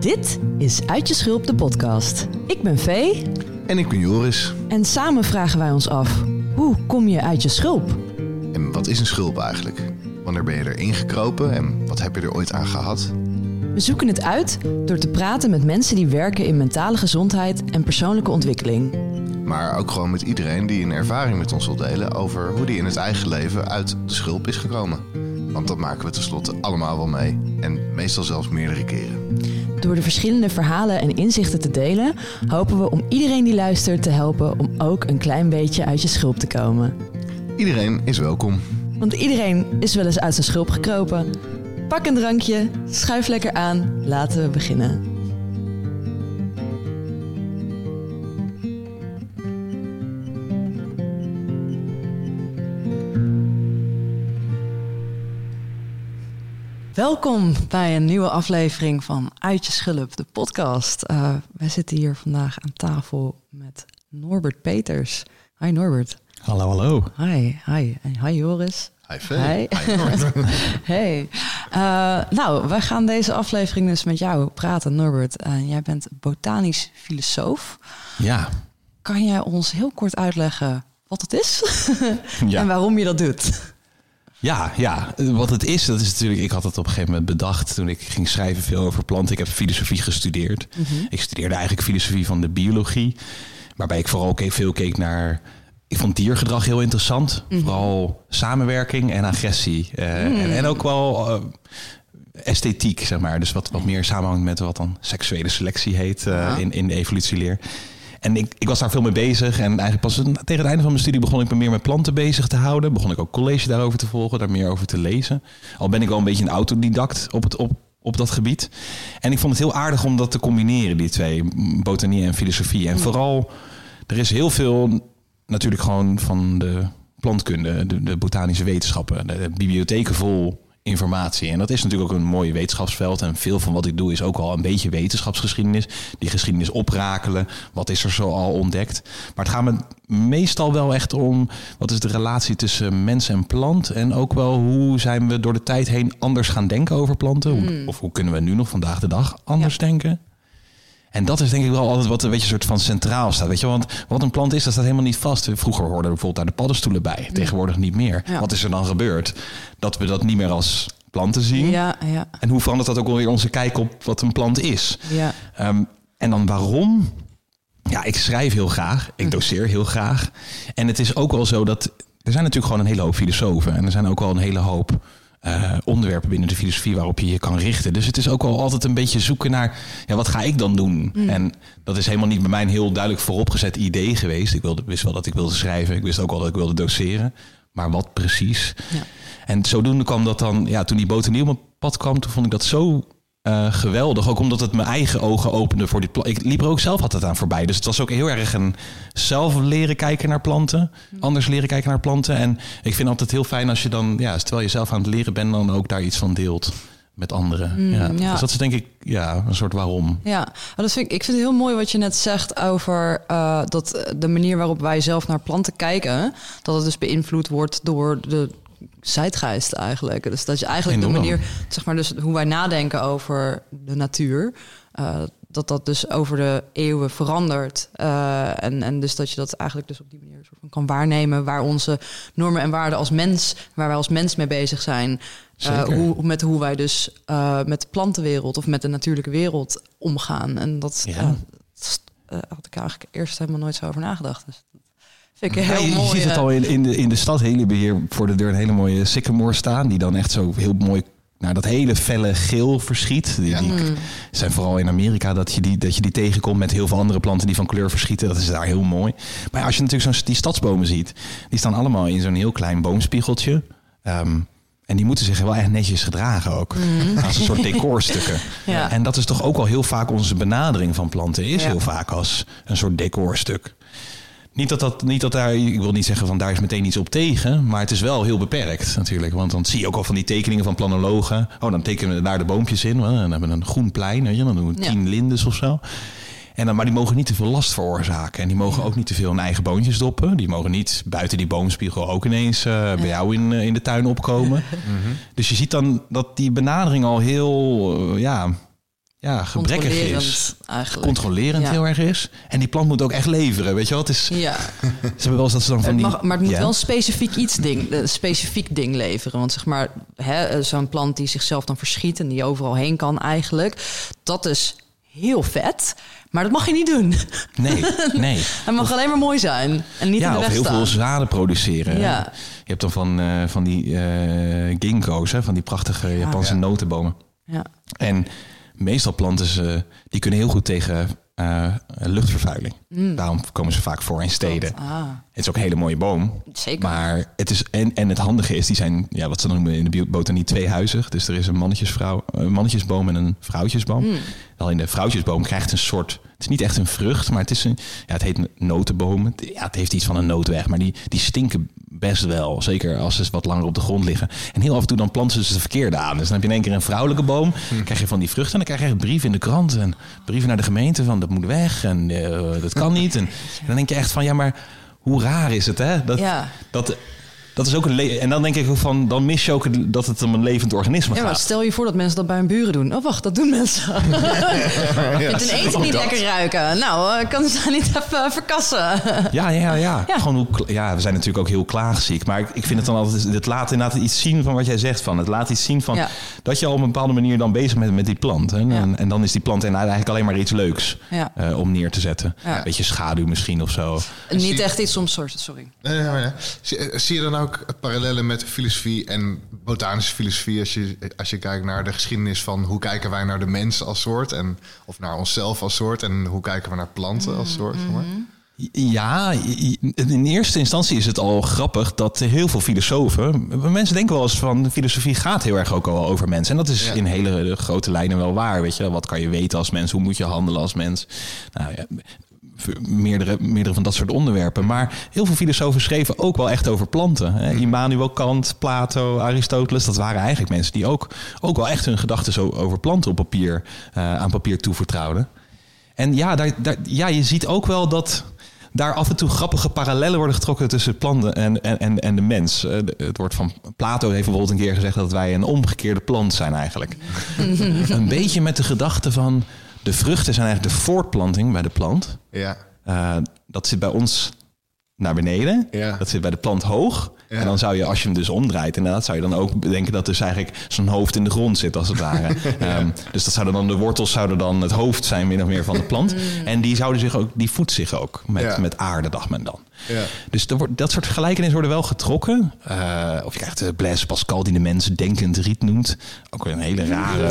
Dit is Uit je Schulp, de podcast. Ik ben Vee. En ik ben Joris. En samen vragen wij ons af, hoe kom je uit je schulp? En wat is een schulp eigenlijk? Wanneer ben je erin gekropen en wat heb je er ooit aan gehad? We zoeken het uit door te praten met mensen die werken in mentale gezondheid en persoonlijke ontwikkeling. Maar ook gewoon met iedereen die een ervaring met ons wil delen over hoe die in het eigen leven uit de schulp is gekomen. Want dat maken we tenslotte allemaal wel mee. En meestal zelfs meerdere keren. Door de verschillende verhalen en inzichten te delen, hopen we om iedereen die luistert te helpen om ook een klein beetje uit je schulp te komen. Iedereen is welkom. Want iedereen is wel eens uit zijn schulp gekropen. Pak een drankje, schuif lekker aan, laten we beginnen. Welkom bij een nieuwe aflevering van Uit je Schulp, de podcast. Wij zitten hier vandaag aan tafel met Norbert Peters. Hi Norbert. Hallo, hallo. Hi. En hi Joris. Hi Vee. Hi Norbert. Hey. Wij gaan deze aflevering dus met jou praten, Norbert. Jij bent botanisch filosoof. Ja. Kan jij ons heel kort uitleggen wat het is Ja. en waarom je dat doet? Ja, wat het is, dat is natuurlijk... Ik had het op een gegeven moment bedacht toen ik ging schrijven veel over planten. Ik heb filosofie gestudeerd. Mm-hmm. Ik studeerde eigenlijk filosofie van de biologie. Waarbij ik vooral veel keek naar... Ik vond diergedrag heel interessant. Mm-hmm. Vooral samenwerking en agressie. En ook wel esthetiek, zeg maar. Dus wat meer samenhangt met wat dan seksuele selectie heet in de evolutieleer. En ik was daar veel mee bezig. En eigenlijk pas tegen het einde van mijn studie begon ik me meer met planten bezig te houden. Begon ik ook college daarover te volgen, daar meer over te lezen. Al ben ik wel een beetje een autodidact op dat gebied. En ik vond het heel aardig om dat te combineren, die twee, botanie en filosofie. En vooral, er is heel veel natuurlijk gewoon van de plantkunde, de botanische wetenschappen, de bibliotheken vol informatie. En dat is natuurlijk ook een mooi wetenschapsveld. En veel van wat ik doe is ook al een beetje wetenschapsgeschiedenis. Die geschiedenis oprakelen. Wat is er zo al ontdekt? Maar het gaat me meestal wel echt om... wat is de relatie tussen mens en plant? En ook wel hoe zijn we door de tijd heen anders gaan denken over planten? Of hoe kunnen we nu nog vandaag de dag anders denken? En dat is denk ik wel altijd wat een beetje soort van centraal staat. Weet je, want wat een plant is, dat staat helemaal niet vast. Vroeger hoorden we bijvoorbeeld daar de paddenstoelen bij. Tegenwoordig niet meer. Ja. Wat is er dan gebeurd? Dat we dat niet meer als planten zien. Ja. En hoe verandert dat ook alweer onze kijk op wat een plant is? Ja. En dan waarom? Ja, ik schrijf heel graag. Ik doceer heel graag. En het is ook wel zo dat... Er zijn natuurlijk gewoon een hele hoop filosofen. En er zijn ook wel een hele hoop... onderwerpen binnen de filosofie waarop je je kan richten. Dus het is ook wel altijd een beetje zoeken naar... wat ga ik dan doen? En dat is helemaal niet bij mij een heel duidelijk vooropgezet idee geweest. Ik wist wel dat ik wilde schrijven. Ik wist ook wel dat ik wilde doceren. Maar wat precies? Ja. En zodoende kwam dat dan... toen die botanie op mijn pad kwam... toen vond ik dat zo geweldig. Ook omdat het mijn eigen ogen opende voor dit plant. Ik liep er ook zelf altijd aan voorbij. Dus het was ook heel erg een zelf leren kijken naar planten. Anders leren kijken naar planten. En ik vind altijd heel fijn als je dan... terwijl je zelf aan het leren bent... dan ook daar iets van deelt met anderen. Dus dat is denk ik een soort waarom. Ja, ik vind het heel mooi wat je net zegt over dat de manier waarop wij zelf naar planten kijken... dat het dus beïnvloed wordt door de... zeitgeist eigenlijk. Dus dat je eigenlijk de manier, zeg maar, dus hoe wij nadenken over de natuur, dat dus over de eeuwen verandert. En dus dat je dat eigenlijk dus op die manier soort van kan waarnemen waar onze normen en waarden als mens, waar wij als mens mee bezig zijn. Hoe wij dus met de plantenwereld of met de natuurlijke wereld omgaan. En dat had ik eigenlijk eerst helemaal nooit zo over nagedacht. Dus vind ik heel mooi. Je ziet het al in de stad. We hebben hier voor de deur een hele mooie sycamore staan. Die dan echt zo heel mooi naar dat hele felle geel verschiet. Die zijn vooral in Amerika dat je die tegenkomt met heel veel andere planten die van kleur verschieten. Dat is daar heel mooi. Maar als je natuurlijk die stadsbomen ziet. Die staan allemaal in zo'n heel klein boomspiegeltje. En die moeten zich wel echt netjes gedragen ook. Als een soort decorstukken. Ja. En dat is toch ook wel heel vaak onze benadering van planten. Is heel vaak als een soort decorstuk. Niet dat daar, ik wil niet zeggen van daar is meteen iets op tegen, maar het is wel heel beperkt natuurlijk. Want dan zie je ook al van die tekeningen van planologen. Dan tekenen we daar de boompjes in. Dan hebben we een groen plein, weet je, dan doen we 10 lindes of zo. Maar die mogen niet te veel last veroorzaken. En die mogen ook niet te veel hun eigen boontjes doppen. Die mogen niet buiten die boomspiegel ook ineens bij jou in de tuin opkomen. Dus je ziet dan dat die benadering al heel gebrekkig is. Eigenlijk. Controlerend heel erg is. En die plant moet ook echt leveren, weet je wel. Het is, ja. Ze hebben wel eens dat ze dan van maar het moet wel een specifiek ding leveren. Want zeg maar, zo'n plant die zichzelf dan verschiet en die overal heen kan eigenlijk. Dat is heel vet. Maar dat mag je niet doen. Nee. Het mag alleen maar mooi zijn. En niet in de weg of heel staan. veel zaden produceren. Ja. Je hebt dan van die ginkgo's, van die prachtige Japanse notenbomen. Ja. En meestal planten ze, die kunnen heel goed tegen luchtvervuiling. Daarom komen ze vaak voor in steden. Het is ook een hele mooie boom. Zeker. Maar het is en het handige is, die zijn wat ze dan noemen in de botanie tweehuizig. Dus er is een mannetjesboom en een vrouwtjesboom. Wel in de vrouwtjesboom krijgt een soort, het is niet echt een vrucht, maar het is het heet notenboom. Het heeft iets van een nootweg, maar die stinken best wel. Zeker als ze wat langer op de grond liggen. En heel af en toe dan planten ze de verkeerde aan. Dus dan heb je in één keer een vrouwelijke boom. Krijg je van die vruchten. En dan krijg je echt brieven in de krant. En brieven naar de gemeente van dat moet weg. En dat kan niet. En dan denk je echt van maar hoe raar is het, hè? Dat is ook en dan denk ik ook van, dan mis je ook dat het om een levend organisme gaat. Maar stel je voor dat mensen dat bij hun buren doen. Oh, wacht, dat doen mensen. Je vindt hun eten niet lekker ruiken. Nou, kan ze daar niet even verkassen? Ja. Gewoon we zijn natuurlijk ook heel klaagziek. Maar ik vind het dan altijd, het laat inderdaad iets zien van wat jij zegt. Van. Het laat iets zien van dat je op een bepaalde manier dan bezig bent met die plant. Hè? En dan is die plant eigenlijk alleen maar iets leuks om neer te zetten. Een beetje schaduw misschien of zo. Niet echt iets om soorten, sorry. Nee. Zie je dan ook parallellen met filosofie en botanische filosofie als je kijkt naar de geschiedenis van hoe kijken wij naar de mens als soort of naar onszelf als soort en hoe kijken we naar planten als soort? Ja, in eerste instantie is het al grappig dat heel veel filosofen, mensen denken wel eens van filosofie gaat heel erg ook al over mensen. En dat is in hele grote lijnen wel waar, weet je. Wat kan je weten als mens? Hoe moet je handelen als mens? Nou ja, meerdere van dat soort onderwerpen. Maar heel veel filosofen schreven ook wel echt over planten. Immanuel Kant, Plato, Aristoteles. Dat waren eigenlijk mensen die ook wel echt hun gedachten zo over planten op papier aan papier toevertrouwden. En je ziet ook wel dat daar af en toe grappige parallellen worden getrokken tussen planten en de mens. Het wordt van Plato heeft bijvoorbeeld een keer gezegd dat wij een omgekeerde plant zijn eigenlijk. Een beetje met de gedachte van de vruchten zijn eigenlijk de voortplanting bij de plant. Ja. Dat zit bij ons naar beneden. Ja. Dat zit bij de plant hoog. Ja. En dan zou je, als je hem dus omdraait, inderdaad, zou je dan ook bedenken dat dus eigenlijk zijn hoofd in de grond zit, als het ware. Dus dat zouden dan de wortels zouden dan het hoofd zijn, min of meer, van de plant. En die voedt zich ook met aarde, dacht men dan. Ja. Dus dat soort gelijkenissen worden wel getrokken. Of je krijgt Blaise Pascal, die de mens denkend riet noemt. Ook een hele rare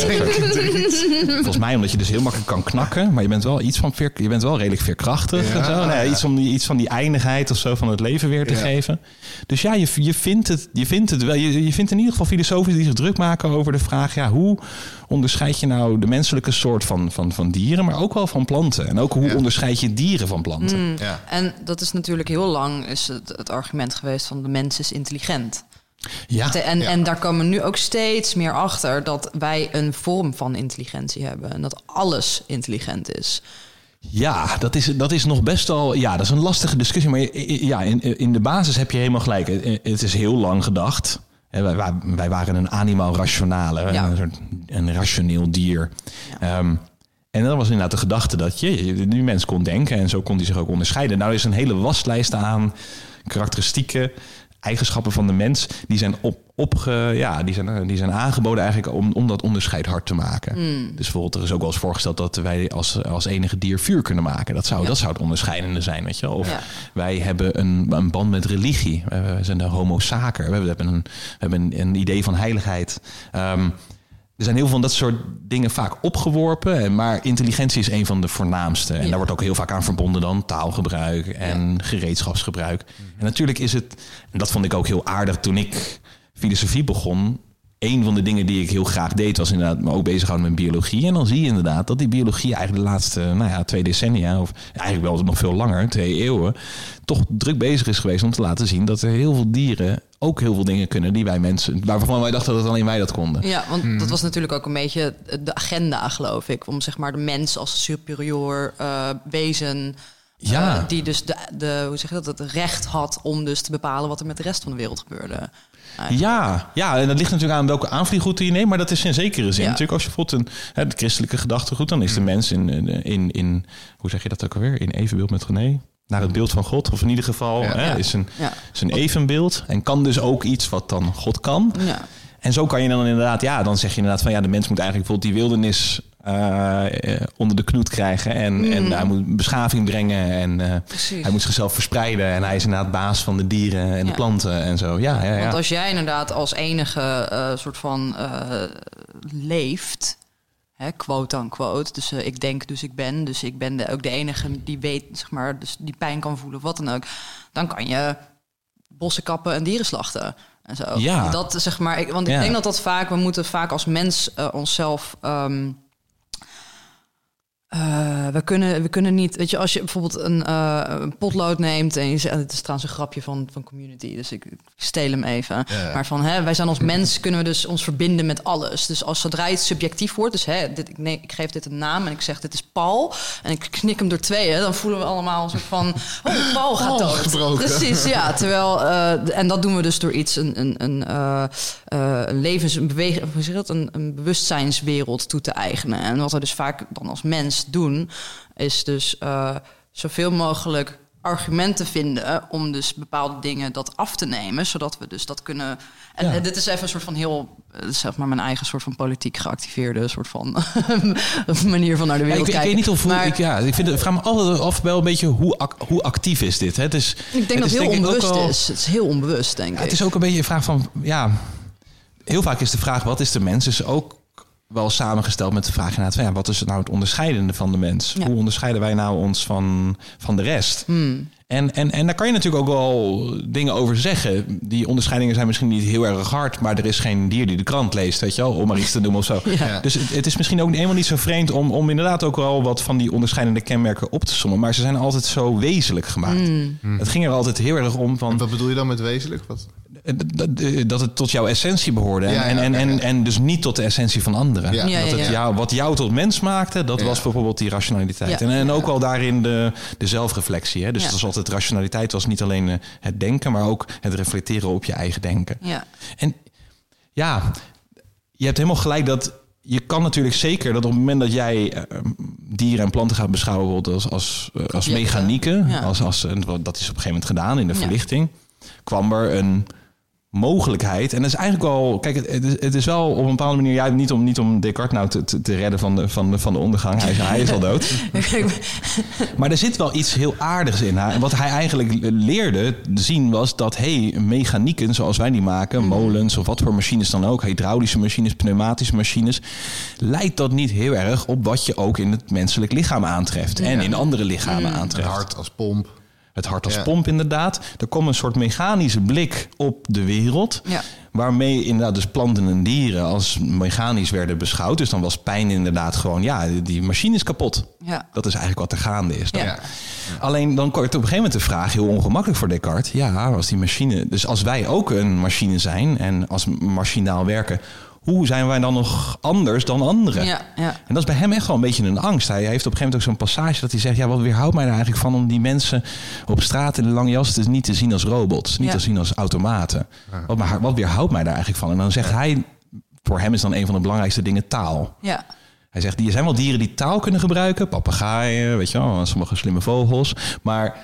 volgens mij omdat je dus heel makkelijk kan knakken, maar je bent wel redelijk veerkrachtig. En zo. Iets om iets van die eindigheid of zo van het leven weer te geven. Dus ja, je vindt het wel. Je vindt in ieder geval filosofen die zich druk maken over de vraag, hoe onderscheid je nou de menselijke soort van dieren, maar ook wel van planten? En ook hoe onderscheid je dieren van planten? Ja. En dat is natuurlijk heel lang is het argument geweest van de mens is intelligent. Ja. En daar komen we nu ook steeds meer achter dat wij een vorm van intelligentie hebben en dat alles intelligent is. Ja, dat is nog best wel. Ja, dat is een lastige discussie. Maar in de basis heb je helemaal gelijk. Het is heel lang gedacht. Wij waren een animaal rationale, een rationeel dier. Ja. En dan was inderdaad de gedachte dat die mens kon denken en zo kon hij zich ook onderscheiden. Nou, er is een hele waslijst aan karakteristieken, eigenschappen van de mens die zijn die zijn aangeboden eigenlijk om dat onderscheid hard te maken. Dus bijvoorbeeld er is ook wel eens voorgesteld dat wij als enige dier vuur kunnen maken. Dat zou het onderscheidende zijn, weet je wel. Of wij hebben een band met religie. We zijn de homo sacer. We hebben een idee van heiligheid. Er zijn heel veel van dat soort dingen vaak opgeworpen. Maar intelligentie is een van de voornaamste. En daar wordt ook heel vaak aan verbonden dan taalgebruik en gereedschapsgebruik. En natuurlijk is het, en dat vond ik ook heel aardig toen ik filosofie begon. Een van de dingen die ik heel graag deed was inderdaad me ook bezighouden met biologie. En dan zie je inderdaad dat die biologie eigenlijk de laatste 2 decennia... of eigenlijk wel nog veel langer, 2 eeuwen... toch druk bezig is geweest om te laten zien dat er heel veel dieren ook heel veel dingen kunnen die wij mensen, waarvan wij dachten dat alleen wij dat konden. Ja, want dat was natuurlijk ook een beetje de agenda, geloof ik, om zeg maar de mens als superieur wezen, die dus hoe zeg je dat, het recht had om dus te bepalen wat er met de rest van de wereld gebeurde. Ja, en dat ligt natuurlijk aan welke aanvliegroute je neemt. Maar dat is in zekere zin. Ja. Natuurlijk als je bijvoorbeeld het christelijke gedachtegoed... dan is de mens in hoe zeg je dat ook alweer? In evenbeeld met René. Naar het beeld van God. Of in ieder geval is een evenbeeld. En kan dus ook iets wat dan God kan. Ja. En zo kan je dan inderdaad... dan zeg je inderdaad van... de mens moet eigenlijk bijvoorbeeld die wildernis... onder de knoet krijgen. En hij moet beschaving brengen. En hij moet zichzelf verspreiden. En hij is inderdaad baas van de dieren en de planten en zo. Ja. Want als jij inderdaad als enige soort van leeft... quote unquote. Dus ik denk, dus ik ben. Dus ik ben ook de enige die weet, zeg maar... dus die pijn kan voelen of wat dan ook. Dan kan je bossen kappen en dieren slachten. En zo. Ja. Dat zeg maar... Ik denk dat vaak... We moeten vaak als mens onszelf... we kunnen niet... Weet je, als je bijvoorbeeld een potlood neemt... en je zegt, het is trouwens een grapje van Community... dus ik steel hem even. Ja. Maar van, wij zijn als mens... kunnen we dus ons verbinden met alles. Dus als zodra iets subjectief wordt... dus ik geef dit een naam en ik zeg, dit is Paul... en ik knik hem door tweeën... dan voelen we allemaal een soort van... Paul gaat dood. Gebroken. Precies, ja. Terwijl... en dat doen we dus door iets... een bewustzijnswereld toe te eigenen. En wat we dus vaak dan als mens doen, is dus zoveel mogelijk argumenten vinden om dus bepaalde dingen dat af te nemen, zodat we dus dat kunnen. En dit is even een soort van heel, zeg maar, mijn eigen soort van politiek geactiveerde soort van manier van naar de wereld kijken. Ik weet niet of ik vraag me altijd af wel een beetje hoe actief is dit? Hè? Dus, ik denk dat het heel onbewust is. Het is heel onbewust, denk ik. Het is ook een beetje een vraag van, heel vaak is de vraag, wat is de mens? Dus ook wel samengesteld met de vraag inderdaad van, wat is nou het onderscheidende van de mens? Ja. Hoe onderscheiden wij nou ons van de rest? En daar kan je natuurlijk ook wel dingen over zeggen. Die onderscheidingen zijn misschien niet heel erg hard, maar er is geen dier die de krant leest, weet je wel, om maar iets te noemen of zo. Ja. Dus het is misschien ook helemaal niet zo vreemd om inderdaad ook wel wat van die onderscheidende kenmerken op te sommen. Maar ze zijn altijd zo wezenlijk gemaakt. Het ging er altijd heel erg om van. En wat bedoel je dan met wezenlijk? Dat het tot jouw essentie behoorde. En dus niet tot de essentie van anderen. Wat jou tot mens maakte, dat was bijvoorbeeld die rationaliteit. Ja. En ook wel daarin de zelfreflectie. Hè? Dus dat is altijd rationaliteit was niet alleen het denken, maar ook het reflecteren op je eigen denken. Ja. En je hebt helemaal gelijk dat je kan natuurlijk zeker dat op het moment dat jij dieren en planten gaat beschouwen bijvoorbeeld als mechanieken, dat is op een gegeven moment gedaan in de verlichting, kwam er een mogelijkheid. En dat is eigenlijk wel... Kijk, het is wel op een bepaalde manier... niet om Descartes nou te redden van de ondergang. Hij is al dood. Maar er zit wel iets heel aardigs in. En wat hij eigenlijk leerde zien was dat... mechanieken zoals wij die maken... molens of wat voor machines dan ook... hydraulische machines, pneumatische machines... leidt dat niet heel erg op wat je ook in het menselijk lichaam aantreft. En in andere lichamen aantreft. Het hart als pomp. Het hart als pomp inderdaad. Er komt een soort mechanische blik op de wereld. Ja. Waarmee inderdaad dus planten en dieren als mechanisch werden beschouwd. Dus dan was pijn inderdaad gewoon, die machine is kapot. Ja. Dat is eigenlijk wat er gaande is dan. Ja. Alleen dan wordt op een gegeven moment de vraag heel ongemakkelijk voor Descartes. Ja, als die machine... Dus als wij ook een machine zijn en als machinaal werken... Hoe zijn wij dan nog anders dan anderen? Ja. En dat is bij hem echt wel een beetje een angst. Hij heeft op een gegeven moment ook zo'n passage dat hij zegt... wat weerhoudt mij er eigenlijk van om die mensen op straat in de lange jas... niet te zien als robots, niet te zien als automaten? Wat weerhoudt mij daar eigenlijk van? En dan zegt hij, voor hem is dan een van de belangrijkste dingen taal. Ja. Hij zegt, er zijn wel dieren die taal kunnen gebruiken. Papegaaien, weet je wel, sommige slimme vogels. Maar...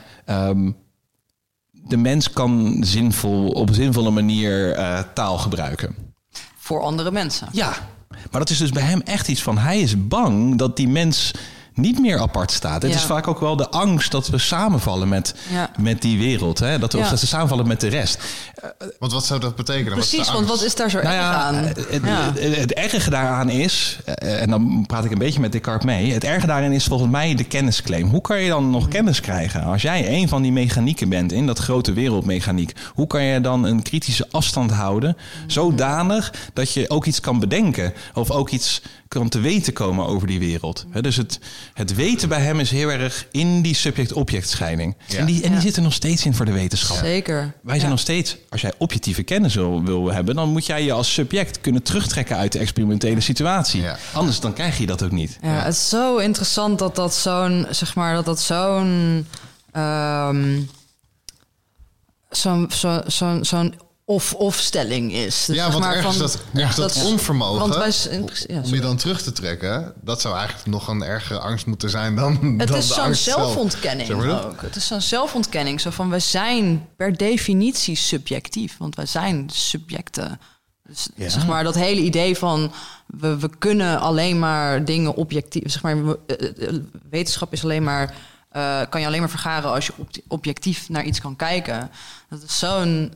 de mens kan op zinvolle manier taal gebruiken. Voor andere mensen. Ja, maar dat is dus bij hem echt iets van... hij is bang dat die mens niet meer apart staat. Het is vaak ook wel de angst dat we samenvallen met die wereld. Hè? Dat we samenvallen met de rest. Want wat zou dat betekenen? Precies, want wat is daar zo erg aan? Het erge daaraan is... en dan praat ik een beetje met Descartes mee... het erge daarin is volgens mij de kennisclaim. Hoe kan je dan nog kennis krijgen? Als jij een van die mechanieken bent in dat grote wereldmechaniek... hoe kan je dan een kritische afstand houden... zodanig dat je ook iets kan bedenken... of ook iets kan te weten komen over die wereld. Dus het weten bij hem is heel erg in die subject-object-scheiding. Ja. En die zit er nog steeds in voor de wetenschap. Zeker. Wij zijn nog steeds, als jij objectieve kennis wil hebben... dan moet jij je als subject kunnen terugtrekken uit de experimentele situatie. Ja. Anders dan krijg je dat ook niet. Ja, het is zo interessant dat zo'n... zeg maar, dat zo'n of stelling is. Dus ja, want ergens dat onvermogen want om je dan terug te trekken, dat zou eigenlijk nog een ergere angst moeten zijn dan het dan is de zo'n angst zelfontkenning zelf. Zeg maar ook. Het is zo'n zelfontkenning. Zo van, we zijn per definitie subjectief. Want wij zijn subjecten. Dus zeg maar dat hele idee van we kunnen alleen maar dingen objectief. Zeg maar, wetenschap is alleen maar kan je alleen maar vergaren als je objectief naar iets kan kijken. Dat is zo'n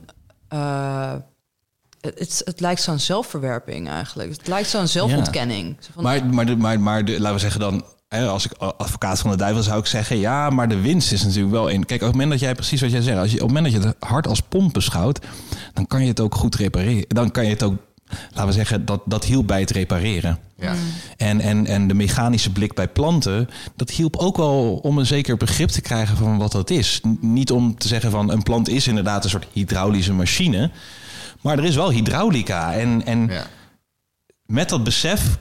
het lijkt zo'n zelfverwerping eigenlijk. Het lijkt zo'n zelfontkenning. Ja. Maar laten we zeggen dan, als ik advocaat van de duivel zou ik zeggen, ja, maar de winst is natuurlijk wel in. Kijk, op het moment dat jij precies wat jij zegt, op het moment dat je het hart als pomp beschouwt, dan kan je het ook goed repareren. Dan kan je het ook, laten we zeggen, dat hielp bij het repareren. Ja. En de mechanische blik bij planten, dat hielp ook wel om een zeker begrip te krijgen van wat dat is. Niet om te zeggen van een plant is inderdaad een soort hydraulische machine, maar er is wel hydraulica. En met dat besef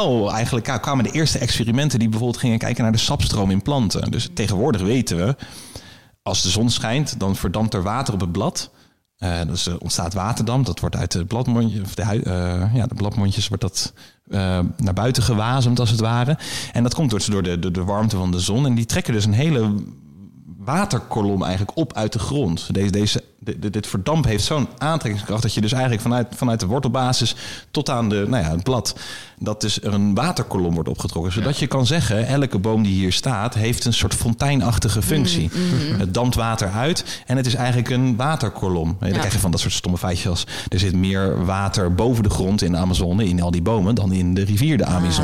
kwamen de eerste experimenten die bijvoorbeeld gingen kijken naar de sapstroom in planten. Dus tegenwoordig weten we, als de zon schijnt, dan verdampt er water op het blad. Dus er ontstaat waterdamp. Dat wordt uit de bladmondjes, de bladmondjes wordt dat naar buiten gewazemd als het ware. En dat komt door de warmte van de zon. En die trekken dus een hele waterkolom eigenlijk op uit de grond. Dit verdamp heeft zo'n aantrekkingskracht dat je dus eigenlijk vanuit de wortelbasis tot aan het blad, dat dus er een waterkolom wordt opgetrokken. Zodat je kan zeggen, elke boom die hier staat heeft een soort fonteinachtige functie. Het dampt water uit en het is eigenlijk een waterkolom. Dan krijg je van dat soort stomme feitjes als er zit meer water boven de grond in de Amazone, in al die bomen, dan in de rivier de Amazone.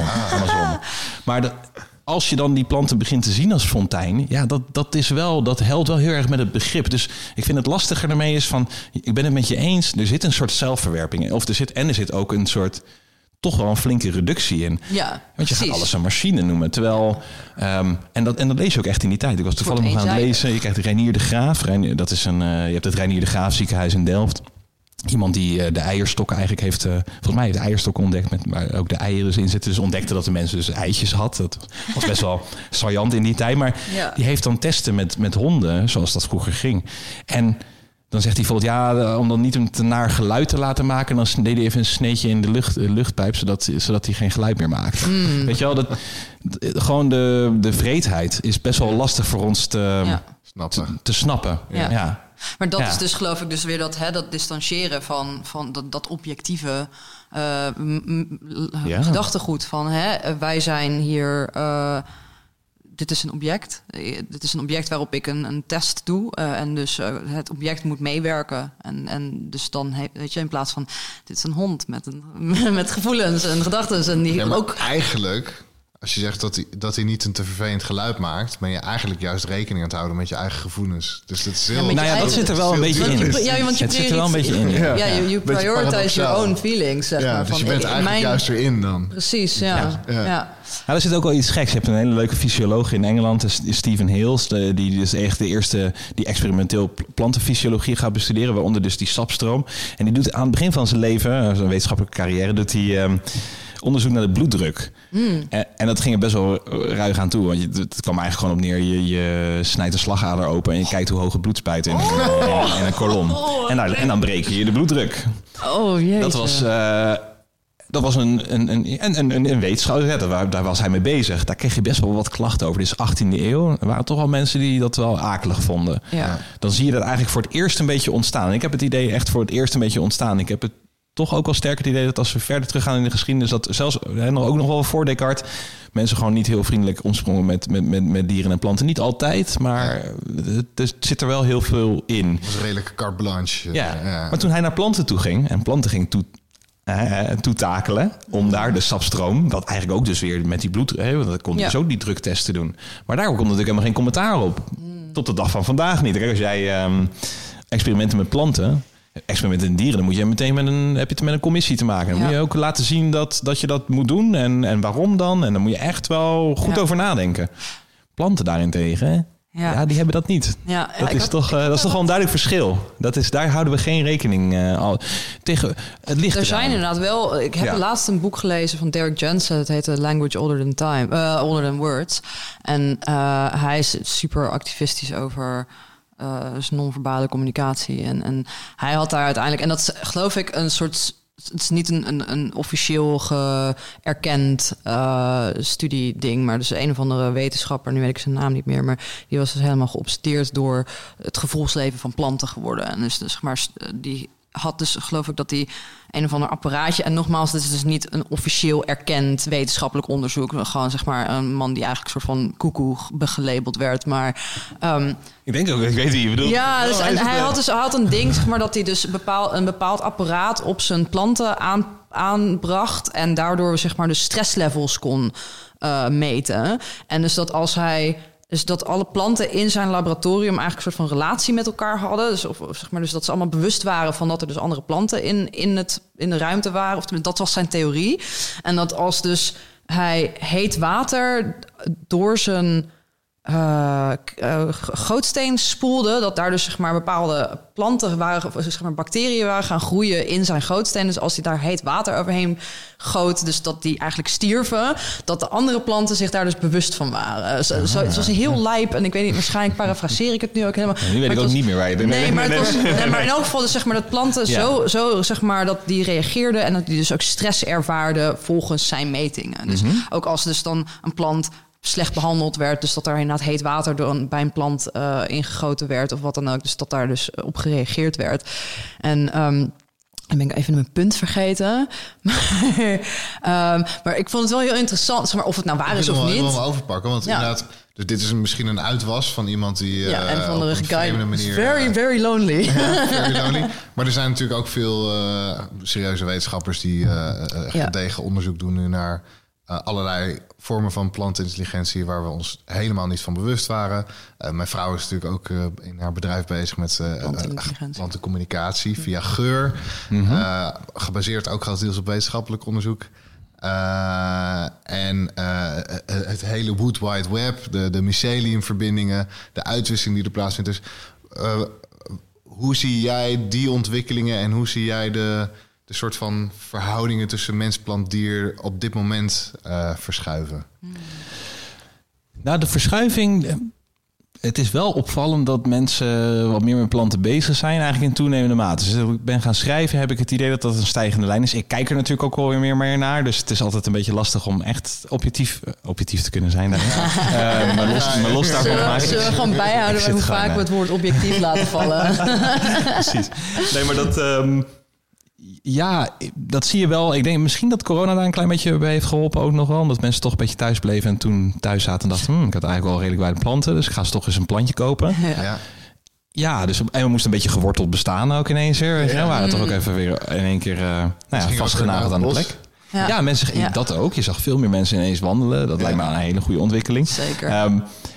Maar als je dan die planten begint te zien als fontein, ja, dat helpt wel heel erg met het begrip. Dus ik vind het lastiger ermee is van, ik ben het met je eens, er zit een soort zelfverwerping in. Er zit ook een soort, toch wel een flinke reductie in. Ja, want je gaat alles een machine noemen. Terwijl, en dat lees je ook echt in die tijd. Ik was toevallig nog aan het lezen. Je krijgt Reinier de Graaf. Je hebt het Reinier de Graaf ziekenhuis in Delft. Iemand die de eierstokken eigenlijk heeft, volgens mij heeft de eierstokken ontdekt, maar ook de eieren erin zitten. Dus ontdekte dat de mensen dus eitjes had. Dat was best wel saillant in die tijd. Maar die heeft dan testen met honden, zoals dat vroeger ging. En dan zegt hij bijvoorbeeld, om dan niet een te naar geluid te laten maken, dan deed hij even een sneetje in de luchtpijp, zodat hij geen geluid meer maakte. Weet je wel, gewoon de vreedheid is best wel lastig voor ons te snappen. Ja. Maar dat is dus geloof ik dus weer dat distancieren van dat objectieve gedachtegoed van wij zijn hier. Dit is een object. Dit is een object waarop ik een test doe. En dus het object moet meewerken. En dus dan weet je, in plaats van dit is een hond met gevoelens en gedachten. En die ook eigenlijk, als je zegt dat hij niet een te vervelend geluid maakt, ben je eigenlijk juist rekening aan het houden met je eigen gevoelens. Dus dat is heel. Dat zit er wel een beetje in. Want je zit er wel een beetje in. You prioritize your own feelings. Zeg maar, dus je bent eigenlijk juist erin dan. Precies, ja. Er zit ook wel iets geks. Je hebt een hele leuke fysioloog in Engeland, Stephen Hales, die dus echt de eerste die experimenteel plantenfysiologie gaat bestuderen, waaronder dus die sapstroom. En die doet aan het begin van zijn leven, zijn wetenschappelijke carrière, doet hij onderzoek naar de bloeddruk. En dat ging er best wel ruig aan toe. Want het kwam eigenlijk gewoon op neer. Je snijdt een slagader open en je kijkt hoe hoog het bloed spuit in een kolom. En dan breek je de bloeddruk. Oh jeetje. Dat was een wetenschap. Daar was hij mee bezig. Daar kreeg je best wel wat klachten over. Dit is 18e eeuw. Er waren toch wel mensen die dat wel akelig vonden. Ja. Dan zie je dat eigenlijk voor het eerst een beetje ontstaan. En ik heb het idee echt voor het eerst een beetje ontstaan. Ik heb het toch ook wel sterk het idee dat als we verder teruggaan in de geschiedenis, dat zelfs ook nog wel voor Descartes mensen gewoon niet heel vriendelijk omsprongen met dieren en planten. Niet altijd, maar er zit er wel heel veel in. Dat was een redelijke carte blanche. Ja. Maar toen hij naar planten toe ging en planten ging toetakelen om daar de sapstroom, wat eigenlijk ook dus weer met die bloed, want dat kon dus ook die druktesten doen. Maar daar komt natuurlijk helemaal geen commentaar op. Tot de dag van vandaag niet. Kijk, als jij experimenten met planten, experimenten in dieren, dan moet je meteen heb je het met een commissie te maken. Dan moet je ook laten zien dat je dat moet doen en waarom dan. En dan moet je echt wel goed over nadenken. Planten daarentegen, die hebben dat niet. Dat is toch wel een duidelijk verschil. Daar houden we geen rekening tegen. Het ligt er zijn inderdaad wel. Ik heb laatst een boek gelezen van Derek Jensen. Het heet Language Older Than Words. En hij is super activistisch over Dus non-verbale communicatie. En hij had daar uiteindelijk... En dat is, geloof ik, een soort... Het is niet een officieel erkend studieding, maar dus een of andere wetenschapper, nu weet ik zijn naam niet meer, maar die was dus helemaal geobsedeerd door het gevoelsleven van planten geworden. En dus zeg maar, die had dus, geloof ik, dat die een of ander apparaatje. En nogmaals, dit is dus niet een officieel erkend wetenschappelijk onderzoek. Gewoon zeg maar een man die eigenlijk een soort van koekoe gelabeld werd. Maar ik denk ook, ik weet wie je bedoelt. Ja, dus, en hij had een ding, zeg maar, dat hij dus een bepaald apparaat op zijn planten aanbracht en daardoor zeg maar de stresslevels kon meten. En dus dat als hij... Dus dat alle planten in zijn laboratorium eigenlijk een soort van relatie met elkaar hadden. Dus, of zeg maar, dus dat ze allemaal bewust waren van dat er dus andere planten in de ruimte waren. Of dat was zijn theorie. En dat als dus hij heet water door zijn gootsteen spoelde, dat daar dus zeg maar bepaalde planten waren, zeg maar bacteriën waren gaan groeien in zijn gootsteen. Dus als hij daar heet water overheen goot, dus dat die eigenlijk stierven, dat de andere planten zich daar dus bewust van waren. Het was heel lijp en ik weet niet, waarschijnlijk parafraseer ik het nu ook helemaal. Ja, nu weet ik ook niet meer waar je bent. Nee, maar in elk geval dus zeg maar dat planten zo zeg maar dat die reageerden en dat die dus ook stress ervaarden volgens zijn metingen. Dus ook als dus dan een plant slecht behandeld werd, dus dat er inderdaad heet water bij een plant ingegoten werd of wat dan ook, dus dat daar dus op gereageerd werd. En dan ben ik even mijn punt vergeten. Maar ik vond het wel heel interessant, zeg maar, of het nou waar is of niet. Ik wil hem overpakken, want inderdaad, dus dit is misschien een uitwas van iemand die en van de vreemde manier... Very, very lonely. Very lonely. Maar er zijn natuurlijk ook veel serieuze wetenschappers die gedegen onderzoek doen nu naar allerlei vormen van plantenintelligentie waar we ons helemaal niet van bewust waren. Mijn vrouw is natuurlijk ook in haar bedrijf bezig met plantencommunicatie via geur. Gebaseerd ook grotendeels op wetenschappelijk onderzoek. Het hele Wood Wide Web, de myceliumverbindingen, de uitwisseling die er plaatsvindt. Dus hoe zie jij die ontwikkelingen en hoe zie jij de soort van verhoudingen tussen mens, plant, dier op dit moment verschuiven? Nou, de verschuiving... Het is wel opvallend dat mensen wat meer met planten bezig zijn, eigenlijk in toenemende mate. Dus als ik ben gaan schrijven, heb ik het idee dat dat een stijgende lijn is. Ik kijk er natuurlijk ook wel weer meer naar, dus het is altijd een beetje lastig om echt objectief te kunnen zijn. Maar los daarvan maken. Zullen we gewoon bijhouden hoe vaak we het woord objectief laten vallen? Precies. Nee, maar dat... Ja, dat zie je wel. Ik denk misschien dat corona daar een klein beetje bij heeft geholpen ook nog wel. Omdat mensen toch een beetje thuis bleven en toen thuis zaten en dachten... ik had eigenlijk wel redelijk weinig planten, dus ik ga ze toch eens een plantje kopen. Ja, dus en we moesten een beetje geworteld bestaan ook ineens weer. We waren toch ook even weer in één keer vastgenageld aan de plek. Ja, mensen, dat ook. Je zag veel meer mensen ineens wandelen. Dat lijkt me een hele goede ontwikkeling. Zeker.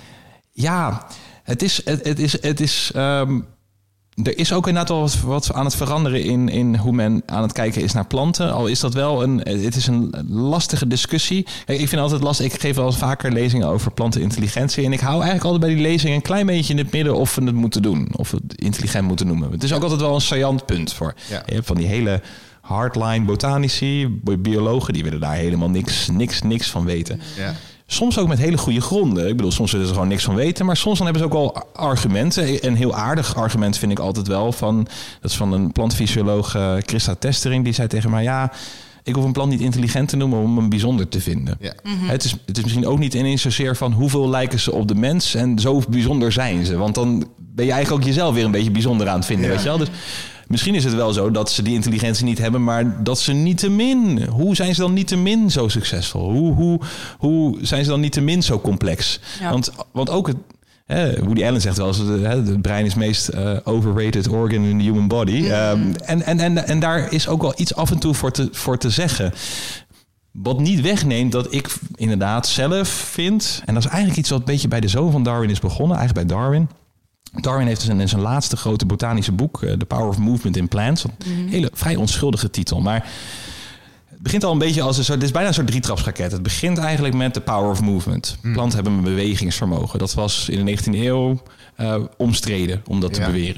Er is ook inderdaad wel wat aan het veranderen in hoe men aan het kijken is naar planten. Al is dat wel het is een lastige discussie. Kijk, ik vind altijd lastig. Ik geef wel eens vaker lezingen over plantenintelligentie. En ik hou eigenlijk altijd bij die lezingen een klein beetje in het midden of we het moeten doen. Of we het intelligent moeten noemen. Het is ook altijd wel een saillant punt voor. Ja. Je hebt van die hele hardline botanici, biologen, die willen daar helemaal niks van weten. Ja. Soms ook met hele goede gronden. Ik bedoel, soms willen ze gewoon niks van weten. Maar soms dan hebben ze ook wel argumenten. Een heel aardig argument vind ik altijd wel. Dat is van een plantfysioloog, Christa Testering. Die zei tegen mij, ja, ik hoef een plant niet intelligent te noemen om hem bijzonder te vinden. Ja. Het is misschien ook niet ineens zozeer van hoeveel lijken ze op de mens en zo bijzonder zijn ze. Want dan ben je eigenlijk ook jezelf weer een beetje bijzonder aan het vinden. Ja. Weet je wel? Dus misschien is het wel zo dat ze die intelligentie niet hebben, maar dat ze niettemin... Hoe zijn ze dan niettemin zo succesvol? Hoe zijn ze dan niettemin zo complex? Ja. Want ook Woody Allen zegt wel eens, het brein is het meest overrated organ in the human body. En daar is ook wel iets af en toe voor te zeggen. Wat niet wegneemt dat ik inderdaad zelf vind, en dat is eigenlijk iets wat een beetje bij de zoon van Darwin is begonnen, eigenlijk bij Darwin. Darwin heeft dus in zijn laatste grote botanische boek, The Power of Movement in Plants, een hele vrij onschuldige titel, maar het begint al een beetje als dit is bijna een soort drietrapsraket. Het begint eigenlijk met The Power of Movement. Planten hebben een bewegingsvermogen. Dat was in de 19e eeuw omstreden om dat te beweren.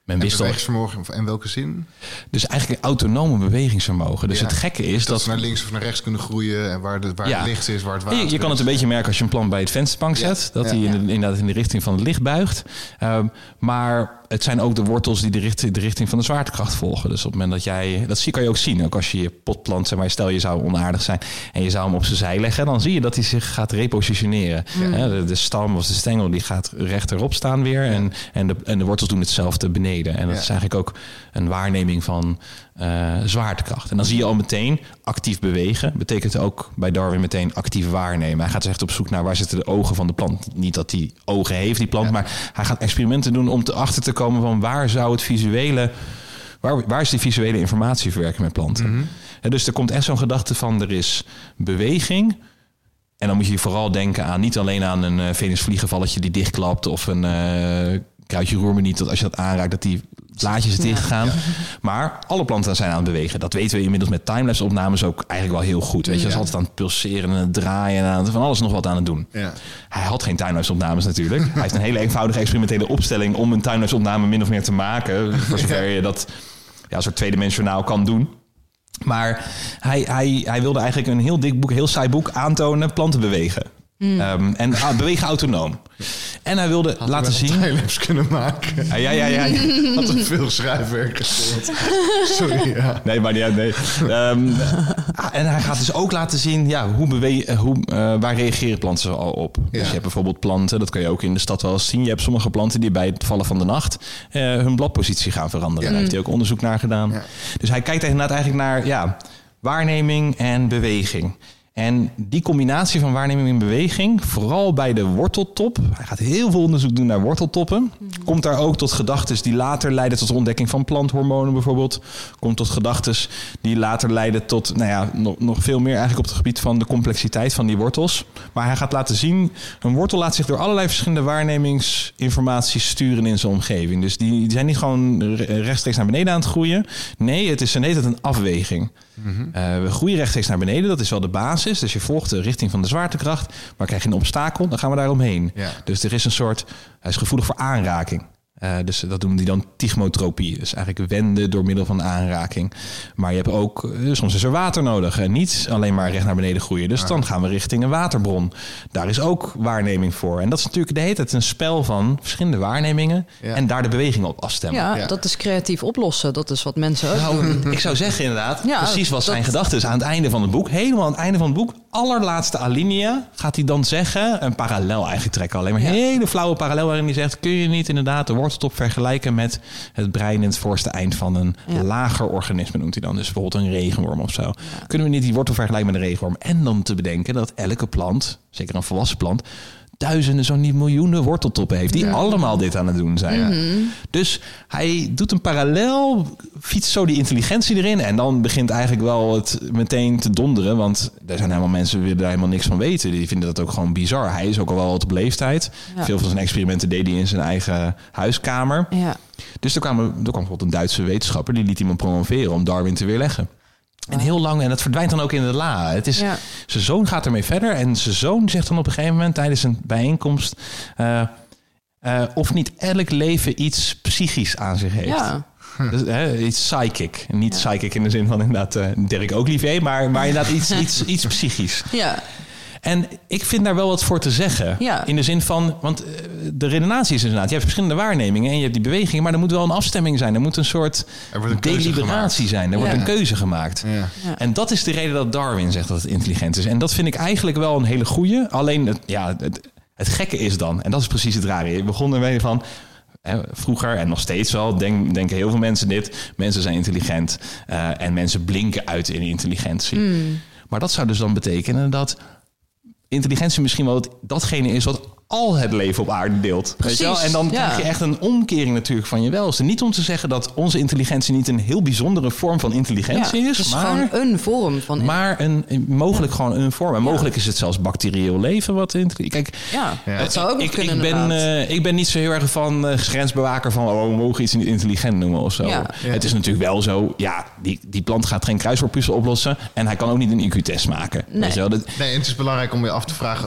bewegingsvermogen in welke zin? Dus eigenlijk autonome bewegingsvermogen. Dus het gekke is dat ze naar links of naar rechts kunnen groeien en waar het licht is, waar het water is. Je kan het een beetje merken als je een plant bij het vensterbank zet. Dat hij inderdaad in de richting van het licht buigt. Maar het zijn ook de wortels die de richting van de zwaartekracht volgen. Dus op het moment dat kan je ook zien. Ook als je je pot plant, zeg maar, stel je zou onaardig zijn en je zou hem op zijn zij leggen, dan zie je dat hij zich gaat repositioneren. De stam of de stengel die gaat rechterop staan weer en de wortels doen hetzelfde beneden. En dat is eigenlijk ook een waarneming van zwaartekracht. En dan zie je al meteen actief bewegen. Betekent ook bij Darwin meteen actief waarnemen. Hij gaat dus echt op zoek naar waar zitten de ogen van de plant. Niet dat hij ogen heeft, die plant, maar hij gaat experimenten doen om achter te komen van waar zou het visuele... Waar is die visuele informatie verwerken met planten? Mm-hmm. En dus er komt echt zo'n gedachte van er is beweging. En dan moet je vooral denken aan niet alleen aan een venusvliegevalletje die dichtklapt of een kruidje roermeniet, dat als je dat aanraakt dat die blaadjes dichtgaan. Ja. Maar alle planten zijn aan het bewegen. Dat weten we inmiddels met timelapse opnames ook eigenlijk wel heel goed. Weet je, dat is altijd aan het pulseren en het draaien en van alles nog wat aan het doen. Ja. Hij had geen timelapse opnames natuurlijk. Hij heeft een hele eenvoudige experimentele opstelling om een timelapse opname min of meer te maken. Voor zover je dat een soort tweedimensionaal kan doen. Maar hij wilde eigenlijk een heel dik boek, heel saai boek aantonen, planten bewegen. En bewegen autonoom. En hij wilde laten zien... Had timelapse kunnen maken. Ja. Had er veel schrijfwerk gespeeld. Sorry, ja. Nee, maar niet. Nee. En hij gaat dus ook laten zien... waar reageren planten al op. Ja. Dus je hebt bijvoorbeeld planten... dat kan je ook in de stad wel eens zien. Je hebt sommige planten die bij het vallen van de nacht... hun bladpositie gaan veranderen. Daar heeft hij ook onderzoek naar gedaan. Ja. Dus hij kijkt inderdaad eigenlijk naar waarneming en beweging. En die combinatie van waarneming en beweging, vooral bij de worteltop, hij gaat heel veel onderzoek doen naar worteltoppen, komt daar ook tot gedachtes die later leiden tot de ontdekking van planthormonen bijvoorbeeld, komt tot gedachtes die later leiden tot, nog veel meer eigenlijk op het gebied van de complexiteit van die wortels. Maar hij gaat laten zien, een wortel laat zich door allerlei verschillende waarnemingsinformaties sturen in zijn omgeving. Dus die zijn niet gewoon rechtstreeks naar beneden aan het groeien. Nee, het is ineens een afweging. We groeien rechtstreeks naar beneden, dat is wel de basis. Dus je volgt de richting van de zwaartekracht. Maar krijg je een obstakel, dan gaan we daar omheen. Ja. Dus er is een soort... Hij is gevoelig voor aanraking. Dus dat noemen die dan tychmotropie. Dus eigenlijk wenden door middel van aanraking. Maar je hebt ook... soms is er water nodig. Niet alleen maar recht naar beneden groeien. Dus dan gaan we richting een waterbron. Daar is ook waarneming voor. En dat is natuurlijk de hele tijd een spel van verschillende waarnemingen. Ja. En daar de beweging op afstemmen. Ja, dat is creatief oplossen. Dat is wat mensen ook doen. Ik zou zeggen inderdaad, precies wat zijn gedachte is aan het einde van het boek. Helemaal aan het einde van het boek. Allerlaatste alinea gaat hij dan zeggen. Een parallel eigenlijk trekken. Alleen maar een hele flauwe parallel waarin hij zegt... kun je niet inderdaad de worteltop vergelijken met het brein in het voorste eind van een lager organisme, noemt hij dan. Dus bijvoorbeeld een regenworm of zo. Ja. Kunnen we niet die wortel vergelijken met een regenworm? En dan te bedenken dat elke plant, zeker een volwassen plant... duizenden, zo niet miljoenen worteltoppen heeft... die allemaal dit aan het doen zijn. Mm-hmm. Dus hij doet een parallel, fietst zo die intelligentie erin... en dan begint eigenlijk wel het meteen te donderen... want er zijn helemaal mensen die er helemaal niks van weten. Die vinden dat ook gewoon bizar. Hij is ook al wel wat op leeftijd. Ja. Veel van zijn experimenten deed hij in zijn eigen huiskamer. Ja. Dus er kwam bijvoorbeeld een Duitse wetenschapper... die liet iemand promoveren om Darwin te weerleggen. En heel lang, en dat verdwijnt dan ook in de la. Het is, zijn zoon gaat ermee verder en zijn zoon zegt dan op een gegeven moment tijdens een bijeenkomst... of niet elk leven iets psychisch aan zich heeft. Ja. Dus, iets psychic. Niet psychic in de zin van inderdaad Dirk Ooglivier, maar inderdaad iets psychisch. Ja. En ik vind daar wel wat voor te zeggen. Ja. In de zin van, want de redenatie is inderdaad... je hebt verschillende waarnemingen en je hebt die bewegingen... maar er moet wel een afstemming zijn. Er moet een soort deliberatie zijn. Er wordt een keuze gemaakt. Ja. Ja. En dat is de reden dat Darwin zegt dat het intelligent is. En dat vind ik eigenlijk wel een hele goeie. Alleen, het gekke is dan... en dat is precies het rare. Je begon ermee van... vroeger en nog steeds wel denken heel veel mensen dit. Mensen zijn intelligent en mensen blinken uit in intelligentie. Maar dat zou dus dan betekenen dat... intelligentie misschien wel datgene is wat al het leven op aarde deelt. Precies, weet je wel? En dan krijg je echt een omkering natuurlijk van je welste. Niet om te zeggen dat onze intelligentie niet een heel bijzondere vorm van intelligentie is. Het is gewoon een vorm van... Maar mogelijk gewoon een vorm. En mogelijk is het zelfs bacterieel leven wat... Kijk, dat zou ook kunnen ik ben niet zo heel erg van grensbewaker van... we mogen iets niet intelligent noemen of zo. Ja. Het is natuurlijk wel zo... die plant gaat geen kruiswoordpuzzel oplossen... en hij kan ook niet een IQ-test maken. Nee. Weet je wel? En het is belangrijk om je af te vragen...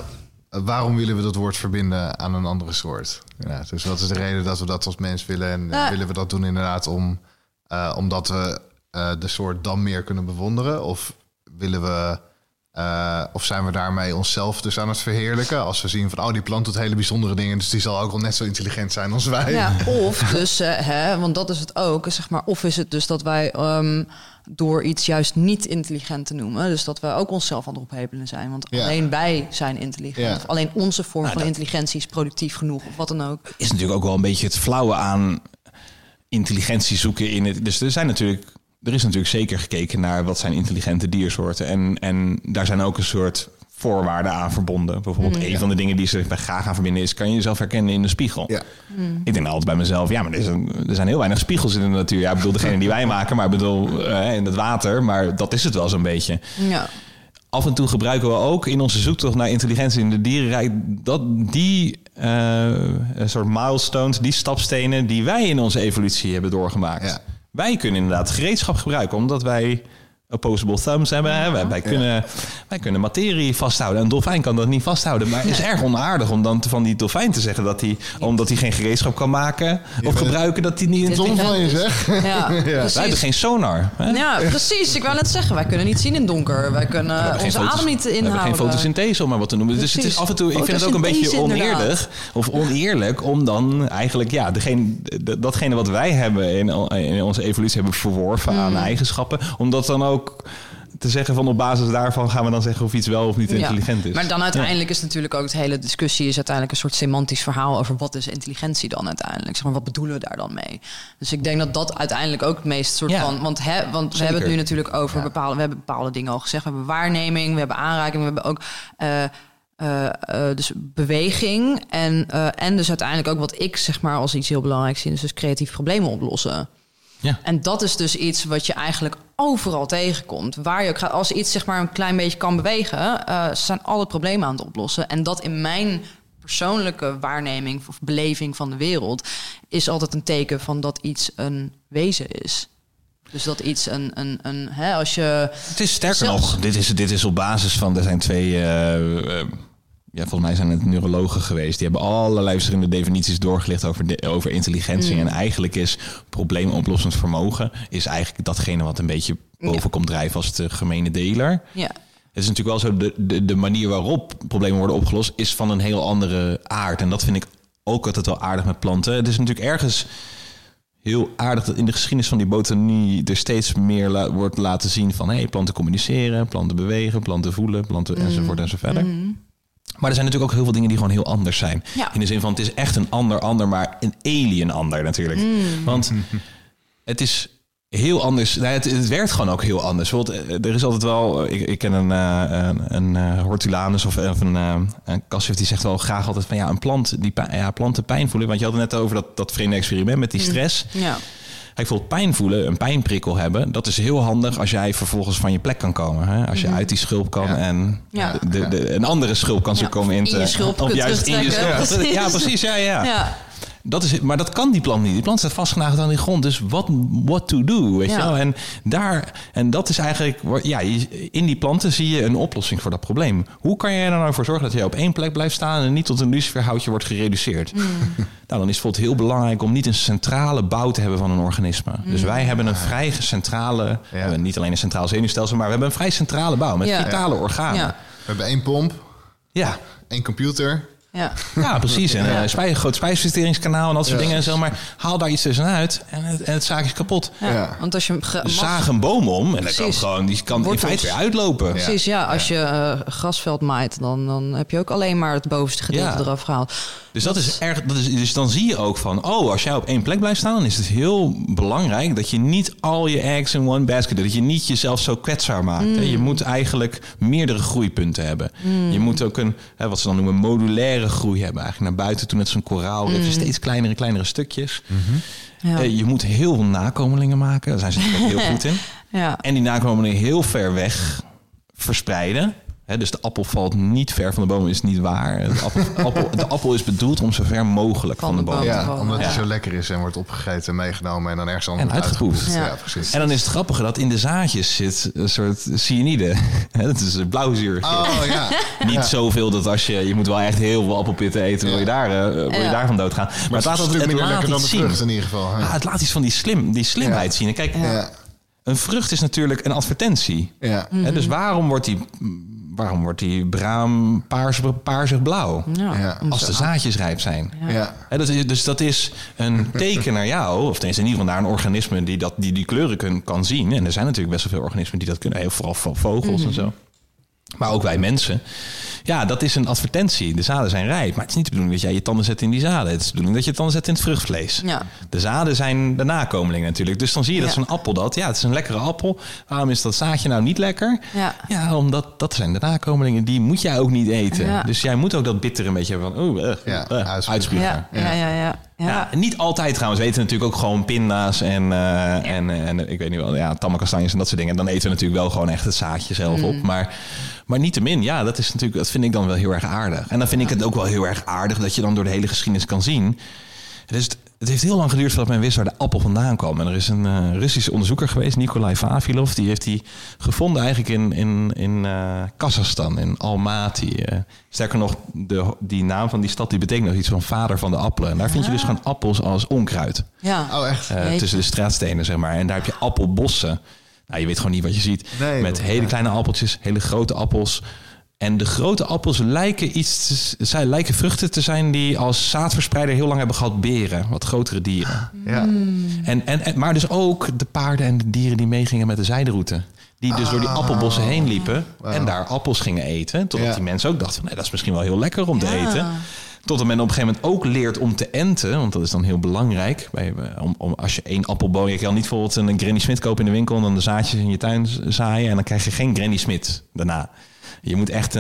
waarom willen we dat woord verbinden aan een andere soort? Ja, dus wat is de reden dat we dat als mens willen? En willen we dat doen inderdaad omdat we de soort dan meer kunnen bewonderen? Of willen we... of zijn we daarmee onszelf dus aan het verheerlijken? Als we zien van, die plant doet hele bijzondere dingen... dus die zal ook wel net zo intelligent zijn als wij. Ja, of dus, want dat is het ook... zeg maar, of is het dus dat wij door iets juist niet intelligent te noemen... dus dat we ook onszelf aan het ophepelen zijn. Want alleen wij zijn intelligent. Ja. Of alleen onze vorm van intelligentie is productief genoeg... of wat dan ook. Is natuurlijk ook wel een beetje het flauwe aan intelligentie zoeken in het... Dus er is natuurlijk zeker gekeken naar wat zijn intelligente diersoorten. En daar zijn ook een soort voorwaarden aan verbonden. Bijvoorbeeld een van de dingen die ze bij graag aan verbinden is... kan je jezelf herkennen in de spiegel? Ja. Ik denk altijd bij mezelf... maar er zijn heel weinig spiegels in de natuur. Ja, ik bedoel degene die wij maken, maar ik bedoel in het water. Maar dat is het wel zo'n beetje. Ja. Af en toe gebruiken we ook in onze zoektocht naar intelligentie in de dierenrijk... die soort milestones, die stapstenen... die wij in onze evolutie hebben doorgemaakt... Ja. Wij kunnen inderdaad gereedschap gebruiken, omdat wij opposable thumbs hebben. Hè? Wij kunnen materie vasthouden. Een dolfijn kan dat niet vasthouden. Maar het is erg onaardig om dan van die dolfijn te zeggen... dat hij, omdat hij geen gereedschap kan maken of gebruiken... dat hij niet in het dom van je zegt. Ja, wij hebben geen sonar. Hè? Ja, precies. Ik wou net zeggen, wij kunnen niet zien in donker. Wij kunnen onze adem niet inhouden. We hebben geen fotosynthese, om maar wat te noemen. Precies. Dus het is af en toe, ik vind het ook een beetje oneerlijk... of oneerlijk om dan eigenlijk... datgene wat wij hebben in onze evolutie hebben verworven aan eigenschappen... om dat dan ook te zeggen van op basis daarvan gaan we dan zeggen of iets wel of niet intelligent is. Maar dan uiteindelijk is natuurlijk ook het hele discussie is uiteindelijk een soort semantisch verhaal over wat is intelligentie dan uiteindelijk. Zeg maar, wat bedoelen we daar dan mee? Dus ik denk dat dat uiteindelijk ook het meest soort van... Want we hebben het nu natuurlijk over bepaalde dingen al gezegd. We hebben waarneming, we hebben aanraking, we hebben ook... dus beweging en dus uiteindelijk ook wat ik zeg maar als iets heel belangrijks zie, dus creatief problemen oplossen. Ja. En dat is dus iets wat je eigenlijk overal tegenkomt. Waar je ook gaat, als iets zeg maar een klein beetje kan bewegen, zijn alle problemen aan het oplossen. En dat in mijn persoonlijke waarneming of beleving van de wereld is altijd een teken van dat iets een wezen is. Dus dat iets als je... Het is sterker nog, dit is op basis van... Er zijn twee... volgens mij zijn het neurologen geweest. Die hebben allerlei verschillende definities doorgelicht over intelligentie. En eigenlijk is probleemoplossend vermogen... is eigenlijk datgene wat een beetje boven komt drijven als de gemene deler. Ja. Het is natuurlijk wel zo, de manier waarop problemen worden opgelost... is van een heel andere aard. En dat vind ik ook altijd wel aardig met planten. Het is natuurlijk ergens... heel aardig dat in de geschiedenis van die botanie... er steeds meer wordt laten zien van... planten communiceren, planten bewegen, planten voelen... planten enzovoort en zo verder. Maar er zijn natuurlijk ook heel veel dingen die gewoon heel anders zijn. Ja. In de zin van, het is echt een ander, maar een alien ander natuurlijk. Want het is heel anders. Nou, het werkt gewoon ook heel anders. Bijvoorbeeld, er is altijd wel... Ik ken een hortulanus of een Cassius die zegt wel graag altijd van... een plant, planten pijn voelen. Want je had het net over dat vreemde experiment met die stress. Ja. Bijvoorbeeld pijn voelen, een pijnprikkel hebben... dat is heel handig als jij vervolgens van je plek kan komen. Hè? Als je uit die schulp kan en een andere schulp kan komen in je schulp of juist in je schulp. Precies. Ja, precies. Ja. Maar dat kan die plant niet. Die plant staat vastgenageld aan de grond. Dus what to do, weet je wel? En dat is eigenlijk... in die planten zie je een oplossing voor dat probleem. Hoe kan je er nou voor zorgen dat je op één plek blijft staan... en niet tot een luciferhoutje wordt gereduceerd? Nou, dan is het bijvoorbeeld heel belangrijk om niet een centrale bouw te hebben van een organisme. Dus wij hebben een vrij centrale... niet alleen een centraal zenuwstelsel... maar we hebben een vrij centrale bouw met vitale organen. Ja. We hebben 1 pomp, 1 computer... Ja, precies. En een groot spijsverteringskanaal en dat soort dingen en zo. Maar haal daar iets tussenuit en het zaak is kapot. Ja. Want als je zaag een boom om en die kan in feite weer uitlopen. Precies, als je grasveld maait, dan heb je ook alleen maar het bovenste gedeelte eraf gehaald. Dus dat is erg. Dus dan zie je ook van, als jij op één plek blijft staan, dan is het heel belangrijk dat je niet al je eggs in one basket, dat je niet jezelf zo kwetsbaar maakt. Je moet eigenlijk meerdere groeipunten hebben. Je moet ook wat ze dan noemen modulaire groei hebben, eigenlijk naar buiten toe net zo'n koraal. Steeds kleinere stukjes. Je moet heel veel nakomelingen maken. Daar zijn ze natuurlijk heel goed in. En die nakomelingen heel ver weg verspreiden. Dus de appel valt niet ver van de boom, is niet waar. De appel is bedoeld om zo ver mogelijk van de boom. Ja, omdat het zo lekker is en wordt opgegeten, meegenomen en dan ergens anders uitgeproefd. Ja, precies. En dan is het grappige dat in de zaadjes zit een soort cyanide. Dat is een blauwzuur. Oh ja. Niet zoveel dat als je moet wel echt heel veel appelpitten eten, wil je daarvan doodgaan. Maar het laat het laat iets zien. Vrucht in ieder geval. Ja. Het laat iets van die slimheid zien. En kijk, een vrucht is natuurlijk een advertentie. Ja. Dus waarom wordt die braam paarsig blauw? Ja. Als de zaadjes rijp zijn. Ja. Dus dat is een teken naar jou, of tenminste in ieder geval naar een organisme die kleuren kan zien. En er zijn natuurlijk best wel veel organismen die dat kunnen. Heel vooral vogels en zo. Maar ook wij mensen. Ja, dat is een advertentie. De zaden zijn rijp. Maar het is niet de bedoeling dat jij je tanden zet in die zaden. Het is de bedoeling dat je tanden zet in het vruchtvlees. Ja. De zaden zijn de nakomelingen natuurlijk. Dus dan zie je dat zo'n appel dat. Ja, het is een lekkere appel. Waarom is dat zaadje nou niet lekker? Ja, omdat dat zijn de nakomelingen. Die moet jij ook niet eten. Ja. Dus jij moet ook dat bittere een beetje van... uitspugen. Ja, niet altijd trouwens. We eten natuurlijk ook gewoon pinda's en ik weet niet wel, tamme kastanjes en dat soort dingen. En dan eten we natuurlijk wel gewoon echt het zaadje zelf op. Maar niettemin, dat vind ik dan wel heel erg aardig. En dan vind ik het ook wel heel erg aardig dat je dan door de hele geschiedenis kan zien. Dus het heeft heel lang geduurd voordat men wist waar de appel vandaan kwam. En er is een Russische onderzoeker geweest, Nikolai Vavilov. Die heeft die gevonden eigenlijk in Kazachstan, in Almaty. Sterker nog, die naam van die stad die betekent nog iets van vader van de appelen. En daar vind je dus gewoon appels als onkruid. Ja. Oh, echt? Tussen de straatstenen, zeg maar. En daar heb je appelbossen. Nou, je weet gewoon niet wat je ziet. Nee, met hele kleine appeltjes, hele grote appels. En de grote appels lijken vruchten te zijn die als zaadverspreider heel lang hebben gehad beren. Wat grotere dieren. Ja. Maar dus ook de paarden en de dieren die meegingen met de zijderoute. Die dus door die appelbossen heen liepen en daar appels gingen eten. Totdat die mensen ook dachten van, dat is misschien wel heel lekker om te eten. Totdat men op een gegeven moment ook leert om te enten. Want dat is dan heel belangrijk. Als je 1 appelboom... Je kan niet bijvoorbeeld een Granny Smith kopen in de winkel... en dan de zaadjes in je tuin zaaien... en dan krijg je geen Granny Smith daarna. Je moet echt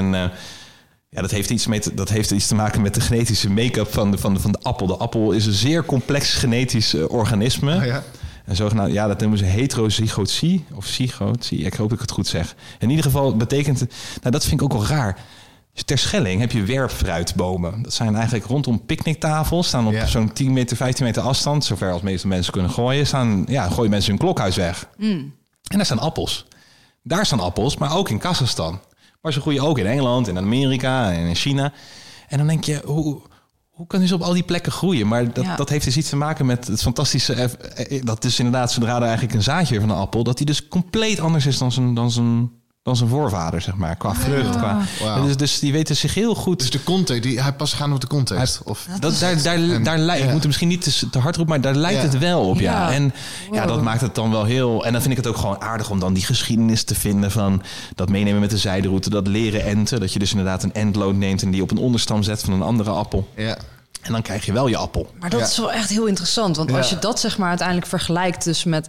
dat heeft iets te maken met de genetische make-up van de appel. De appel is een zeer complex genetisch organisme. Oh ja. En zogenaamd, dat noemen ze heterozygotie of zygotie. Ik hoop dat ik het goed zeg. In ieder geval betekent het... Nou, dat vind ik ook wel raar. Ter Schelling heb je werpfruitbomen. Dat zijn eigenlijk rondom picknicktafels. Staan op zo'n 10 meter, 15 meter afstand. Zover als meeste mensen kunnen gooien. Gooien mensen hun klokhuis weg. En daar staan appels. Daar staan appels, maar ook in Kazachstan. Maar ze groeien ook in Engeland, in Amerika en in China. En dan denk je, hoe kunnen ze op al die plekken groeien? Maar dat heeft dus iets te maken met het fantastische... Dat is inderdaad, zodra er eigenlijk een zaadje van een appel... dat die dus compleet anders is dan zijn voorvader, zeg maar. Qua vrucht. Dus die weten zich heel goed... Dus de context, hij past gaan op de context. Ik moet het misschien niet te hard roepen, maar daar lijkt het wel op. Ja. En dat maakt het dan wel heel... En dan vind ik het ook gewoon aardig om dan die geschiedenis te vinden... van dat meenemen met de zijderoute, dat leren enten. Dat je dus inderdaad een endlood neemt... en die op een onderstam zet van een andere appel. Ja. En dan krijg je wel je appel. Maar dat is wel echt heel interessant. Want als je dat zeg maar uiteindelijk vergelijkt... dus met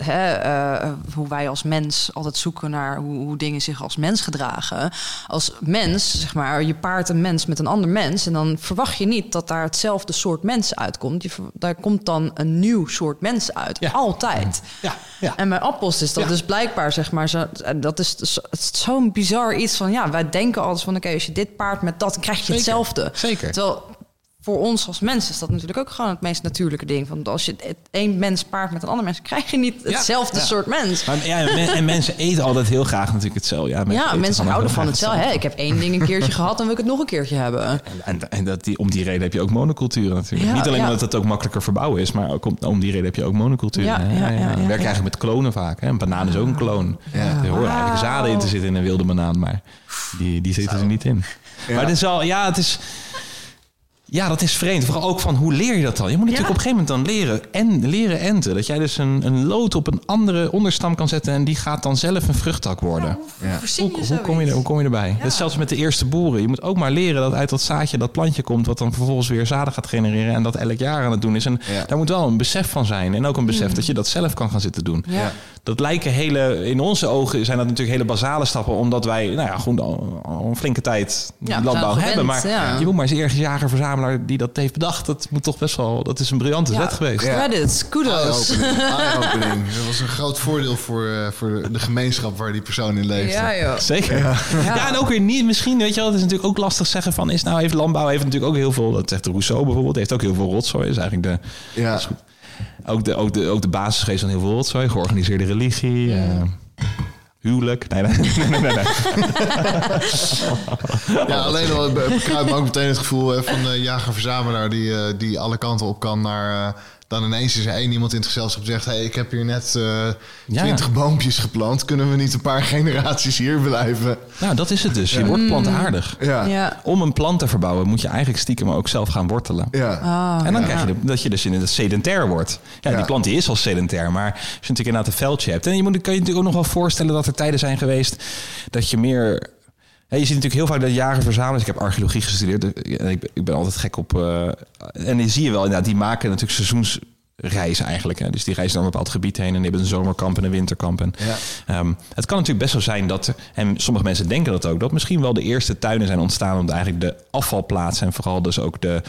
hoe wij als mens altijd zoeken naar... hoe dingen zich als mens gedragen. Als mens, zeg maar, je paart een mens met een ander mens... en dan verwacht je niet dat daar hetzelfde soort mens uitkomt. Daar komt dan een nieuw soort mens uit. Ja. Altijd. Ja. Ja. En bij appels is dat dus blijkbaar, zeg maar... dat is zo'n bizar iets van... wij denken altijd van... oké, als je dit paart met dat, dan krijg je hetzelfde. Zeker. Terwijl... Voor ons als mensen is dat natuurlijk ook gewoon het meest natuurlijke ding. Want als je één mens paart met een ander mens... krijg je niet hetzelfde soort mens. Maar, en mensen eten altijd heel graag natuurlijk hetzelfde. Mensen houden van hetzelfde. Ik heb 1 ding een keertje gehad... en wil ik het nog een keertje hebben. En om die reden heb je ook monoculturen natuurlijk. Ja, niet alleen omdat het ook makkelijker verbouwen is... maar ook om die reden heb je ook monoculturen. We werken eigenlijk met klonen vaak. Een banaan is ook een kloon. Er horen eigenlijk zaden in te zitten in een wilde banaan... maar die zitten er niet in. Ja. Maar het is wel... Ja, dat is vreemd. Vooral ook van, hoe leer je dat dan? Je moet natuurlijk op een gegeven moment dan leren enten. Dat jij dus een loot op een andere onderstam kan zetten... en die gaat dan zelf een vruchttak worden. Hoe kom je erbij? Ja. Dat is zelfs met de eerste boeren. Je moet ook maar leren dat uit dat zaadje dat plantje komt... wat dan vervolgens weer zaden gaat genereren... en dat elk jaar aan het doen is. En daar moet wel een besef van zijn. En ook een besef dat je dat zelf kan gaan zitten doen. Ja. Dat lijken in onze ogen zijn dat natuurlijk hele basale stappen, omdat wij gewoon al een flinke tijd landbouw hebben. Maar je moet maar eens ergens jager-verzamelaar die dat heeft bedacht. Dat moet toch best wel, dat is een briljante zet geweest. Ja. Credits, kudos. Eye-opening. Dat was een groot voordeel voor de gemeenschap waar die persoon in leeft. Ja, joh. Zeker. Ja, en ook weer niet, misschien, weet je wel, het is natuurlijk ook lastig zeggen van, heeft landbouw heeft natuurlijk ook heel veel, dat zegt de Rousseau bijvoorbeeld, heeft ook heel veel rotzooi. Is eigenlijk ook de basisgeest van heel veel rotzooi, georganiseerde religie, huwelijk. Nee. Ja, alleen al kruipt me ook meteen het gevoel van de jager-verzamelaar die alle kanten op kan naar... Dan ineens is er iemand in het gezelschap die zegt... Hey, ik heb hier net 20 boompjes geplant. Kunnen we niet een paar generaties hier blijven? Nou, dat is het dus. Je wordt plantaardig. Ja. Om een plant te verbouwen moet je eigenlijk stiekem ook zelf gaan wortelen. Ja. En dan krijg je dat je dus in het sedentair wordt. Ja, die plant die is al sedentair. Maar als je natuurlijk inderdaad een veldje hebt... En kan je natuurlijk ook nog wel voorstellen dat er tijden zijn geweest... dat je meer... Ja, je ziet natuurlijk heel vaak dat jager-verzamelaars... Ik heb archeologie gestudeerd. Ik ben altijd gek op... en die zie je wel inderdaad. Die maken natuurlijk seizoensreizen eigenlijk. Hè. Dus die reizen naar een bepaald gebied heen... en die hebben een zomerkamp en een winterkamp. En, het kan natuurlijk best wel zijn dat... en sommige mensen denken dat ook... dat misschien wel de eerste tuinen zijn ontstaan... om eigenlijk de afvalplaatsen... en vooral dus ook de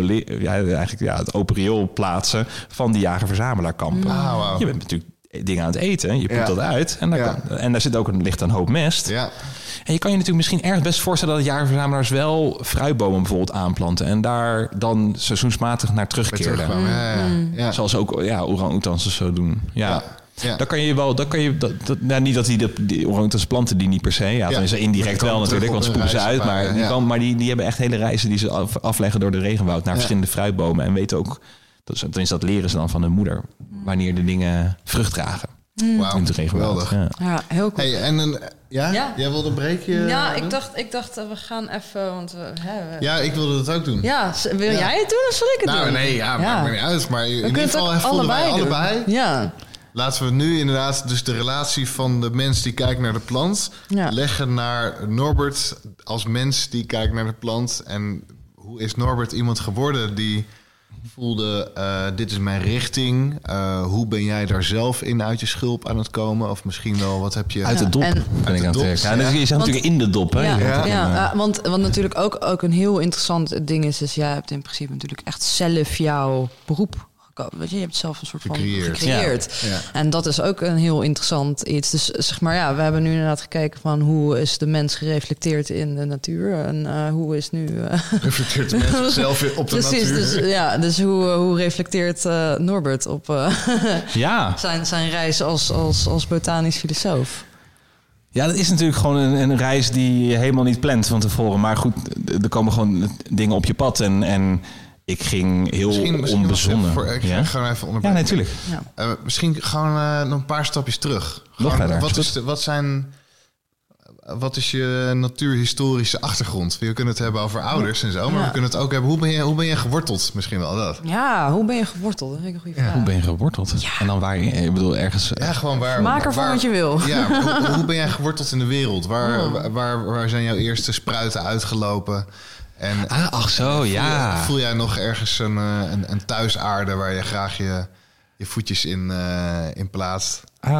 het open rioolplaatsen... van die jager-verzamelaarkampen. Wow. Je bent natuurlijk dingen aan het eten. Je poept dat uit. En daar zit ook ligt een hoop mest. Ja. En je kan je natuurlijk misschien erg best voorstellen... dat jagerverzamelaars wel fruitbomen bijvoorbeeld aanplanten... en daar dan seizoensmatig naar terugkeerden. Zoals ook orang-oetans zo doen. Ja. Dan kan je wel... niet dat die orang-oetans planten die niet per se. Ja, dan is er indirect wel natuurlijk, want ze poepen ze uit. Maar die hebben echt hele reizen die ze afleggen door de regenwoud... naar verschillende fruitbomen. En weten ook... dat leren ze dan van hun moeder... wanneer de dingen vrucht dragen. Wauw, geweldig. Ja, heel cool. Hey, en jij wilde een breekje? Ja, ik dacht we gaan even... Want ja, ik wilde dat ook doen. Ja, wil jij het doen of zal ik het doen? Nee, maakt me niet uit. Maar in ieder geval voelden wij allebei. Ja. Laten we nu inderdaad dus de relatie van de mens die kijkt naar de plant... leggen naar Norbert als mens die kijkt naar de plant. En hoe is Norbert iemand geworden die... voelde, dit is mijn richting. Hoe ben jij daar zelf in uit je schulp aan het komen? Of misschien wel, wat heb je... Uit de dop ben ik aan het werken. Ja, je zit natuurlijk in de dop. Hè? Want natuurlijk ook een heel interessant ding is... jij hebt in principe natuurlijk echt zelf jouw beroep gekozen. Weet je hebt zelf een soort van gecreëerd. Ja. En dat is ook een heel interessant iets. Dus zeg maar, we hebben nu inderdaad gekeken van... hoe is de mens gereflecteerd in de natuur? En hoe is nu... reflecteert de mens zichzelf op de natuur? Dus hoe reflecteert Norbert op zijn reis als botanisch filosoof? Ja, dat is natuurlijk gewoon een reis die je helemaal niet plant van tevoren. Maar goed, er komen gewoon dingen op je pad en ik ging heel onbezonnen. Ik ga gewoon even onderbreken. Ja, natuurlijk. Misschien gewoon nog een paar stapjes terug. Nog verder. Wat is je natuurhistorische achtergrond? We kunnen het hebben over ouders en zo, maar we kunnen het ook hebben. Hoe ben je geworteld? Misschien wel dat. Ja, hoe ben je geworteld? Dat vind ik een goede vraag. Hoe ben je geworteld? Ja. En dan waar? Ik bedoel ergens. Ja, gewoon waar. Maak ervan wat je wil. Ja, hoe ben jij geworteld in de wereld? Waar zijn jouw eerste spruiten uitgelopen? En voel jij nog ergens een thuisaarde waar je graag je voetjes in plaatst?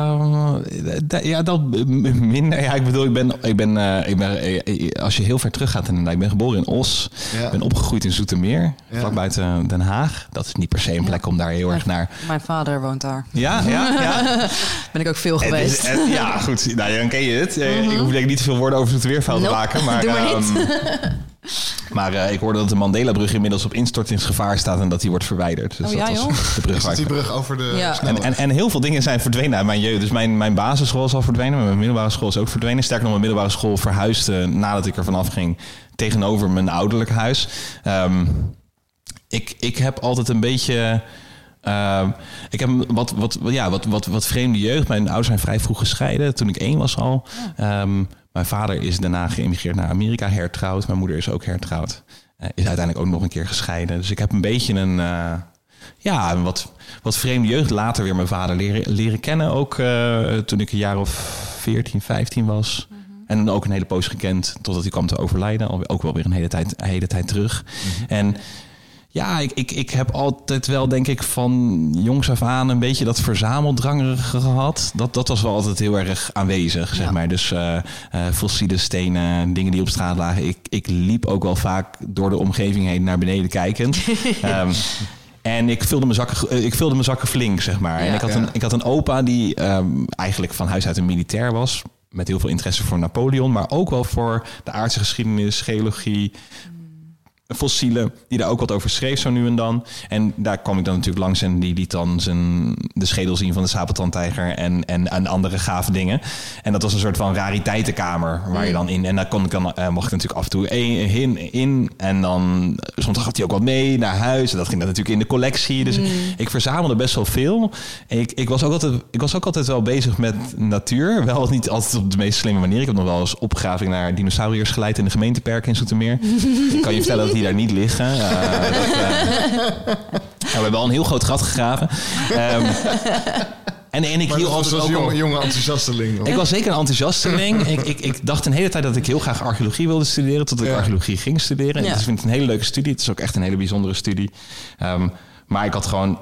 Dat minder. Ja, ik bedoel, ik ben als je heel ver terug gaat inderdaad. Ik ben geboren in Os. Ik ben opgegroeid in Zoetermeer, vlak buiten Den Haag. Dat is niet per se een plek om daar heel erg naar... Mijn vader woont daar. Ja. Ben ik ook veel geweest. Ja, goed. Nou, dan ken je het. Ik hoef denk ik niet te veel woorden over Zoetermeer vuil te maken. Maar, doe maar niet. Maar ik hoorde dat de Mandela-brug inmiddels op instortingsgevaar staat en dat die wordt verwijderd. Dus dat was de brug. Is die brug over de en heel veel dingen zijn verdwenen uit mijn jeugd. Dus mijn basisschool is al verdwenen, mijn middelbare school is ook verdwenen. Sterker nog, mijn middelbare school verhuisde nadat ik er vanaf ging tegenover mijn ouderlijk huis. Ik heb altijd een beetje... ik heb wat vreemde jeugd. Mijn ouders zijn vrij vroeg gescheiden, toen ik 1 was al. Mijn vader is daarna geëmigreerd naar Amerika, hertrouwd. Mijn moeder is ook hertrouwd. Is uiteindelijk ook nog een keer gescheiden. Dus ik heb een beetje een wat vreemde jeugd. Later weer mijn vader leren kennen. Ook toen ik een jaar of 14, 15 was. Mm-hmm. En ook een hele poos gekend totdat hij kwam te overlijden. Ook wel weer een hele tijd terug. Mm-hmm. En Ja, ik heb altijd wel, denk ik, van jongs af aan een beetje dat verzameldrangerige gehad. Dat was wel altijd heel erg aanwezig, zeg maar. Dus fossiele stenen, dingen die op straat lagen. Ik liep ook wel vaak door de omgeving heen naar beneden kijkend. En ik vulde mijn zakken flink, zeg maar. Ja, en ik had een opa die eigenlijk van huis uit een militair was. Met heel veel interesse voor Napoleon. Maar ook wel voor de aardse geschiedenis, geologie, fossielen, die daar ook wat over schreef zo nu en dan. En daar kwam ik dan natuurlijk langs en die liet dan de schedel zien van de sabeltandtijger en andere gave dingen. En dat was een soort van rariteitenkamer waar je dan in. En daar mocht ik natuurlijk af en toe in. En dan soms had hij ook wat mee naar huis. En dat ging dan natuurlijk in de collectie. Dus ik verzamelde best wel veel. Ik was ook altijd wel bezig met natuur. Wel niet altijd op de meest slimme manier. Ik heb nog wel eens opgraving naar dinosauriërs geleid in de gemeenteperk in Zoetermeer. Ik kan je vertellen dat die daar niet liggen. We hebben wel een heel groot gat gegraven. En ik hield altijd was een jonge enthousiasteling. Ik was zeker een enthousiasteling. Ik dacht een hele tijd dat ik heel graag archeologie wilde studeren, tot ik archeologie ging studeren. Dus ik vind het een hele leuke studie. Het is ook echt een hele bijzondere studie. Maar ik had gewoon,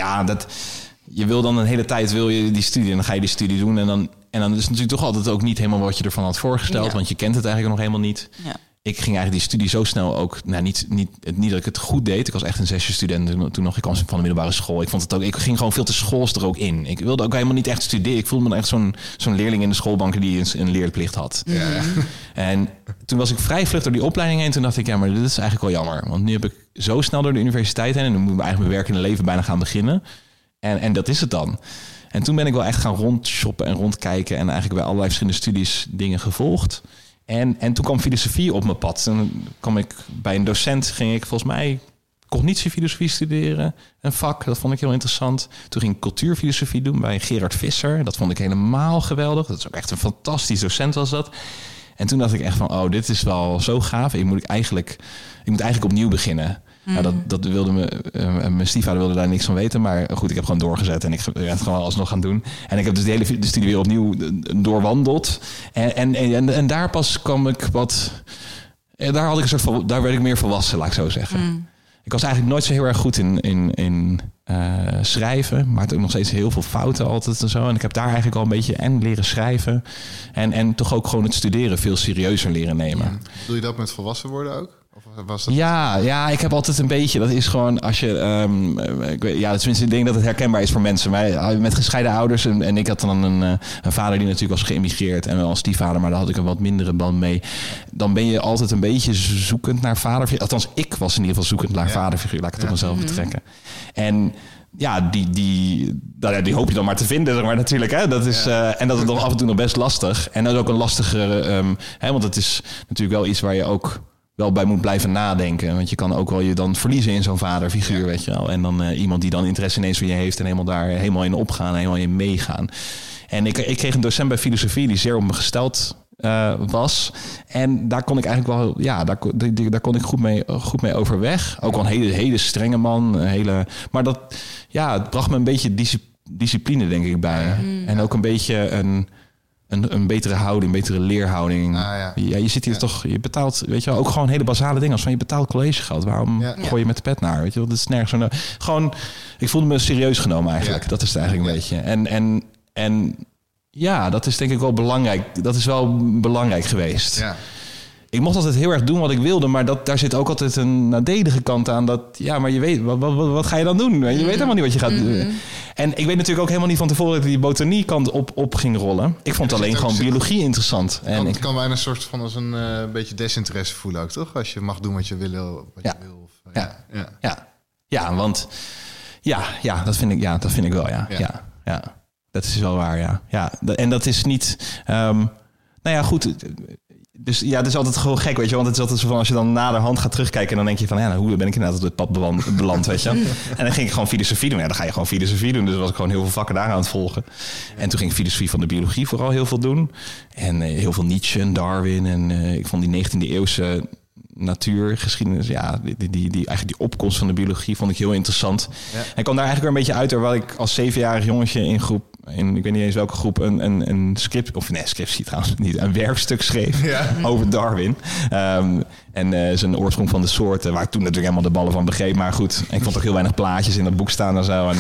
je wil dan een hele tijd die studie en dan ga je die studie doen en dan is het natuurlijk toch altijd ook niet helemaal wat je ervan had voorgesteld, want je kent het eigenlijk nog helemaal niet. Ja. Ik ging eigenlijk die studie zo snel ook... niet dat ik het goed deed. Ik was echt een 6-student toen nog. Ik kwam van de middelbare school. Ik ging gewoon veel te schools er ook in. Ik wilde ook helemaal niet echt studeren. Ik voelde me echt zo'n leerling in de schoolbanken die een leerplicht had. Ja. En toen was ik vrij vlug door die opleiding heen. Toen dacht ik, maar dit is eigenlijk wel jammer. Want nu heb ik zo snel door de universiteit heen. En dan moet ik eigenlijk mijn werkende leven bijna gaan beginnen. En dat is het dan. En toen ben ik wel echt gaan rondshoppen en rondkijken. En eigenlijk bij allerlei verschillende studies dingen gevolgd. En toen kwam filosofie op mijn pad. Toen kwam ik bij een docent, ging ik volgens mij cognitiefilosofie studeren. Een vak, dat vond ik heel interessant. Toen ging ik cultuurfilosofie doen bij Gerard Visser. Dat vond ik helemaal geweldig. Dat is ook echt een fantastisch docent was dat. En toen dacht ik echt van, dit is wel zo gaaf. Ik moet eigenlijk opnieuw beginnen. Nou, dat wilde mijn stiefvader wilde daar niks van weten. Maar goed, ik heb gewoon doorgezet en ik ben het gewoon alsnog gaan doen. En ik heb dus de studie weer opnieuw doorwandeld. En daar pas kwam ik daar had ik een soort van, daar werd ik meer volwassen, laat ik zo zeggen. Ik was eigenlijk nooit zo heel erg goed in schrijven. Maar ook nog steeds heel veel fouten altijd en zo. En ik heb daar eigenlijk al een beetje leren schrijven. En toch ook gewoon het studeren veel serieuzer leren nemen. Ja. Doe je dat met volwassen worden ook? Of was dat... Ja, ik heb altijd een beetje... Dat is gewoon als je... tenminste, ik denk dat het herkenbaar is voor mensen. Maar met gescheiden ouders... En ik had dan een vader die natuurlijk was geëmigreerd. En wel als stiefvader, maar daar had ik een wat mindere band mee. Dan ben je altijd een beetje zoekend naar vaderfiguur. Althans, ik was in ieder geval zoekend naar vaderfiguur. Laat ik het op mezelf betrekken. En... Ja, die hoop je dan maar te vinden, zeg maar, natuurlijk. Hè? Dat is, en dat is dan af en toe nog best lastig. En dat is ook een lastigere... want het is natuurlijk wel iets waar je ook wel bij moet blijven nadenken. Want je kan ook wel je dan verliezen in zo'n vaderfiguur, weet je wel. En dan iemand die dan interesse ineens van je heeft... en helemaal in opgaan, helemaal in meegaan. En ik kreeg een docent bij filosofie die zeer op me gesteld was. En daar kon ik eigenlijk wel... Ja, daar kon ik goed mee overweg. Ook wel een hele strenge man. Maar dat... Ja, het bracht me een beetje discipline, denk ik, bij. En ook een beetje een betere houding, een betere leerhouding. Ja, je zit hier toch... Je betaalt, weet je wel, ook gewoon hele basale dingen. Als van je betaalt collegegeld. Waarom gooi je met de pet naar? Weet je wel, dat is nergens zo... Gewoon, ik voelde me serieus genomen eigenlijk. Ja. Dat is het eigenlijk een beetje. En ja, dat is denk ik wel belangrijk. Dat is wel belangrijk geweest. Ja. Ik mocht altijd heel erg doen wat ik wilde, maar daar zit ook altijd een nadelige kant aan. Maar je weet, wat ga je dan doen? Je weet helemaal niet wat je gaat doen. En ik weet natuurlijk ook helemaal niet van tevoren dat ik die botanie kant op ging rollen. Ik vond alleen gewoon biologie interessant. Het kan bijna een soort van als een beetje desinteresse voelen ook, toch? Als je mag doen wat je wil. Want dat vind ik wel, ja. Dat is wel waar, ja. En dat is niet... goed... Dus ja, het is altijd gewoon gek, weet je. Want het is altijd zo van, als je dan naderhand gaat terugkijken... en dan denk je van, hoe ben ik inderdaad op dit pad beland, weet je. En dan ging ik gewoon filosofie doen. Ja, dan ga je gewoon filosofie doen. Dus was ik gewoon heel veel vakken daar aan het volgen. En toen ging ik filosofie van de biologie vooral heel veel doen. En heel veel Nietzsche en Darwin. En ik vond die 19e eeuwse natuurgeschiedenis, eigenlijk die opkomst van de biologie vond ik heel interessant. Ja. En ik kwam daar eigenlijk weer een beetje uit, terwijl ik als 7-jarig jongetje ik weet niet eens welke groep, een scriptie trouwens niet, een werkstuk schreef over Darwin. En zijn oorsprong van de soorten, waar ik toen natuurlijk helemaal de ballen van begreep. Maar goed, ik vond ook heel weinig plaatjes in dat boek staan en zo.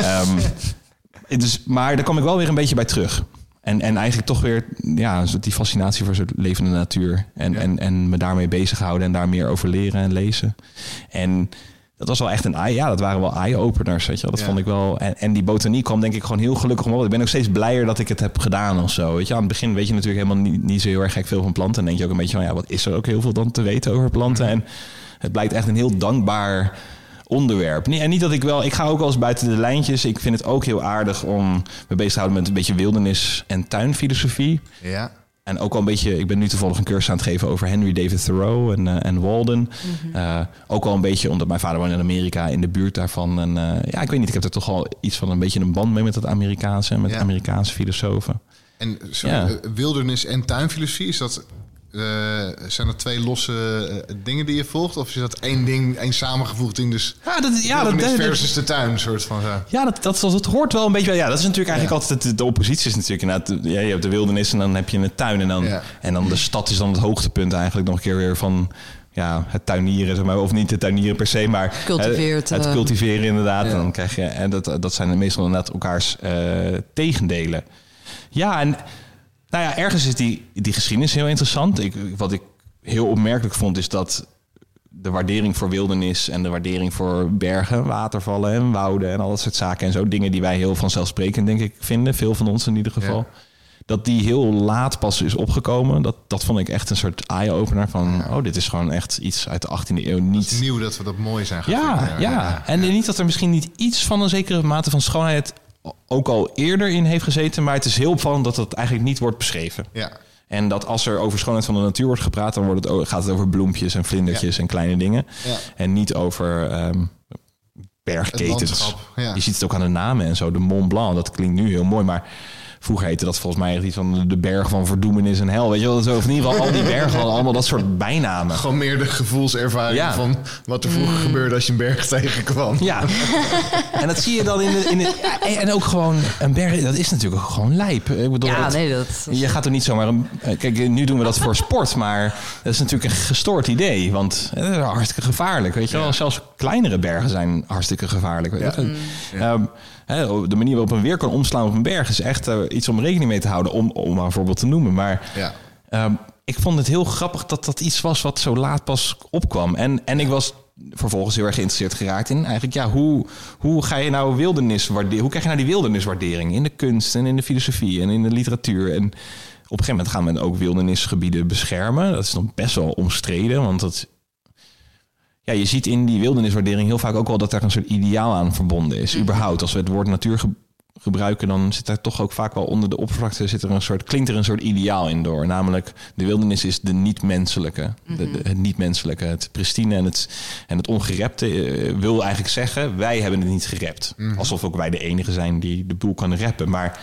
Maar daar kwam ik wel weer een beetje bij terug. En eigenlijk toch weer die fascinatie voor zo'n levende natuur. En me daarmee bezighouden en daar meer over leren en lezen. En dat was wel echt dat waren wel eye-openers, weet je wel. Dat vond ik wel. En die botaniek kwam denk ik gewoon heel gelukkig omhoog. Ik ben ook steeds blijer dat ik het heb gedaan of zo. Weet je, aan het begin weet je natuurlijk helemaal niet zo heel erg gek veel van planten. En denk je ook een beetje van, wat is er ook heel veel dan te weten over planten. En het blijkt echt een heel dankbaar onderwerp. En niet dat ik ga ook wel eens buiten de lijntjes. Ik vind het ook heel aardig om me bezig te houden met een beetje wildernis- en tuinfilosofie. Ja. En ook al een beetje, ik ben nu toevallig een cursus aan het geven over Henry David Thoreau en Walden. Mm-hmm. Ook al een beetje, omdat mijn vader woont in Amerika, in de buurt daarvan. En ik weet niet, ik heb er toch al iets van een beetje een band mee met het Amerikaanse en met Amerikaanse filosofen. En wildernis- en tuinfilosofie, is dat... zijn er 2 losse dingen die je volgt? Of is dat één ding, één samengevoegd ding? Dus dat versus de tuin, soort van. Ja, dat hoort wel een beetje. Ja, dat is natuurlijk eigenlijk altijd de oppositie is natuurlijk inderdaad. Ja, je hebt de wildernis en dan heb je een tuin en dan de stad is dan het hoogtepunt eigenlijk nog een keer weer van. Ja, het tuinieren, zeg maar, of niet het tuinieren per se, maar het cultiveren inderdaad. Ja. En dan krijg je, en dat zijn meestal inderdaad elkaars tegendelen. Ja, en ergens is die geschiedenis heel interessant. Wat ik heel opmerkelijk vond, is dat de waardering voor wildernis en de waardering voor bergen, watervallen en wouden en al dat soort zaken en zo, dingen die wij heel vanzelfsprekend, denk ik, vinden, veel van ons in ieder geval, dat die heel laat pas is opgekomen. Dat vond ik echt een soort eye-opener van, dit is gewoon echt iets uit de 18e eeuw. Niet... Het is nieuw dat we dat mooi zijn gaan vinden. Ja. En niet dat er misschien niet iets van een zekere mate van schoonheid ook al eerder in heeft gezeten, maar het is heel opvallend dat dat eigenlijk niet wordt beschreven. Ja. En dat als er over schoonheid van de natuur wordt gepraat, dan gaat het over bloempjes en vlindertjes en kleine dingen. Ja. En niet over bergketens. Je ziet het ook aan de namen en zo. De Mont Blanc, dat klinkt nu heel mooi, maar vroeger heette dat volgens mij iets van de berg van verdoemenis en hel. Weet je wel, zo, of in ieder geval al die bergen hadden allemaal dat soort bijnamen. Gewoon meer de gevoelservaring van wat er vroeger gebeurde als je een berg tegenkwam. Ja. En dat zie je dan en ook gewoon een berg, dat is natuurlijk ook gewoon lijp. Ik bedoel, je gaat er niet zomaar kijk, nu doen we dat voor sport, maar dat is natuurlijk een gestoord idee, want het is hartstikke gevaarlijk, weet je wel. Zelfs kleinere bergen zijn hartstikke gevaarlijk. Weet je? De manier waarop een weer kan omslaan op een berg is echt iets om rekening mee te houden, om maar een voorbeeld te noemen. Maar ik vond het heel grappig dat iets was wat zo laat pas opkwam. En ik was vervolgens heel erg geïnteresseerd geraakt in eigenlijk, hoe ga je nou hoe krijg je nou die wilderniswaardering in de kunst en in de filosofie en in de literatuur? En op een gegeven moment gaan we ook wildernisgebieden beschermen. Dat is dan best wel omstreden, want je ziet in die wilderniswaardering heel vaak ook wel dat er een soort ideaal aan verbonden is. Überhaupt, als we het woord natuur gebruiken, dan zit daar toch ook vaak wel onder de oppervlakte klinkt er een soort ideaal in door. Namelijk, de wildernis is de niet-menselijke. Het niet-menselijke, het pristine en het ongerepte wil eigenlijk zeggen, wij hebben het niet gerept. Alsof ook wij de enige zijn die de boel kan reppen. Maar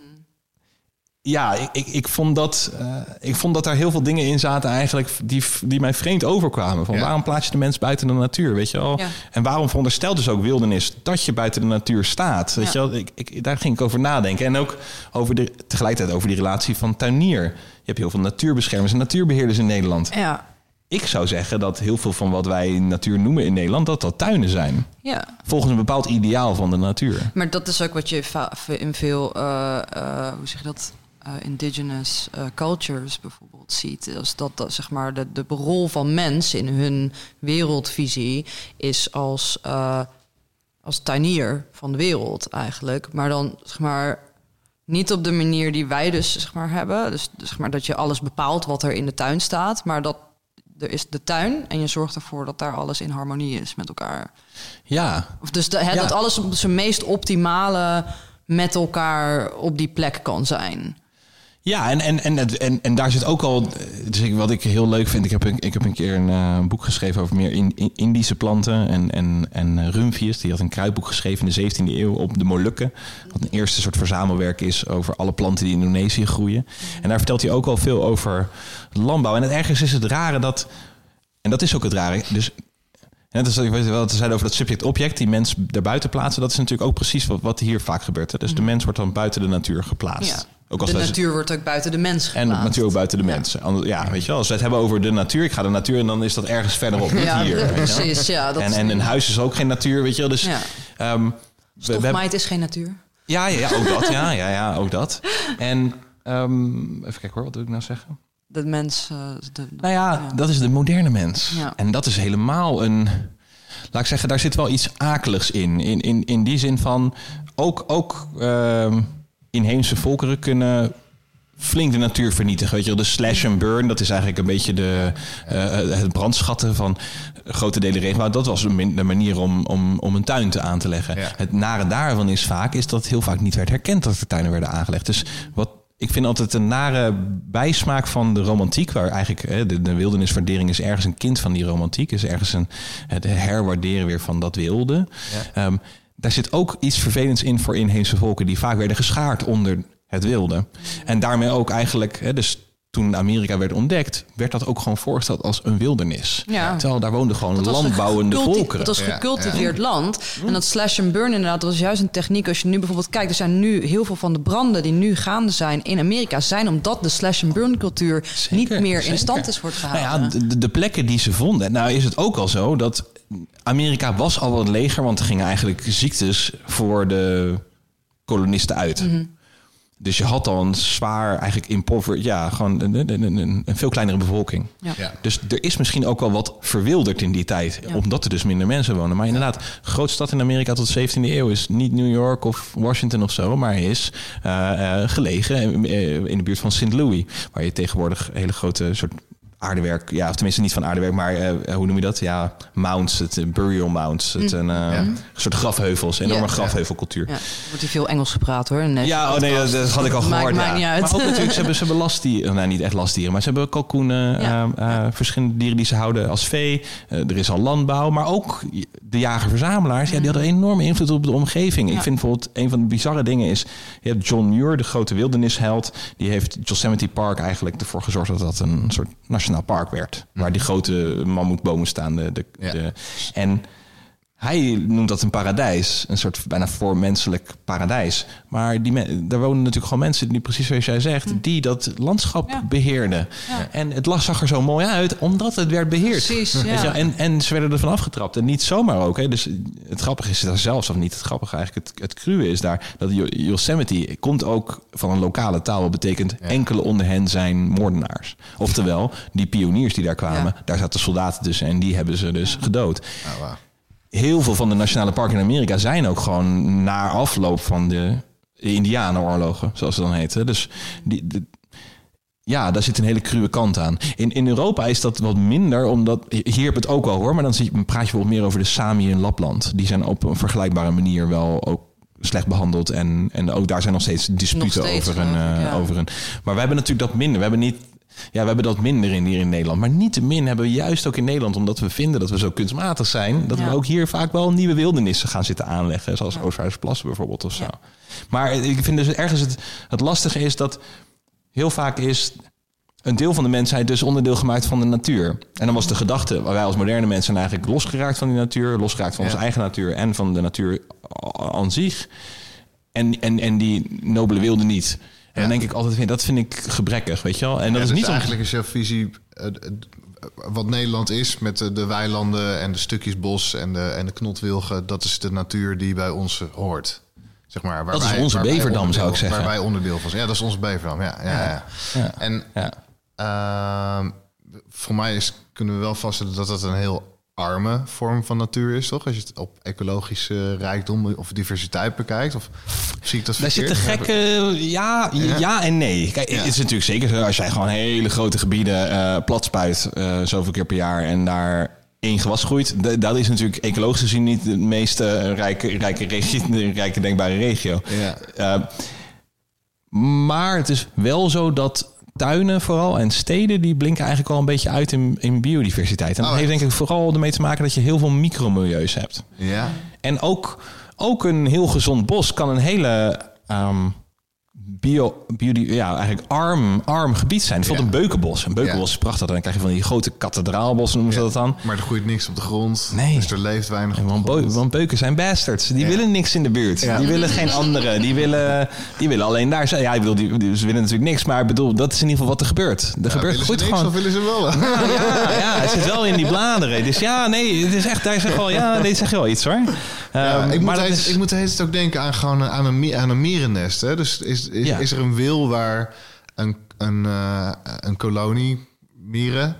ik vond dat daar heel veel dingen in zaten eigenlijk die mij vreemd overkwamen. Van waarom plaats je de mens buiten de natuur, weet je wel? Ja. En waarom veronderstelt dus ook wildernis dat je buiten de natuur staat? Weet je wel? Daar ging ik over nadenken. En ook tegelijkertijd over die relatie van tuinier. Je hebt heel veel natuurbeschermers en natuurbeheerders in Nederland. Ja. Ik zou zeggen dat heel veel van wat wij natuur noemen in Nederland, dat tuinen zijn. Ja. Volgens een bepaald ideaal van de natuur. Maar dat is ook wat je in veel, hoe zeg je dat? Indigenous cultures bijvoorbeeld ziet. Dus dat zeg maar de rol van mens in hun wereldvisie is als tuinier van de wereld eigenlijk. Maar dan zeg maar niet op de manier die wij dus zeg maar hebben. Dus zeg maar dat je alles bepaalt wat er in de tuin staat. Maar dat er is de tuin en je zorgt ervoor dat daar alles in harmonie is met elkaar. Ja. Of dus dat alles op zijn meest optimale met elkaar op die plek kan zijn. Ja, en daar zit ook al. Dus wat ik heel leuk vind, ik heb een keer een boek geschreven over meer Indische planten en Rumphius. Die had een kruidboek geschreven in de 17e eeuw op de Molukken. Wat een eerste soort verzamelwerk is over alle planten die in Indonesië groeien. En daar vertelt hij ook al veel over landbouw. En ergens is het rare dat En dat is ook het rare. Dus het is wat we zeiden over dat subject-object, die mens daarbuiten plaatsen. Dat is natuurlijk ook precies wat hier vaak gebeurt. Hè? Dus de mens wordt dan buiten de natuur geplaatst. Ja. Ook als de natuur wordt ook buiten de mens geplaatst. En de natuur ook buiten de mensen. Ja, weet je wel, als we het hebben over de natuur, ik ga de natuur en dan is dat ergens verderop, niet hier. Precies, ja. En een huis is ook geen natuur, weet je wel. Dus, stofmijt is geen natuur. Ja, ook dat. Ja, ook dat. En even kijken hoor, wat wil ik nou zeggen? De mens... dat is de moderne mens. Ja. En dat is helemaal laat ik zeggen, daar zit wel iets akeligs in die zin van... Ook inheemse volkeren kunnen flink de natuur vernietigen. Weet je wel, de slash and burn, dat is eigenlijk een beetje het brandschatten van grote delen regenwoud. Dat was de manier om een tuin aan te leggen. Ja. Het nare daarvan is dat heel vaak niet werd herkend dat er tuinen werden aangelegd. Dus ik vind altijd een nare bijsmaak van de romantiek, waar eigenlijk de wilderniswaardering is ergens een kind van die romantiek, is ergens het herwaarderen weer van dat wilde. Ja. Daar zit ook iets vervelends in voor inheemse volken die vaak werden geschaard onder het wilde. En daarmee ook eigenlijk, dus toen Amerika werd ontdekt, werd dat ook gewoon voorgesteld als een wildernis. Ja. Terwijl daar woonden gewoon landbouwende volkeren. Het was gecultiveerd land. En dat slash and burn inderdaad, dat was juist een techniek. Als je nu bijvoorbeeld kijkt, er zijn nu heel veel van de branden die nu gaande zijn in Amerika, zijn omdat de slash and burn cultuur niet meer in stand is wordt gehouden. Nou ja, de plekken die ze vonden. Nou is het ook al zo dat Amerika was al wat leger, want er gingen eigenlijk ziektes voor de kolonisten uit. Mm-hmm. Dus je had dan zwaar eigenlijk gewoon een veel kleinere bevolking. Ja. Ja. Dus er is misschien ook wel wat verwilderd in die tijd. Ja. Omdat er dus minder mensen wonen. Maar inderdaad, de grootste stad in Amerika tot de 17e eeuw is niet New York of Washington of zo. Maar is gelegen in de buurt van St. Louis. Waar je tegenwoordig hele grote soort aardewerk, of tenminste niet van aardewerk, maar hoe noem je dat? Ja, mounds, burial mounds, een soort grafheuvels, enorme grafheuvelcultuur. Ja. Wordt hier veel Engels gepraat hoor. Dat had ik al gehoord. Maakt niet uit. Maar ook natuurlijk, ze hebben lastdieren, niet echt lastdieren, maar ze hebben kalkoenen, verschillende dieren die ze houden als vee. Er is al landbouw, maar ook de jager-verzamelaars, die hadden een enorme invloed op de omgeving. Ja. Ik vind bijvoorbeeld een van de bizarre dingen is, je hebt John Muir, de grote wildernisheld, die heeft Yosemite Park eigenlijk ervoor gezorgd dat dat een soort nationaal park werd. Waar die grote mammoetbomen staan. En hij noemt dat een paradijs. Een soort bijna voormenselijk paradijs. Maar daar wonen natuurlijk gewoon mensen die, precies zoals jij zegt, die dat landschap beheerden. Ja. En het zag er zo mooi uit, omdat het werd beheerd. Precies, ja. En ze werden ervan afgetrapt. En niet zomaar ook. Hè. Dus het grappige is daar zelfs, of niet het grappige, eigenlijk het cruwe is daar, dat Yosemite komt ook van een lokale taal. Wat betekent enkele onder hen zijn moordenaars. Oftewel, die pioniers die daar kwamen, daar zaten soldaten tussen en die hebben ze dus gedood. Oh, wow. Heel veel van de nationale parken in Amerika zijn ook gewoon na afloop van de Indianenoorlogen, zoals ze dan heten. Dus daar zit een hele cruwe kant aan. In Europa is dat wat minder, omdat hier heb je het ook wel hoor, maar dan praat je bijvoorbeeld meer over de Sami in Lapland. Die zijn op een vergelijkbare manier wel ook slecht behandeld en ook daar zijn nog steeds disputen over hun. Maar we hebben natuurlijk dat minder. We hebben dat minder hier in Nederland. Maar niettemin hebben we juist ook in Nederland, omdat we vinden dat we zo kunstmatig zijn, dat we ook hier vaak wel nieuwe wildernissen gaan zitten aanleggen. Zoals Oostvaardersplassen bijvoorbeeld of zo. Ja. Maar ik vind dus ergens het lastige is dat heel vaak is een deel van de mensheid dus onderdeel gemaakt van de natuur. En dan was de gedachte, wij als moderne mensen zijn eigenlijk losgeraakt van die natuur, losgeraakt van onze eigen natuur en van de natuur aan zich. En die nobele wilde niet. En dan denk ik altijd, dat vind ik gebrekkig, weet je wel. En dat is dus niet eigenlijk is jouw visie wat Nederland is met de weilanden en de stukjes bos en de knotwilgen. Dat is de natuur die bij ons hoort. Zeg maar, dat is onze Beverdam, zou ik zeggen. Waar wij onderdeel van zijn. Ja, dat is onze Beverdam. Ja. En voor mij kunnen we wel vaststellen dat het een heel arme vorm van natuur is, toch? Als je het op ecologische rijkdom of diversiteit bekijkt, of zie ik dat verkeerd? Daar zitten gekke ja en nee. Kijk, het is natuurlijk zeker zo, als jij gewoon hele grote gebieden plat spuit, zoveel keer per jaar en daar één gewas groeit, dat is natuurlijk ecologisch gezien niet de meest rijke denkbare regio. Ja. Maar het is wel zo dat tuinen vooral en steden, die blinken eigenlijk al een beetje uit in biodiversiteit. En dat heeft denk ik vooral ermee te maken dat je heel veel micromilieus hebt. Ja. En ook een heel gezond bos kan een hele eigenlijk arm gebied zijn. Bijvoorbeeld een beukenbos. Een beukenbos is prachtig. Dan krijg je van die grote kathedraalbossen, noemen ze dat dan. Maar er groeit niks op de grond. Nee. Dus er leeft weinig op de grond. Want beuken zijn bastards. Die willen niks in de buurt. Ja. Die willen geen anderen. Die willen alleen daar zijn. Ja, ik bedoel, ze willen natuurlijk niks. Maar ik bedoel, dat is in ieder geval wat er gebeurt. Er gebeurt goed gewoon. Of willen ze wel? Het zit wel in die bladeren. Dus het is echt, daar zeg wel, dit zeg je wel iets hoor. Ik moet het ook denken aan een mierennest. Hè? Dus is er een wil waar een kolonie mieren...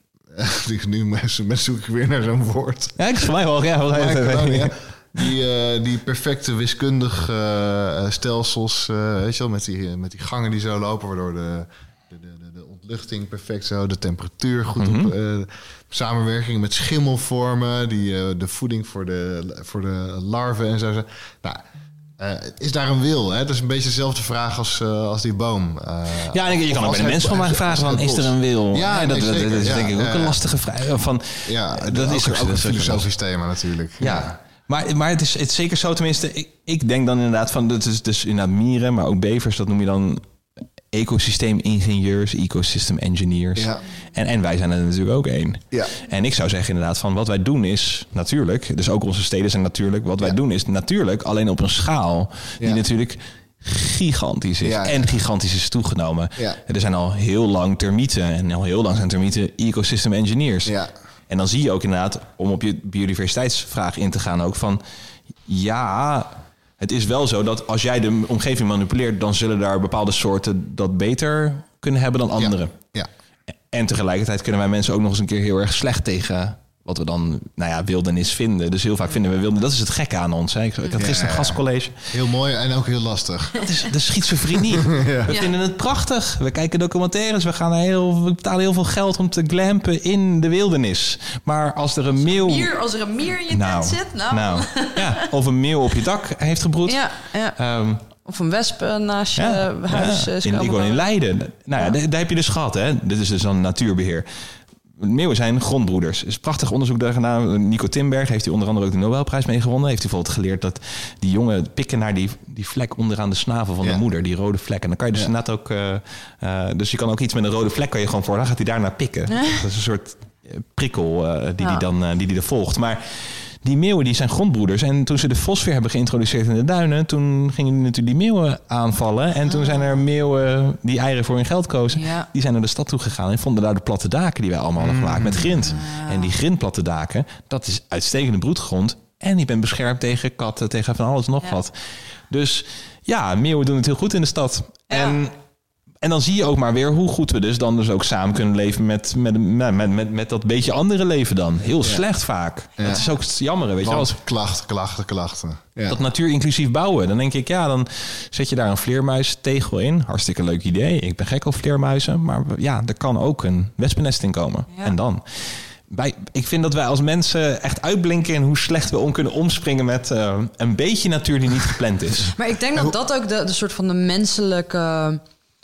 nu zoek ik weer naar zo'n woord. Ja, ik voor mij wel. Ja, die perfecte wiskundige stelsels, weet je wel, met die gangen die zo lopen, waardoor de ontluchting perfect zo, de temperatuur goed op samenwerking met schimmelvormen, de voeding voor de larven en zo. Nou, is daar een wil? Hè? Dat is een beetje dezelfde vraag als die boom. En je kan ook bij de mensen van mij vragen van, is er een wil? Ja, dat is denk ik ook een lastige vraag. Dat is ook een filosofisch thema natuurlijk. Ja. Maar het is zeker zo, tenminste, ik denk dan inderdaad van, dat is dus inderdaad mieren, maar ook bevers, dat noem je dan ecosysteemingenieurs, ecosystem engineers. Ja. En wij zijn er natuurlijk ook één. Ja. En ik zou zeggen inderdaad van, wat wij doen is natuurlijk, dus ook onze steden zijn natuurlijk, wat wij doen is natuurlijk alleen op een schaal die natuurlijk gigantisch is en gigantisch is toegenomen. Ja. Er zijn al heel lang termieten en al heel lang zijn termieten ecosystem engineers. Ja. En dan zie je ook inderdaad, om op je biodiversiteitsvraag in te gaan ook van, het is wel zo dat als jij de omgeving manipuleert, dan zullen daar bepaalde soorten dat beter kunnen hebben dan anderen. Ja. En tegelijkertijd kunnen wij mensen ook nog eens een keer heel erg slecht tegen wat we dan, wildernis vinden. Dus heel vaak vinden we wildernis. Dat is het gekke aan ons. Hè? Ik had gisteren een gastcollege. Heel mooi en ook heel lastig. Het is de schizofrenie. We vinden het prachtig. We kijken documentaires. We betalen heel veel geld om te glampen in de wildernis. Maar als er een meeuw... Als er een mier in je tent zit, of een meeuw op je dak heeft gebroed. Of een wesp naast je huis. In Leiden. Daar heb je dus gehad. Hè? Dit is dus dan natuurbeheer. Meeuwen zijn grondbroeders. Er is prachtig onderzoek daar gedaan. Nico Timberg heeft hij onder andere ook de Nobelprijs mee gewonnen. Heeft hij bijvoorbeeld geleerd dat die jongen pikken naar die vlek onderaan de snavel van de moeder. Die rode vlek. En dan kan je dus inderdaad ook... dus je kan ook iets met een rode vlek kan je gewoon voor. Dan gaat hij daar naar pikken. Dat is een soort prikkel die dan volgt. Maar die meeuwen die zijn grondbroeders. En toen ze de fosfor hebben geïntroduceerd in de duinen, toen gingen natuurlijk die meeuwen aanvallen. En toen zijn er meeuwen die eieren voor hun geld kozen. Ja. Die zijn naar de stad toe gegaan en vonden daar de platte daken die wij allemaal hadden gemaakt met grind. En die grindplatte daken, dat is uitstekende broedgrond. En je bent beschermd tegen katten, tegen van alles nog wat. Dus meeuwen doen het heel goed in de stad. Ja. En dan zie je ook maar weer hoe goed we dus dan ook samen kunnen leven met dat beetje andere leven dan. Heel slecht vaak. Ja. Dat is ook jammer, weet je wel. Klachten. Ja. Dat natuur inclusief bouwen. Dan denk ik, dan zet je daar een vleermuistegel in. Hartstikke leuk idee. Ik ben gek op vleermuizen. Maar er kan ook een wespennest in komen. Ja. En dan... Ik vind dat wij als mensen echt uitblinken in hoe slecht we kunnen omspringen met een beetje natuur die niet gepland is. Maar ik denk dat ook de soort van de menselijke...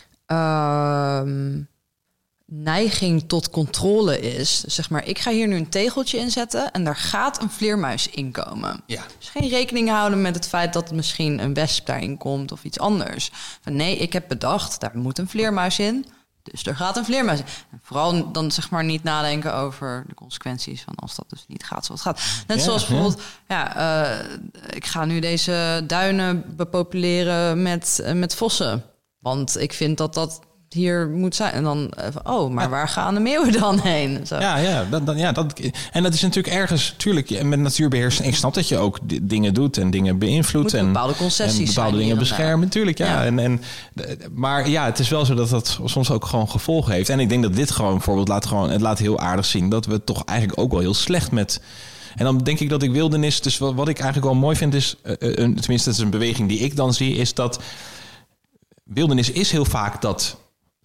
neiging tot controle is. Zeg maar, ik ga hier nu een tegeltje inzetten en daar gaat een vleermuis in komen. Ja. Dus geen rekening houden met het feit dat misschien een wesp daarin komt of iets anders. Van nee, ik heb bedacht, daar moet een vleermuis in. Dus er gaat een vleermuis in. En vooral dan zeg maar niet nadenken over de consequenties van als dat dus niet gaat zoals het gaat. Net zoals bijvoorbeeld, ik ga nu deze duinen bepopuleren met vossen. Want ik vind dat hier moet zijn. En dan maar waar gaan de meeuwen dan heen? Zo. En dat is natuurlijk ergens, tuurlijk, met natuurbeheer. Ik snap dat je ook dingen doet en dingen beïnvloedt. En bepaalde concessies en bepaalde dingen beschermen, natuurlijk. Maar het is wel zo dat dat soms ook gewoon gevolgen heeft. En ik denk dat dit gewoon bijvoorbeeld het laat heel aardig zien dat we toch eigenlijk ook wel heel slecht met... En dan denk ik dat ik wildernis... Dus wat ik eigenlijk wel mooi vind is... tenminste, dat is een beweging die ik dan zie... is dat wildernis is heel vaak dat soort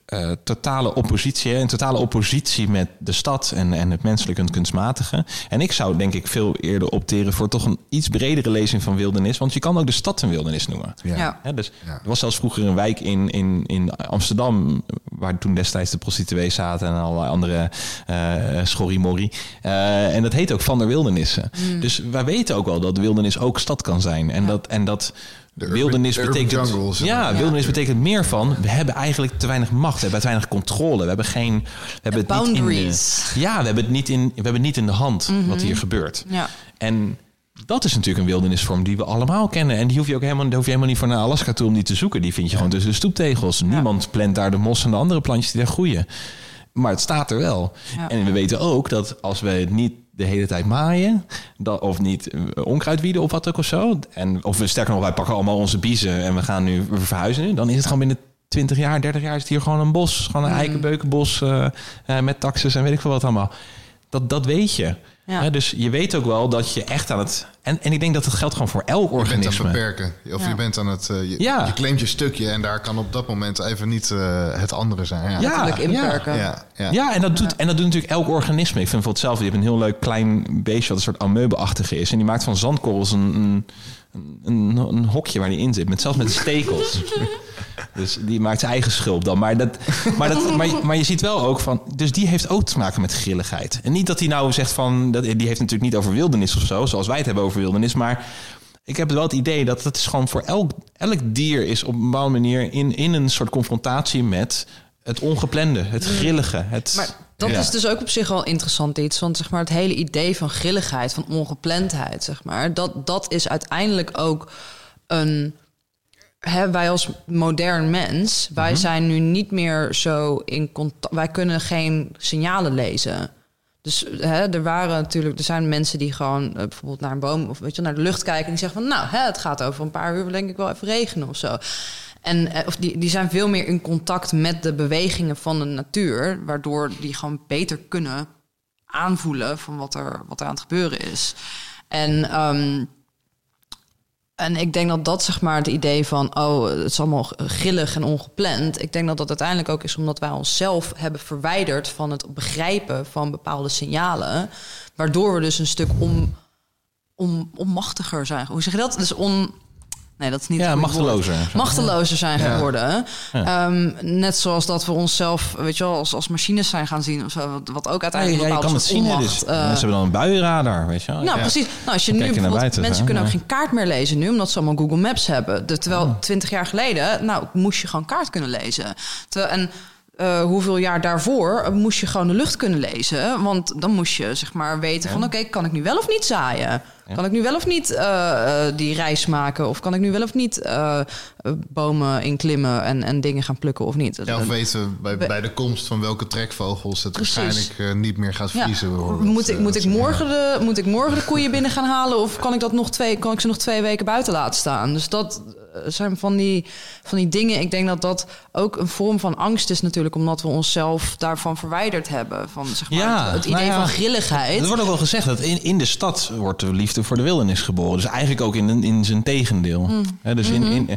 totale oppositie. Een totale oppositie met de stad en het menselijke en het kunstmatige. En ik zou denk ik veel eerder opteren voor toch een iets bredere lezing van wildernis. Want je kan ook de stad een wildernis noemen. Ja. Dus er was zelfs vroeger een wijk in Amsterdam, waar toen destijds de prostituees zaten en allerlei andere schorrimorrie. En dat heet ook Van der Wildernissen. Dus wij weten ook wel dat de wildernis ook stad kan zijn. En dat wildernis betekent jungles, wildernis betekent meer van we hebben eigenlijk te weinig macht, we hebben te weinig controle, we hebben het boundaries. we hebben het niet in de hand wat hier gebeurt. Ja. En dat is natuurlijk een wildernisvorm die we allemaal kennen. En die hoef je ook helemaal niet voor naar Alaska toe om die te zoeken. Die vind je gewoon tussen de stoeptegels. Niemand plant daar de mos en de andere plantjes die daar groeien. Maar het staat er wel. Ja. En we weten ook dat als we het niet de hele tijd maaien, of niet onkruid wieden of wat ook of zo. Of we sterker nog, wij pakken allemaal onze biezen en we verhuizen nu. Dan is het gewoon binnen 20 jaar, 30 jaar is het hier gewoon een bos. Gewoon een eikenbeukenbos met taxus en weet ik veel wat allemaal. Dat weet je. Ja. Dus je weet ook wel dat je echt aan het... En ik denk dat het geldt gewoon voor elk organisme. Je bent aan het beperken. Of je bent aan het... Je claimt je stukje en daar kan op dat moment even niet het andere zijn. Letterlijk inperken. Ja, en dat doet natuurlijk elk organisme. Ik vind bijvoorbeeld zelf... Je hebt een heel leuk klein beestje wat een soort amoebe-achtige is. En die maakt van zandkorrels een hokje waar die in zit. Zelfs met de stekels. Dus die maakt zijn eigen schulp dan. Maar je ziet wel ook van... Dus die heeft ook te maken met grilligheid. En niet dat hij nou zegt van... Die heeft natuurlijk niet over wildernis of zo. Zoals wij het hebben over wildernis. Maar ik heb wel het idee dat het is gewoon voor elk dier is op een bepaalde manier... in een soort confrontatie met het ongeplande. Het grillige. Maar dat is dus ook op zich wel interessant iets. Want zeg maar, het hele idee van grilligheid, van ongeplandheid... zeg maar, dat is uiteindelijk ook een... wij als modern mens, wij zijn nu niet meer zo in contact. Wij kunnen geen signalen lezen. Dus er zijn mensen die gewoon bijvoorbeeld naar een boom of naar de lucht kijken en die zeggen van het gaat over een paar uur denk ik wel even regenen of zo. En of die zijn veel meer in contact met de bewegingen van de natuur, waardoor die gewoon beter kunnen aanvoelen van wat er aan het gebeuren is. En ik denk dat zeg maar het idee van... het is allemaal grillig en ongepland... ik denk dat dat uiteindelijk ook is omdat wij onszelf hebben verwijderd... van het begrijpen van bepaalde signalen... waardoor we dus een stuk onmachtiger zijn. Hoe zeg je dat? Dus nee, dat is niet... machtelozer zijn geworden. Ja. Net zoals dat we onszelf, weet je wel, als machines zijn gaan zien of zo, wat ook uiteindelijk je kan het zien. Dus, ze hebben dan een buienradar, weet je wel. Nou, precies. Nou, als je nu buiten, mensen kunnen ook geen kaart meer lezen nu, omdat ze allemaal Google Maps hebben. Terwijl 20 jaar geleden, moest je gewoon kaart kunnen lezen. Hoeveel jaar daarvoor moest je gewoon de lucht kunnen lezen. Want dan moest je zeg maar weten van... oké, kan ik nu wel of niet zaaien? Ja. Kan ik nu wel of niet die reis maken? Of kan ik nu wel of niet bomen inklimmen en dingen gaan plukken of niet? Ja, of weten bij de komst van welke trekvogels het waarschijnlijk niet meer gaat vriezen. Moet ik morgen de koeien binnen gaan halen? Of kan ik ze nog 2 weken buiten laten staan? Dus dat zijn van die dingen. Ik denk dat ook een vorm van angst is natuurlijk... omdat we onszelf daarvan verwijderd hebben. Van, zeg maar, het idee van grilligheid. Er wordt ook wel gezegd dat in de stad wordt de liefde voor de wildernis geboren. Dus eigenlijk ook in zijn tegendeel. Dus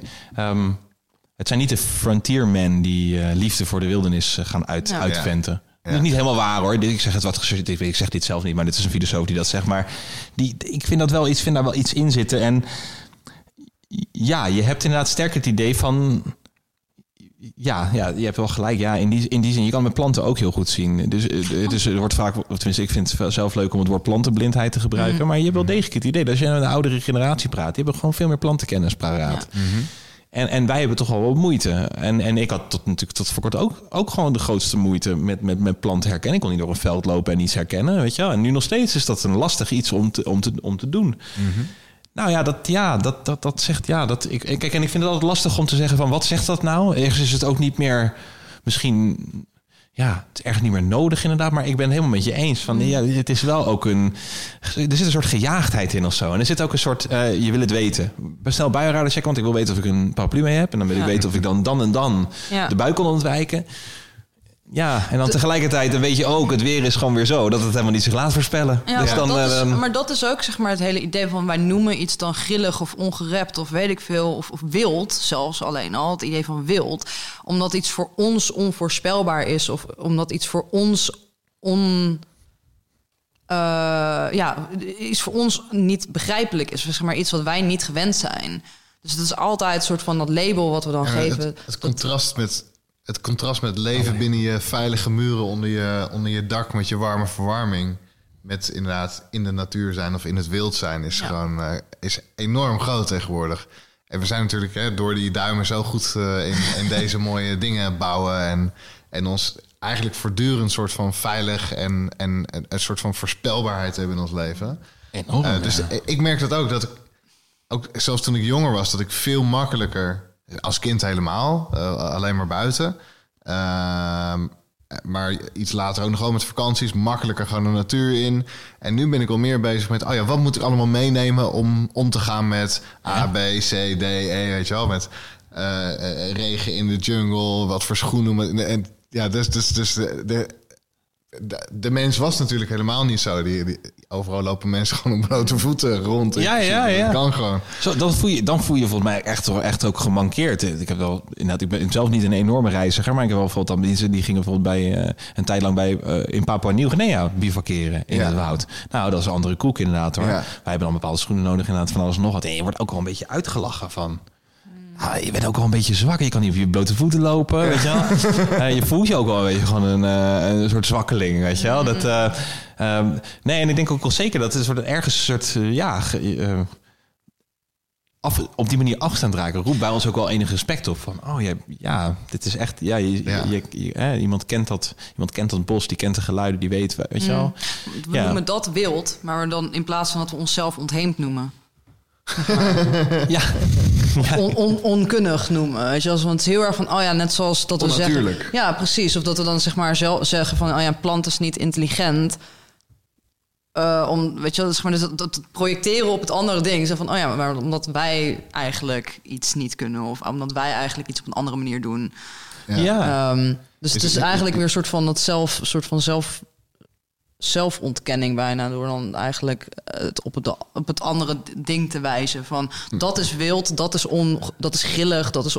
het zijn niet de frontiermen die liefde voor de wildernis gaan uitventen. Ja. Dat is niet helemaal waar hoor. Ik zeg dit zelf niet, maar dit is een filosoof die dat zegt. Maar ik vind daar wel iets in zitten. En ja, je hebt inderdaad sterk het idee van... Ja, je hebt wel gelijk. Ja, in die zin, je kan met planten ook heel goed zien. Dus er wordt vaak, tenminste, ik vind het zelf leuk om het woord plantenblindheid te gebruiken. Maar je hebt wel degelijk het idee dat als je met een oudere generatie praat, die hebben gewoon veel meer plantenkennis paraat. Ja. En wij hebben toch wel wat moeite. En ik had tot voor kort ook gewoon de grootste moeite met planten herkennen. Ik kon niet door een veld lopen en iets herkennen, weet je wel. En nu nog steeds is dat een lastig iets om te doen. Nou ja, dat zegt... Kijk, en ik vind het altijd lastig om te zeggen van... wat zegt dat nou? Ergens is het ook niet meer... Misschien... Ja, het is ergens niet meer nodig inderdaad. Maar ik ben het helemaal met je eens. Van, het is wel ook er zit een soort gejaagdheid in of zo. En er zit ook een soort... je wil het weten. Snel buienradar checken, want ik wil weten of ik een paraplu mee heb. En dan wil ik weten of ik dan en dan de bui kon ontwijken. Ja, en dan tegelijkertijd dan weet je ook, het weer is gewoon weer zo, dat het helemaal niet zich laat voorspellen. Ja, dus dan, maar dat is ook zeg maar het hele idee van wij noemen iets dan grillig of ongerept of weet ik veel, of wild zelfs alleen al, het idee van wild. Omdat iets voor ons onvoorspelbaar is of omdat iets voor ons iets voor ons niet begrijpelijk is. Zeg maar iets wat wij niet gewend zijn. Dus het is altijd een soort van dat label wat we dan geven. Het contrast met leven binnen je veilige muren onder je dak met je warme verwarming. Met inderdaad in de natuur zijn of in het wild zijn is gewoon is enorm groot tegenwoordig. En we zijn natuurlijk door die duimen zo goed in deze mooie dingen bouwen en ons eigenlijk voortdurend soort van veilig en een soort van voorspelbaarheid hebben in ons leven. Dus ik merk dat ook zelfs toen ik jonger was, dat ik veel makkelijker, als kind helemaal, alleen maar buiten. Maar iets later ook nog wel met vakanties, makkelijker gewoon de natuur in. En nu ben ik al meer bezig met, wat moet ik allemaal meenemen om te gaan met A, B, C, D, E, weet je wel. Met regen in de jungle, wat voor schoenen. De mens was natuurlijk helemaal niet zo. Overal lopen mensen gewoon op blote voeten rond. Ja. Dat kan gewoon. Zo, dan voel je volgens mij echt ook gemankeerd. Ik ben zelf niet een enorme reiziger, maar ik heb wel bijvoorbeeld mensen die gingen bijvoorbeeld bij een tijd lang in Papua Nieuw-Guinea bivakeren in het woud. Nou, dat is een andere koek inderdaad hoor. Ja. Wij hebben dan bepaalde schoenen nodig inderdaad van alles en nog wat. En je wordt ook wel een beetje uitgelachen van. Je bent ook wel een beetje zwak. Je kan niet op je blote voeten lopen, weet je wel. Je voelt je ook wel een beetje gewoon een soort zwakkeling, weet je wel. En ik denk ook wel zeker dat het ergens een soort op die manier afstand raken roept bij ons ook wel enig respect op. Van, dit is echt, iemand kent dat bos, die kent de geluiden, die weet, weet je wel. We noemen dat wild, maar dan in plaats van dat we onszelf ontheemd noemen. Onkunnig noemen. Weet je, want het is heel erg van, net zoals dat we zeggen. Ja, precies. Of dat we dan zeg maar zelf zeggen van, een plant is niet intelligent. Weet je, zeg maar, dus dat projecteren op het andere ding. Zo van, maar omdat wij eigenlijk iets niet kunnen, of omdat wij eigenlijk iets op een andere manier doen. Dus het is eigenlijk weer een soort van zelfontkenning bijna, door dan eigenlijk het op het andere ding te wijzen van dat is wild, dat is grillig, dat is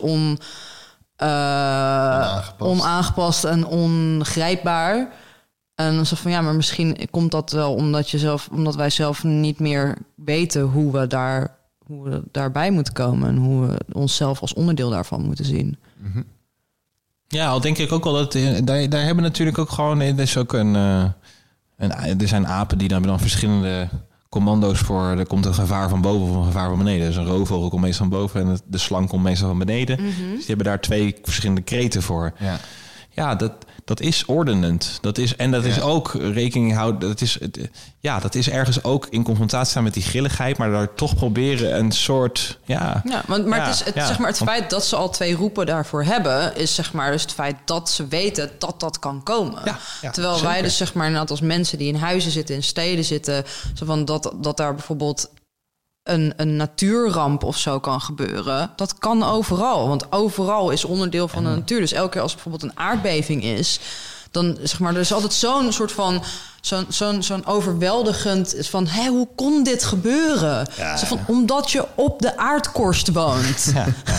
onaangepast en ongrijpbaar. En dan zo van maar misschien komt dat wel omdat wij zelf niet meer weten hoe we daarbij moeten komen en hoe we onszelf als onderdeel daarvan moeten zien. Mm-hmm. Ja, al denk ik ook wel dat daar hebben natuurlijk ook gewoon, er is ook er zijn apen die dan verschillende commando's voor. Er komt een gevaar van boven of een gevaar van beneden. Dus een roofvogel komt meestal van boven en de slang komt meestal van beneden. Mm-hmm. Dus die hebben daar 2 verschillende kreten voor. Ja, dat is ordenend. Dat is ook rekening houden. Dat is ergens ook in confrontatie staan met die grilligheid, maar daar toch proberen een soort. Het feit dat ze al 2 roepen daarvoor hebben, is zeg maar dus het feit dat ze weten dat kan komen. Terwijl zeker. Wij dus zeg maar net als mensen die in huizen zitten, in steden zitten, zo van dat daar bijvoorbeeld een natuurramp of zo kan gebeuren. Dat kan overal, want overal is onderdeel van de natuur. Dus elke keer als er bijvoorbeeld een aardbeving is, dan zeg maar, er is altijd zo'n soort van zo'n overweldigend van, hoe kon dit gebeuren? Zo van, omdat je op de aardkorst woont.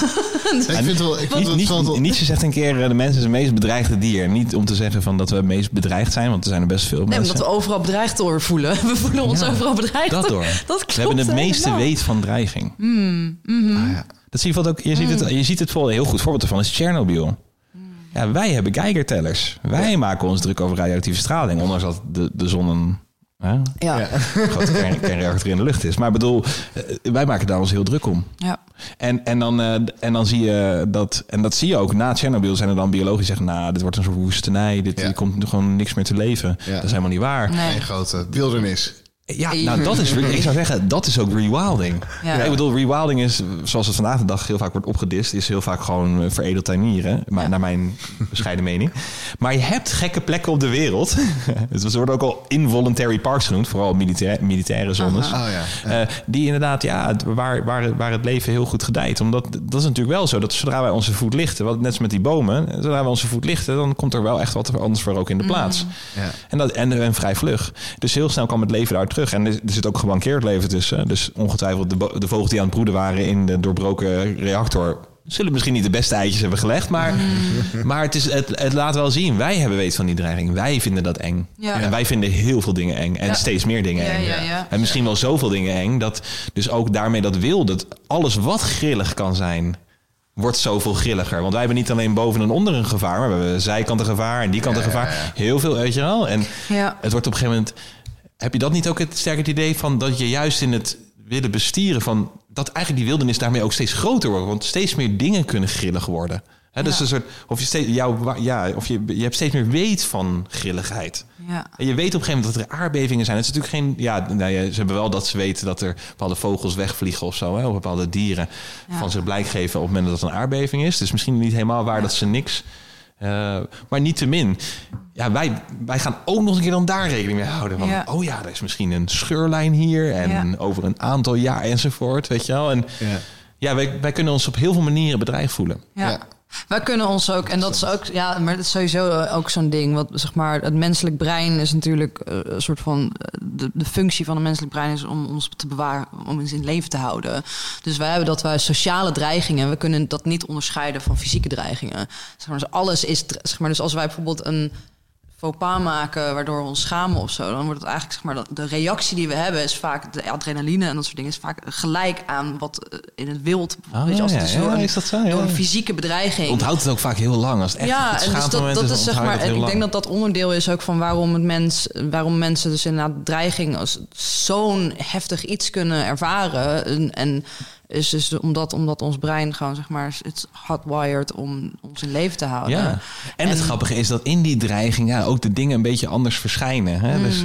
Nietzsche zegt een keer, de mens is het meest bedreigde dier. Niet om te zeggen van dat we het meest bedreigd zijn, want er zijn er best veel mensen. Omdat we overal bedreigd door voelen. We voelen ons overal bedreigd. Dat door. Dat klopt, we hebben het meeste weet van dreiging. Dat zie je ook. Je ziet het voorbeeld, een heel goed voorbeeld ervan is Tsjernobyl. Ja, wij hebben Geigertellers. Wij maken ons druk over radioactieve straling, ondanks dat de zon een grote kernreactor in de lucht is. Maar ik bedoel, wij maken daar ons heel druk om. Ja. En dan zie je dat, en dat zie je ook na Tsjernobyl, zijn er dan biologen die zeggen, dit wordt een soort woestenij, hier komt gewoon niks meer te leven. Ja. Dat is helemaal niet waar. Nee. Een grote wildernis. Ja, nou dat is, ik zou zeggen, dat is ook rewilding. Ja. Ik bedoel, rewilding is, zoals het vandaag de dag heel vaak wordt opgedist, is heel vaak gewoon veredeld tuinieren, maar naar mijn bescheiden mening. Maar je hebt gekke plekken op de wereld. Dus ze worden ook al involuntary parks genoemd, vooral militaire zones. Die inderdaad, waar het leven heel goed gedijt. Omdat dat is natuurlijk wel zo, dat zodra wij onze voet lichten, wat net als met die bomen, zodra wij onze voet lichten, dan komt er wel echt wat anders voor ook in de plaats. Ja. En vrij vlug. Dus heel snel kwam het leven daar terug. En er zit ook gebankeerd leven tussen. Dus ongetwijfeld de vogels die aan het broeden waren in de doorbroken reactor zullen misschien niet de beste eitjes hebben gelegd. Maar het laat wel zien. Wij hebben weet van die dreiging. Wij vinden dat eng. Ja. En wij vinden heel veel dingen eng. En steeds meer dingen eng. Ja. En misschien wel zoveel dingen eng. Dat dus ook daarmee dat wil. Dat alles wat grillig kan zijn, wordt zoveel grilliger. Want wij hebben niet alleen boven en onder een gevaar, maar we hebben zijkanten gevaar en die kant een gevaar. Ja. Heel veel, weet je wel. En het wordt op een gegeven moment. Heb je dat niet ook het sterke idee van dat je juist in het willen bestieren van dat eigenlijk die wildernis daarmee ook steeds groter wordt, want steeds meer dingen kunnen grillig worden. Dus een soort, je hebt steeds meer weet van grilligheid. Ja. En je weet op een gegeven moment dat er aardbevingen zijn. Het is natuurlijk geen. Ze hebben wel dat ze weten dat er bepaalde vogels wegvliegen of zo, of bepaalde dieren van zich blijk geven op het moment dat het een aardbeving is. Dus misschien niet helemaal waar dat ze niks. Maar niettemin, wij gaan ook nog een keer dan daar rekening mee houden. Van, er is misschien een scheurlijn hier en over een aantal jaar enzovoort, weet je wel. En wij kunnen ons op heel veel manieren bedreigd voelen. Ja. Wij kunnen ons ook, en dat is ook, maar dat is sowieso ook zo'n ding. Wat zeg maar, het menselijk brein is natuurlijk een soort van. De functie van het menselijk brein is om ons te bewaren, om ons in leven te houden. Dus wij hebben wij sociale dreigingen. We kunnen dat niet onderscheiden van fysieke dreigingen. Zeg maar, dus alles is, zeg maar, dus als wij bijvoorbeeld een faux pas maken waardoor we ons schamen of zo, dan wordt het eigenlijk, zeg maar, de reactie die we hebben is vaak de adrenaline en dat soort dingen is vaak gelijk aan wat in het wild. Weet je, als het is dat zo? Door een fysieke bedreiging. Onthoudt het ook vaak heel lang als het echt en dus dat is, zeg maar, en ik denk dat onderdeel is ook van waarom mensen dus inderdaad dreiging als zo'n heftig iets kunnen ervaren en is dus omdat ons brein gewoon, zeg maar, het hardwired om ons in leven te houden. Ja. En het grappige is dat in die dreiging ook de dingen een beetje anders verschijnen. Hè? Dus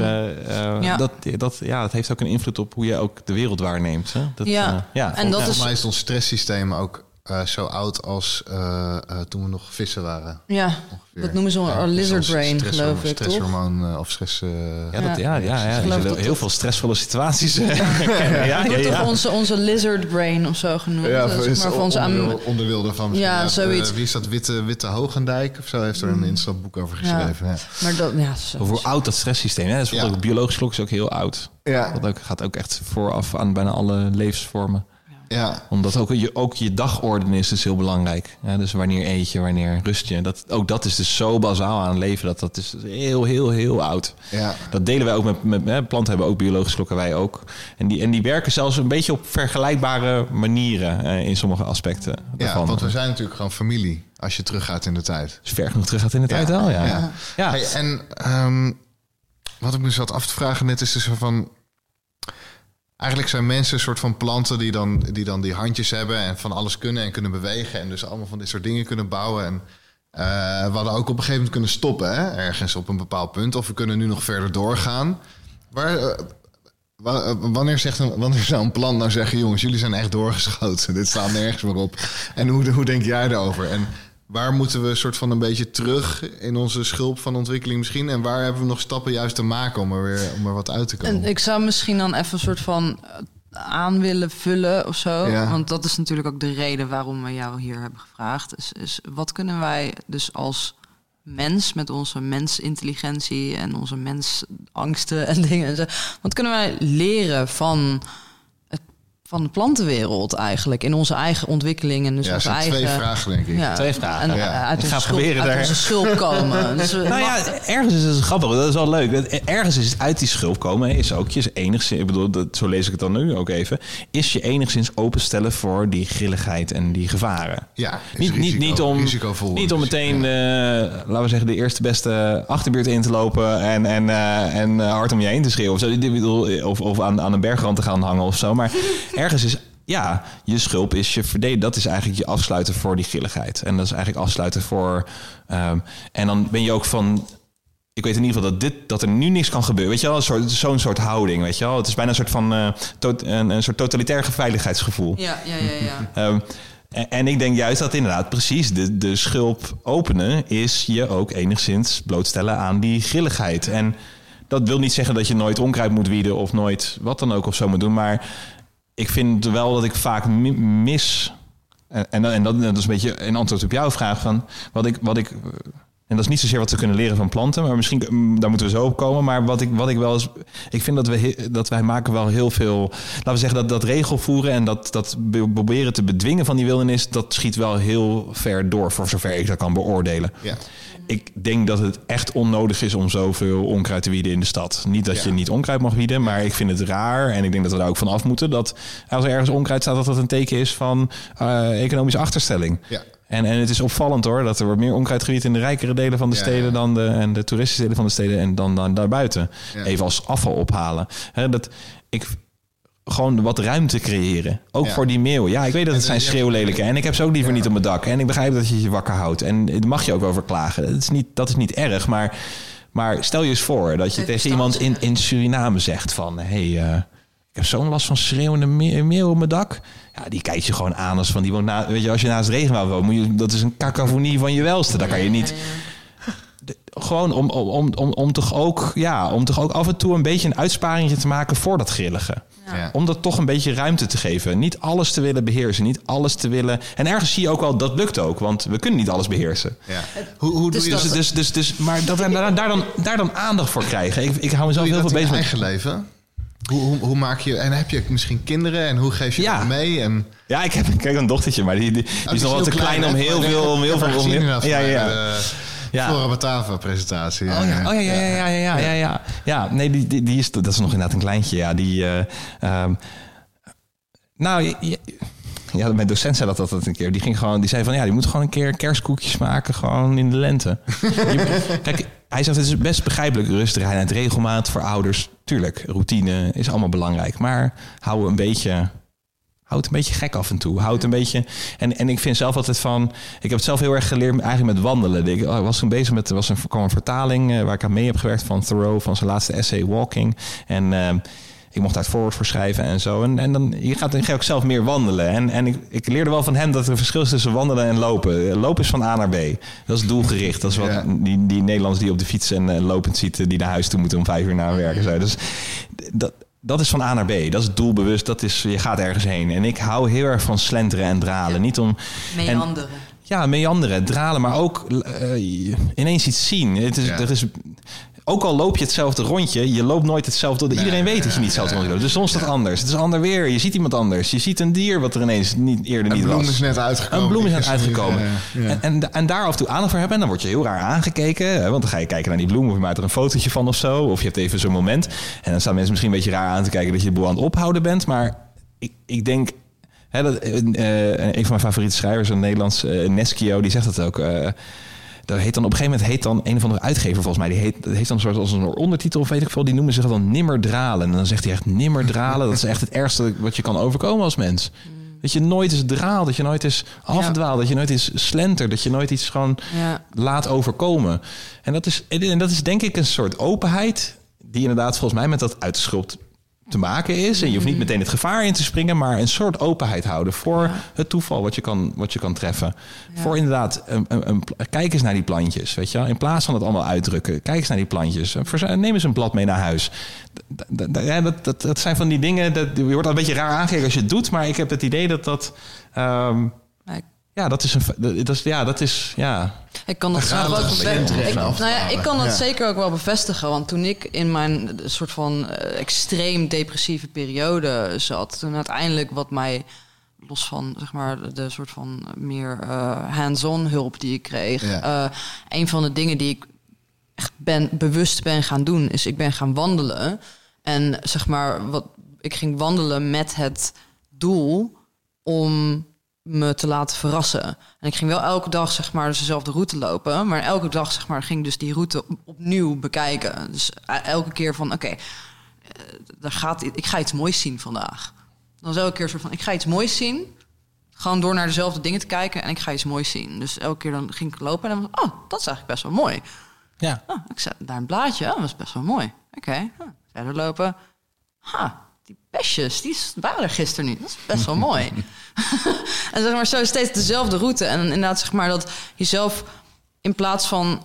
dat heeft ook een invloed op hoe je ook de wereld waarneemt. Hè? En volgens mij is ons stresssysteem ook zo oud als toen we nog vissen waren. Ja, ongeveer. Dat noemen ze een lizard brain, geloof ik, stresshormoon of stress. Heel veel stressvolle situaties. Toch onze lizard brain of zo genoemd. Ja, voor onze onderwilde van misschien. Ja, zoiets. Wie is dat? Witte Hoogendijk of zo heeft er een interessant boek over geschreven. Ja. Maar dat, hoe oud dat stresssysteem is. Ook biologisch klok is ook heel oud. Ja. Dat gaat ook echt vooraf aan bijna alle levensvormen. Ja. Omdat ook je dagorden is dus heel belangrijk. Ja, dus wanneer eet je, wanneer rust je. Dat is dus zo bazaal aan het leven. Dat is heel, heel, heel oud. Ja. Dat delen wij ook met planten hebben ook biologische klokken, wij ook. En die werken zelfs een beetje op vergelijkbare manieren in sommige aspecten. Ja, want we zijn natuurlijk gewoon familie als je teruggaat in de tijd. Als je ver genoeg teruggaat in de tijd wel, ja. Hey, en wat ik me zat af te vragen net is dus van, eigenlijk zijn mensen een soort van planten die dan die handjes hebben en van alles kunnen en kunnen bewegen en dus allemaal van dit soort dingen kunnen bouwen. En we hadden ook op een gegeven moment kunnen stoppen, hè? Ergens op een bepaald punt. Of we kunnen nu nog verder doorgaan. Wanneer zou een plant nou zeggen, jongens, jullie zijn echt doorgeschoten. Dit staat nergens meer op. En hoe denk jij daarover? En waar moeten we soort van een beetje terug in onze schulp van ontwikkeling misschien? En waar hebben we nog stappen juist te maken om er wat uit te komen? En ik zou misschien dan even een soort van aan willen vullen of zo. Ja. Want dat is natuurlijk ook de reden waarom we jou hier hebben gevraagd. Is wat kunnen wij dus als mens met onze mensintelligentie en onze mensangsten en dingen, wat kunnen wij leren van de plantenwereld eigenlijk in onze eigen ontwikkeling en dus onze eigen. 2 vragen denk ik. Ja, 2 vragen. En uit onze schulp komen. Dus, ergens is het grappig. Dat is wel leuk. Ergens is het uit die schulp komen. Is ook je enigszins. Ik bedoel, zo lees ik het dan nu ook even. Is je enigszins openstellen voor die grilligheid en die gevaren. Ja. Niet om meteen, laten we zeggen, de eerste beste achterbuurt in te lopen en hard om je heen te schreeuwen of aan een bergrand te gaan hangen of zo. Maar ergens is, je schulp is je verdedigen. Dat is eigenlijk je afsluiten voor die grilligheid. En dat is eigenlijk afsluiten voor. En dan ben je ook van. ik weet in ieder geval dat er nu niks kan gebeuren. Weet je wel, zo'n soort houding, weet je wel. Het is bijna een soort van een soort totalitair veiligheidsgevoel. Ja. En ik denk juist dat inderdaad precies de schulp openen is je ook enigszins blootstellen aan die grilligheid. En dat wil niet zeggen dat je nooit onkruid moet wieden of nooit wat dan ook of zo moet doen. Maar ik vind wel dat ik vaak mis. En dat is een beetje een antwoord op jouw vraag van wat ik. En dat is niet zozeer wat we kunnen leren van planten, maar misschien daar moeten we zo op komen. Maar wat ik wel eens, ik vind dat wij maken wel heel veel. Laten we zeggen dat regelvoeren en dat proberen te bedwingen van die wildernis, dat schiet wel heel ver door, voor zover ik dat kan beoordelen. Ja. Ik denk dat het echt onnodig is om zoveel onkruid te wieden in de stad. Niet dat je niet onkruid mag wieden, maar ik vind het raar. En ik denk dat we daar ook van af moeten. Dat als er ergens onkruid staat, dat een teken is van economische achterstelling. Ja. En het is opvallend hoor, dat er wordt meer onkruid gewied in de rijkere delen van de steden dan de toeristische delen van de steden en dan daarbuiten. Ja. Even als afval ophalen. Gewoon wat ruimte creëren. Ook voor die meeuwen. Ja, ik weet dat het zijn schreeuwlelijke. En ik heb ze ook liever niet op mijn dak. En ik begrijp dat je je wakker houdt. En daar mag je ook over klagen. Dat is niet erg. Maar stel je eens voor dat je tegen iemand in Suriname zegt van... ik heb zo'n last van schreeuwende meeuw op mijn dak. Ja, die kijkt je gewoon aan als van die woont weet je, als je naast regenwoud woont, dat is een cacophonie van je welste. Daar kan je niet... Gewoon om toch ook af en toe een beetje een uitsparingje te maken voor dat grillige. Ja. Om dat toch een beetje ruimte te geven. Niet alles te willen beheersen. Niet alles te willen... En ergens zie je ook wel, dat lukt ook. Want we kunnen niet alles beheersen. Ja. Hoe doe je dat? Dus, maar dat we daar dan aandacht voor krijgen. Ik hou mezelf heel veel bezig met... eigen leven? Hoe maak je... En heb je misschien kinderen? En hoe geef je dat mee? En... Ja, ik heb een dochtertje. Maar die is nog wel te klein om heel veel... Flora Batava presentatie. Ja, nee, die is, dat is nog inderdaad een kleintje. Ja, die... mijn docent zei dat een keer. Die zei van, die moet gewoon een keer kerstkoekjes maken, gewoon in de lente. Kijk, hij zegt, het is best begrijpelijk, rustigheid, regelmaat voor ouders. Tuurlijk, routine is allemaal belangrijk. Maar hou een beetje gek af en toe. Houd een beetje... En ik vind zelf altijd van... Ik heb het zelf heel erg geleerd eigenlijk met wandelen. Ik was toen bezig met... kwam een vertaling waar ik aan mee heb gewerkt van Thoreau, van zijn laatste essay Walking. En ik mocht daar het voorwoord voor schrijven en zo. En dan ga je ook zelf meer wandelen. En ik leerde wel van hem dat er een verschil is tussen wandelen en lopen. Lopen is van A naar B. Dat is doelgericht. Dat is wat die Nederlanders die op de fiets en lopend ziet... die naar huis toe moeten om 5 uur na werken. Zo. Dus dat is van A naar B. Dat is doelbewust. Dat is, je gaat ergens heen. En ik hou heel erg van slenteren en dralen. Ja. Niet om... Meanderen. Meanderen, dralen, maar ook ineens iets zien. Er is, ook al loop je hetzelfde rondje, je loopt nooit hetzelfde. Iedereen weet dat je niet hetzelfde rondje loopt. Dus soms is dat anders. Het is ander weer. Je ziet iemand anders. Je ziet een dier wat er ineens eerder niet was. Een bloem is net uitgekomen. Een bloem is net uitgekomen. Ja. En daar af en toe aandacht voor hebben. En dan word je heel raar aangekeken. Want dan ga je kijken naar die bloem. Of je maakt er een fotootje van of zo. Of je hebt even zo'n moment. En dan staan mensen misschien een beetje raar aan te kijken dat je de boel aan het ophouden bent. Maar ik denk... een van mijn favoriete schrijvers in Nederlands, Neschio, die zegt dat ook. Dat heet dan op een gegeven moment een of andere uitgever volgens mij. Die heeft dan een soort als een ondertitel of weet ik veel. Die noemen zich dan nimmer dralen. En dan zegt hij echt nimmer dralen. Dat is echt het ergste wat je kan overkomen als mens. Dat je nooit eens draalt, dat je nooit eens afdwaalt, dat je nooit eens slentert, dat je nooit iets gewoon laat overkomen. En dat is denk ik een soort openheid die inderdaad volgens mij met dat uit de schulp te maken is. En je hoeft niet meteen het gevaar in te springen, maar een soort openheid houden voor het toeval wat je kan treffen. Ja. Voor inderdaad, kijk eens naar die plantjes, weet je wel. In plaats van het allemaal uitdrukken, kijk eens naar die plantjes. Neem eens een blad mee naar huis. Dat zijn van die dingen, je wordt al een beetje raar aangekeken als je het doet, maar ik heb het idee dat Ik kan dat zeker ook wel bevestigen. Want toen ik in mijn soort van extreem depressieve periode zat, toen uiteindelijk wat mij, los van zeg maar de soort van meer hands-on hulp die ik kreeg, een van de dingen die ik echt bewust ben gaan doen, is ik ben gaan wandelen. En zeg maar, ik ging wandelen met het doel om me te laten verrassen. En ik ging wel elke dag zeg maar dezelfde route lopen, maar elke dag zeg maar ging dus die route opnieuw bekijken. Dus elke keer van ik ga iets moois zien vandaag. Dan was elke keer soort van ik ga iets moois zien, gewoon door naar dezelfde dingen te kijken en ik ga iets moois zien. Dus elke keer dan ging ik lopen en dan dat is eigenlijk best wel mooi. Ja. Oh, ik zet daar een blaadje. Dat was best wel mooi. Oké, verder lopen. Die besjes, die waren er gisteren niet. Dat is best wel mooi. En zeg maar zo steeds dezelfde route. En inderdaad zeg maar dat jezelf in plaats van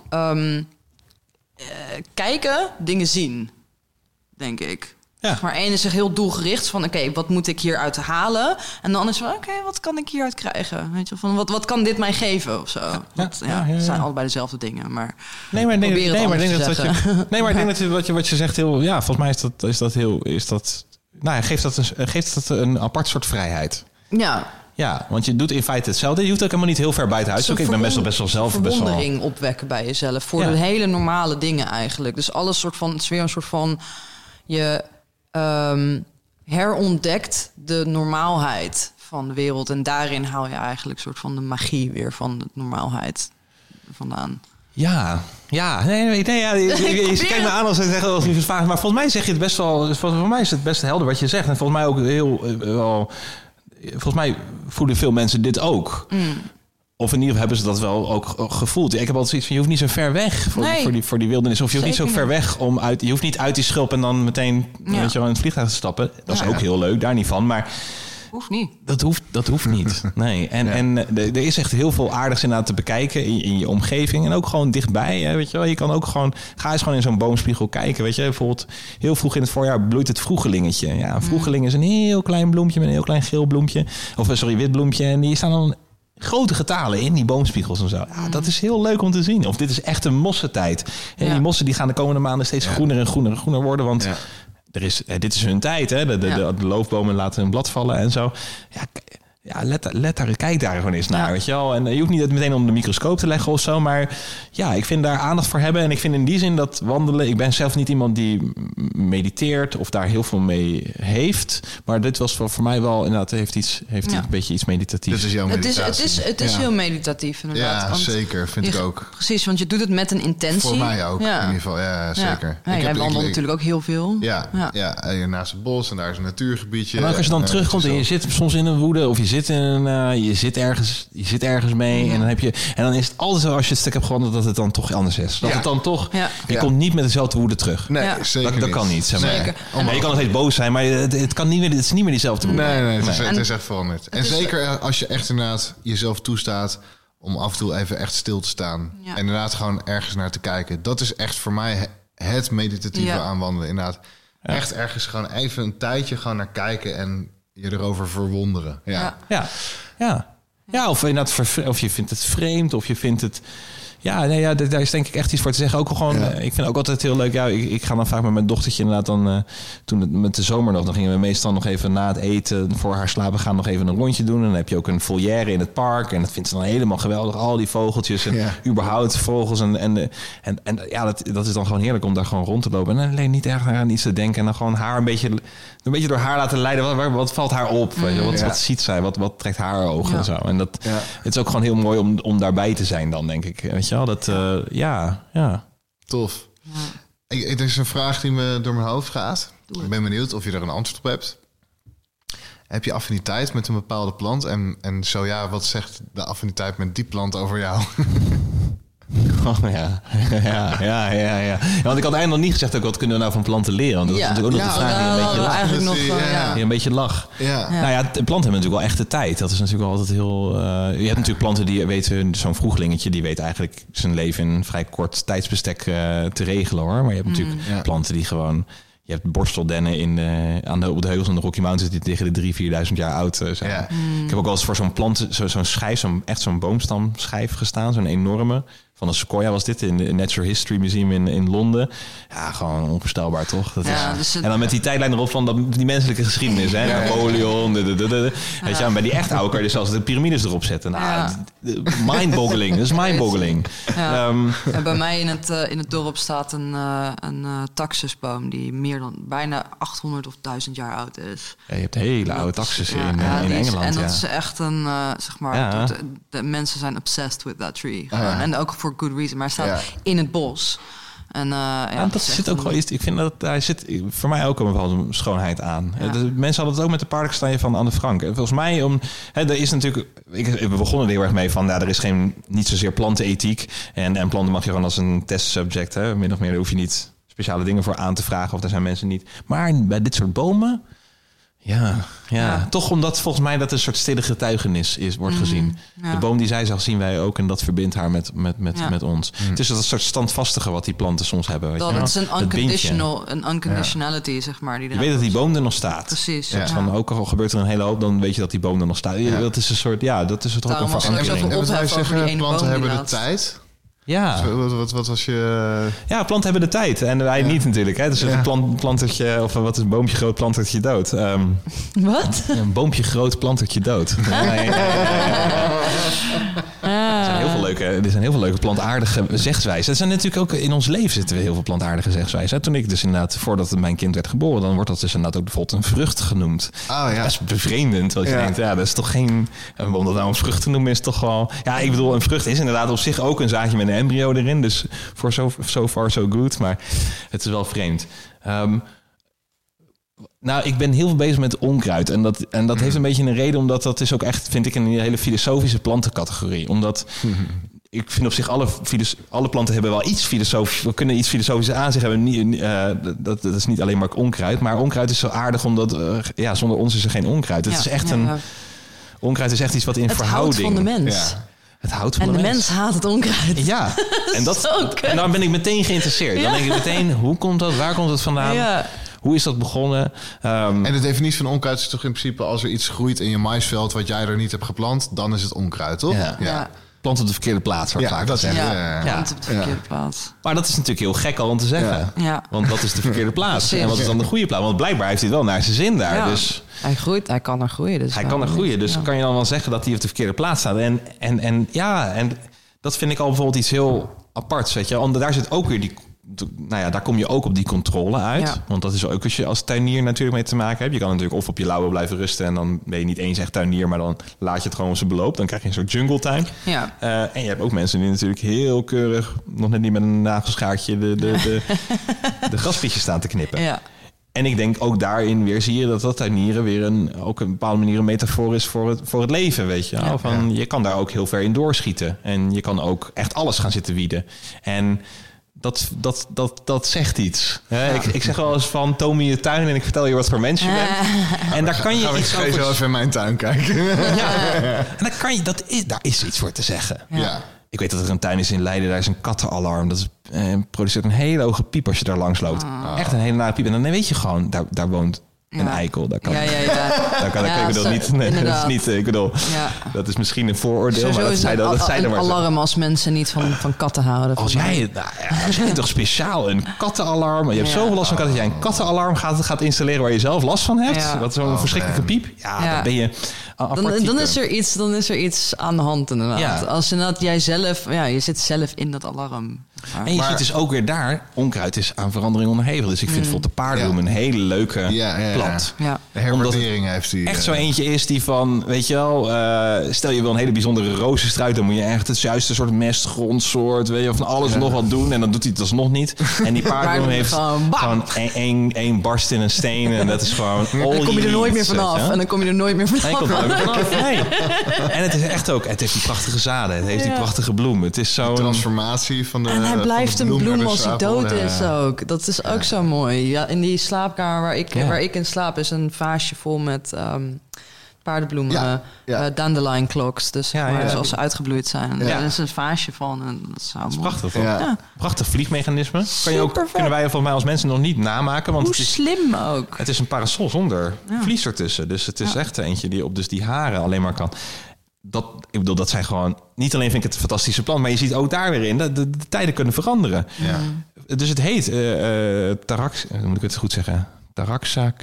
kijken, dingen zien. Denk ik. Ja. Zeg maar één is zich heel doelgericht van oké, wat moet ik hieruit halen? En dan is van oké, wat kan ik hieruit krijgen? Weet je, van wat kan dit mij geven of zo? Het zijn allebei dezelfde dingen, maar ik denk dat wat je zegt heel, ja, volgens mij geeft dat een apart soort vrijheid. Ja. Ja, want je doet in feite hetzelfde. Je hoeft ook helemaal niet heel ver buiten huis. Ik ben best wel zelf verwondering opwekken bij jezelf voor de hele normale dingen eigenlijk. Dus alles soort van, het is weer een soort van je herontdekt de normaalheid van de wereld en daarin haal je eigenlijk soort van de magie weer van de normaalheid vandaan. Ja. Je kijkt me aan als je zegt als je het vraagt, maar volgens mij zeg je het best wel. Volgens mij is het best helder wat je zegt en volgens mij ook heel wel. Volgens mij voelen veel mensen dit ook. Of in ieder geval hebben ze dat wel ook gevoeld. Ik heb altijd zoiets van, je hoeft niet zo ver weg voor die wildernis. Of je hoeft niet zo ver weg je hoeft niet uit die schulp en dan meteen in het vliegtuig te stappen. Dat is ook heel leuk, daar niet van. Maar hoeft niet. Dat hoeft niet. Nee. En er is echt heel veel aardigs inderdaad te bekijken in je omgeving. En ook gewoon dichtbij. Hè, weet je wel. Je kan ook gewoon, ga eens gewoon in zo'n boomspiegel kijken. Weet je, bijvoorbeeld heel vroeg in het voorjaar bloeit het vroegelingetje. Ja, een vroegeling is een heel klein bloempje met een heel klein geel bloempje. Wit bloempje. En die staan dan grote getalen in die boomspiegels en zo. Ja, dat is heel leuk om te zien. Of dit is echt een mossentijd. En die mossen die gaan de komende maanden steeds groener en groener en groener worden. Want dit is hun tijd. Hè? De loofbomen laten hun blad vallen en zo. Kijk daar gewoon eens naar. Weet je wel? En je hoeft niet het meteen onder de microscoop te leggen of zo. Maar ja, ik vind daar aandacht voor hebben. En ik vind in die zin dat wandelen. Ik ben zelf niet iemand die mediteert of daar heel veel mee heeft. Maar dit was voor mij wel inderdaad heeft een beetje iets meditatiefs. Dit is jouw meditatie. Het is heel meditatief inderdaad. Ja, zeker. Vind ik ook. Precies, want je doet het met een intentie. Voor mij ook, in ieder geval. Ja, zeker. Jij wandelt natuurlijk ook heel veel. Ja, naast het bos en daar is een natuurgebiedje. En als je dan terugkomt en je zit soms in een woede of je zit je zit ergens mee en dan is het altijd zo als je het stuk hebt gewandeld dat het dan toch anders is. Dat het dan toch je komt niet met dezelfde woede terug. Nee, zeker dat kan niet. Zeg maar. Zeker. Je kan nog steeds boos zijn, maar het kan niet meer. Het is niet meer diezelfde woede. Nee, het is echt veranderd. En zeker als je echt inderdaad jezelf toestaat om af en toe even echt stil te staan en inderdaad gewoon ergens naar te kijken. Dat is echt voor mij het meditatieve aan wandelen. Inderdaad, echt ergens gewoon even een tijdje gewoon naar kijken en je erover verwonderen. Ja, of je vindt het vreemd, of je vindt het. Ja, daar is denk ik echt iets voor te zeggen. Ook gewoon, ik vind ook altijd heel leuk. Ja, ik ga dan vaak met mijn dochtertje inderdaad dan toen het met de zomer nog, dan gingen we meestal nog even na het eten voor haar slapen gaan nog even een rondje doen. En dan heb je ook een volière in het park en dat vindt ze dan helemaal geweldig. Al die vogeltjes en überhaupt vogels en dat is dan gewoon heerlijk om daar gewoon rond te lopen en alleen niet erg aan iets te denken en dan gewoon haar een beetje door haar laten leiden. Wat valt haar op? Wat ziet zij? Wat trekt haar ogen en zo? En dat het is ook gewoon heel mooi om daarbij te zijn dan, denk ik. Weet je wel? Dat, Tof. Er is een vraag die me door mijn hoofd gaat. Ik ben benieuwd of je er een antwoord op hebt. Heb je affiniteit met een bepaalde plant? En zo ja, wat zegt de affiniteit met die plant over jou? Oh ja. Want ik had eigenlijk nog niet gezegd ook wat kunnen we nou van planten leren. Want dat is natuurlijk ook nog de vraag die een beetje lag. Ja. Nou ja, planten hebben natuurlijk wel echte tijd. Dat is natuurlijk wel altijd heel. Je hebt natuurlijk planten die weten, zo'n vroeglingetje, die weet eigenlijk zijn leven in een vrij kort tijdsbestek te regelen hoor. Maar je hebt natuurlijk planten die gewoon. Je hebt borsteldennen op de heuvels van de Rocky Mountains die tegen de 3.000-4.000 jaar oud zijn. Ja. Ik heb ook wel eens voor zo'n plant, zo'n schijf, zo'n boomstamschijf gestaan, zo'n enorme. Van een sequoia was dit in het Natural History Museum in Londen. Ja, gewoon onvoorstelbaar toch? Dat is, en dan met die tijdlijn erop van die menselijke geschiedenis. Hè? Napoleon. Weet je, bij die echt oude kan je dus zelfs de piramides erop zetten. Nou, mindboggling. Dat is mindboggling. Bij mij in het dorp staat een taxusboom die meer dan bijna 800 of 1000 jaar oud is. Ja, je hebt hele oude taxus in Engeland. En dat is echt een, zeg maar, de mensen zijn obsessed with that tree. En ook voor good reason. Maar hij staat in het bos. En dat zit ook wel iets. Ik vind dat daar zit voor mij ook wel een schoonheid aan. Ja. Mensen hadden het ook met de paardenkastanje van Anne Frank. En volgens mij er is natuurlijk. We begonnen er heel erg mee van. Er is niet zozeer plantenethiek. En planten mag je gewoon als een testsubject. Min of meer, daar hoef je niet speciale dingen voor aan te vragen. Of daar zijn mensen niet. Maar bij dit soort bomen. Ja, toch omdat volgens mij dat een soort stille getuigenis wordt gezien. Ja. De boom die zij zag zien wij ook en dat verbindt haar met ons. Het is dat een soort standvastige wat die planten soms hebben. Weet je? Het is een unconditionality, zeg maar. Die je weet dat die boom er nog staat. Precies. Ja. Van, ook al gebeurt er een hele hoop, dan weet je dat die boom er nog staat. Ja. Dat is een soort, dat is het ook een verankering. En wat zou je zeggen, planten hebben de tijd... Ja. Wat was je... Ja, planten hebben de tijd. En wij niet natuurlijk. Hè. Dus een plantertje, of wat is een boompje groot plantertje dood. Wat? Een boompje groot plantertje dood. Er zijn heel veel leuke plantaardige zegswijzen. Er zijn natuurlijk ook in ons leven zitten we heel veel plantaardige zegswijzen. Toen ik dus inderdaad, voordat mijn kind werd geboren, dan wordt dat dus inderdaad ook bijvoorbeeld een vrucht genoemd. Oh, ja. Dat is bevreemdend. Want je denkt, dat is toch geen... Om dat nou een vrucht te noemen is toch wel... Ja, ik bedoel, een vrucht is inderdaad op zich ook een zaadje met een embryo erin. Dus voor so far so good. Maar het is wel vreemd. Nou, ik ben heel veel bezig met onkruid. En dat heeft een beetje een reden, omdat dat is ook echt, vind ik, een hele filosofische plantencategorie. Omdat ik vind op zich alle planten hebben wel iets filosofisch. We kunnen iets filosofisch aan zich hebben. Dat is niet alleen maar onkruid. Maar onkruid is zo aardig, omdat zonder ons is er geen onkruid. Het is echt onkruid is echt iets wat in verhouding... Het houdt van de mens. Ja. Het houdt van de mens haat het onkruid. Ja, en dan ben ik meteen geïnteresseerd. Dan denk ik meteen, hoe komt dat? Waar komt het vandaan? Ja. Hoe is dat begonnen? En de definitie van onkruid is toch in principe... als er iets groeit in je maisveld wat jij er niet hebt geplant... dan is het onkruid, toch? Ja. Plant op de verkeerde plaats, zou ik vaak zeggen. Plant op de verkeerde plaats. Maar dat is natuurlijk heel gek al om te zeggen. Ja. Want wat is de verkeerde plaats? En wat is dan de goede plaats? Want blijkbaar heeft hij het wel naar zijn zin daar. Ja. Dus hij kan er groeien. Dus kan je dan wel zeggen dat hij op de verkeerde plaats staat. En dat vind ik al bijvoorbeeld iets heel aparts. Weet je? Want daar zit ook weer daar kom je ook op die controle uit. Ja. Want dat is ook als je als tuinier natuurlijk mee te maken hebt. Je kan natuurlijk of op je lauwe blijven rusten... en dan ben je niet eens echt tuinier... maar dan laat je het gewoon op zijn beloop. Dan krijg je een soort jungletuin. Ja. En je hebt ook mensen die natuurlijk heel keurig... nog net niet met een nagelschaartje de graspietjes staan te knippen. Ja. En ik denk ook daarin weer zie je dat tuinieren weer ook een bepaalde manier een metafoor is voor het leven, weet je. Ja. Je kan daar ook heel ver in doorschieten. En je kan ook echt alles gaan zitten wieden. En dat zegt iets. Ja. Ik zeg wel eens van, toon me je tuin en ik vertel je wat voor mens je bent. En daar kan je iets over... Ga je zo even in mijn tuin kijken. En dan kan je, daar is iets voor te zeggen. Ja. Ik weet dat er een tuin is in Leiden, daar is een kattenalarm. Dat produceert een hele hoge piep als je daar langs loopt. Echt een hele nare piep. En dan weet je gewoon, daar woont een eikel. Daar kan ik bedoel niet. Nee, dat is niet. Ik bedoel, dat is misschien een vooroordeel. Sowieso maar dat zijn een alarm als mensen niet van katten houden. Als jij toch speciaal een kattenalarm. Je hebt zoveel last van katten. Dat jij een kattenalarm gaat installeren waar je zelf last van hebt. Ja. Wat zo'n verschrikkelijke piep. Dan ben je. Dan is er iets aan de hand inderdaad. Ja. Als inderdaad jij zelf, je zit zelf in dat alarm. En je ziet dus ook weer daar, onkruid is aan verandering onderhevig. Dus ik vind bijvoorbeeld de paardenbloem een hele leuke plant. Ja. De herwaardering heeft hij. Echt zo eentje is die van, weet je wel, stel je wil een hele bijzondere rozenstruik, dan moet je echt het juiste soort mestgrondsoort, weet je, van alles nog wat doen. En dan doet hij het alsnog niet. En die paardenbloem heeft gewoon één barst in een steen. En dat is gewoon en dan kom je er nooit meer vanaf. En dan kom je er nooit meer vanaf. Nee. En het is echt ook, het heeft die prachtige zaden, het heeft die prachtige bloem. Het is zo'n transformatie van de. En hij blijft een bloem als hij dood is ook. Dat is ook zo mooi. Ja, in die slaapkamer waar ik in slaap is een vaasje vol met paardenbloemen, dandelion clocks. Dus zoals ze uitgebloeid zijn. Ja. Er is een vaasje van. En dat is prachtig. Prachtig vliegmechanisme. Kunnen wij volgens mij als mensen nog niet namaken. Want hoe slim ook. Het is een parasol zonder vlies ertussen. Dus het is echt eentje die op die haren alleen maar kan. Ik bedoel, dat zijn gewoon... Niet alleen vind ik het een fantastische plant, maar je ziet ook daar weer in dat de tijden kunnen veranderen. Ja. Dus het heet moet ik het goed zeggen? Taraxacum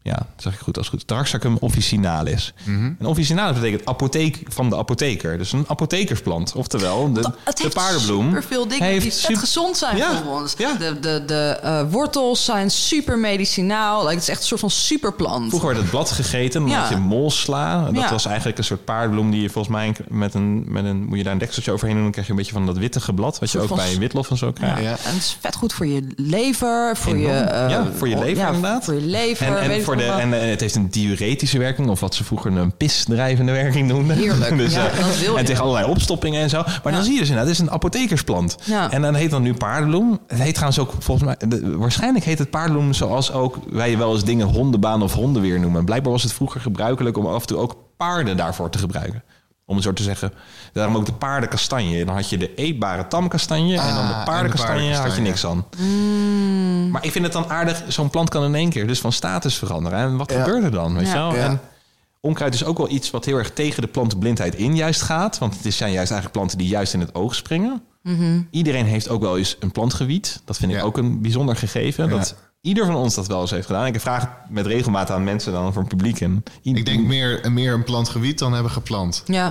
Ja, dat zeg ik goed als goed. Taraxacum officinalis. Een officinalis betekent apotheek van de apotheker. Dus een apothekersplant. Oftewel, de paardenbloem. Super veel dingen die vet gezond zijn voor ons. Ja. De wortels zijn super medicinaal. Het is echt een soort van superplant. Vroeger werd het blad gegeten. Dan had je molsla. Dat was eigenlijk een soort paardenbloem die je volgens mij moet je daar een dekseltje overheen doen. Dan krijg je een beetje van dat wittige blad. Wat je ook bij witlof en zo krijgt. Ja. En het is vet goed voor je lever. Voor je lever inderdaad. Voor je lever. En het heeft een diuretische werking, of wat ze vroeger een pisdrijvende werking noemden. Heerlijk. Dus, dat wil je. En tegen allerlei opstoppingen en zo. Maar dan zie je dus inderdaad, het is een apothekersplant. Ja. En dan heet dan nu paardenbloem. Het heet trouwens ook, volgens mij, waarschijnlijk heet het paardenbloem zoals ook wij wel eens dingen hondenbaan of hondenweer noemen. Blijkbaar was het vroeger gebruikelijk om af en toe ook paarden daarvoor te gebruiken. Om het zo te zeggen, daarom ook de paardenkastanje. Dan had je de eetbare tamkastanje en dan de paardenkastanje had je niks aan. Maar ik vind het dan aardig, zo'n plant kan in één keer dus van status veranderen. En wat gebeurt er dan? Weet je wel? En onkruid is ook wel iets wat heel erg tegen de plantenblindheid in juist gaat. Want het zijn juist eigenlijk planten die juist in het oog springen. Iedereen heeft ook wel eens een plantgebied. Dat vind ik ook een bijzonder gegeven. Dat ieder van ons dat wel eens heeft gedaan. Ik vraag het met regelmaat aan mensen dan voor het publiek. Ik denk meer een plantgebied dan hebben geplant. Ja.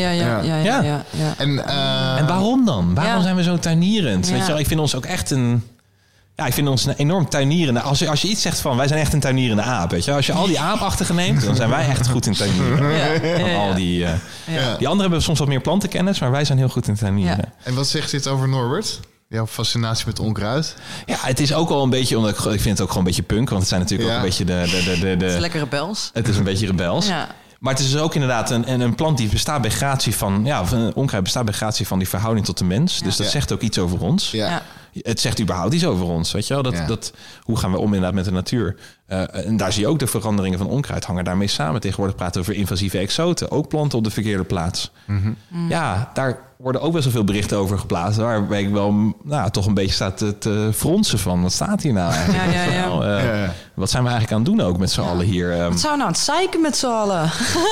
En waarom dan? Waarom zijn we zo tuinierend? Weet je wel, ik vind ons ook echt een enorm tuinierende. Als je iets zegt van wij zijn echt een tuinierende aap, weet je. Als je al die aapachtige neemt, dan zijn wij echt goed in tuinieren. Al die anderen hebben soms wat meer plantenkennis, maar wij zijn heel goed in tuinieren. Ja. En wat zegt dit over Norbert? Jouw fascinatie met onkruid? Ja, het is ook wel een beetje, omdat ik vind het ook gewoon een beetje punk, want het zijn natuurlijk ook een beetje Het is lekker rebels. Het is een beetje rebels. Ja. Maar het is dus ook inderdaad een plant die bestaat bij gratie van... onkruid bestaat bij gratie van die verhouding tot de mens. Dus dat zegt ook iets over ons. Ja. Het zegt überhaupt iets over ons, weet je wel? Hoe gaan we om inderdaad met de natuur? En daar zie je ook de veranderingen van onkruid hangen daarmee samen. Tegenwoordig praten we over invasieve exoten. Ook planten op de verkeerde plaats. Ja, daar worden ook best wel veel berichten over geplaatst. Waarbij ik wel toch een beetje sta te fronsen van. Wat staat hier nou eigenlijk? Wat zijn we eigenlijk aan het doen ook met z'n allen hier? Wat zou nou aan het zeiken met z'n allen?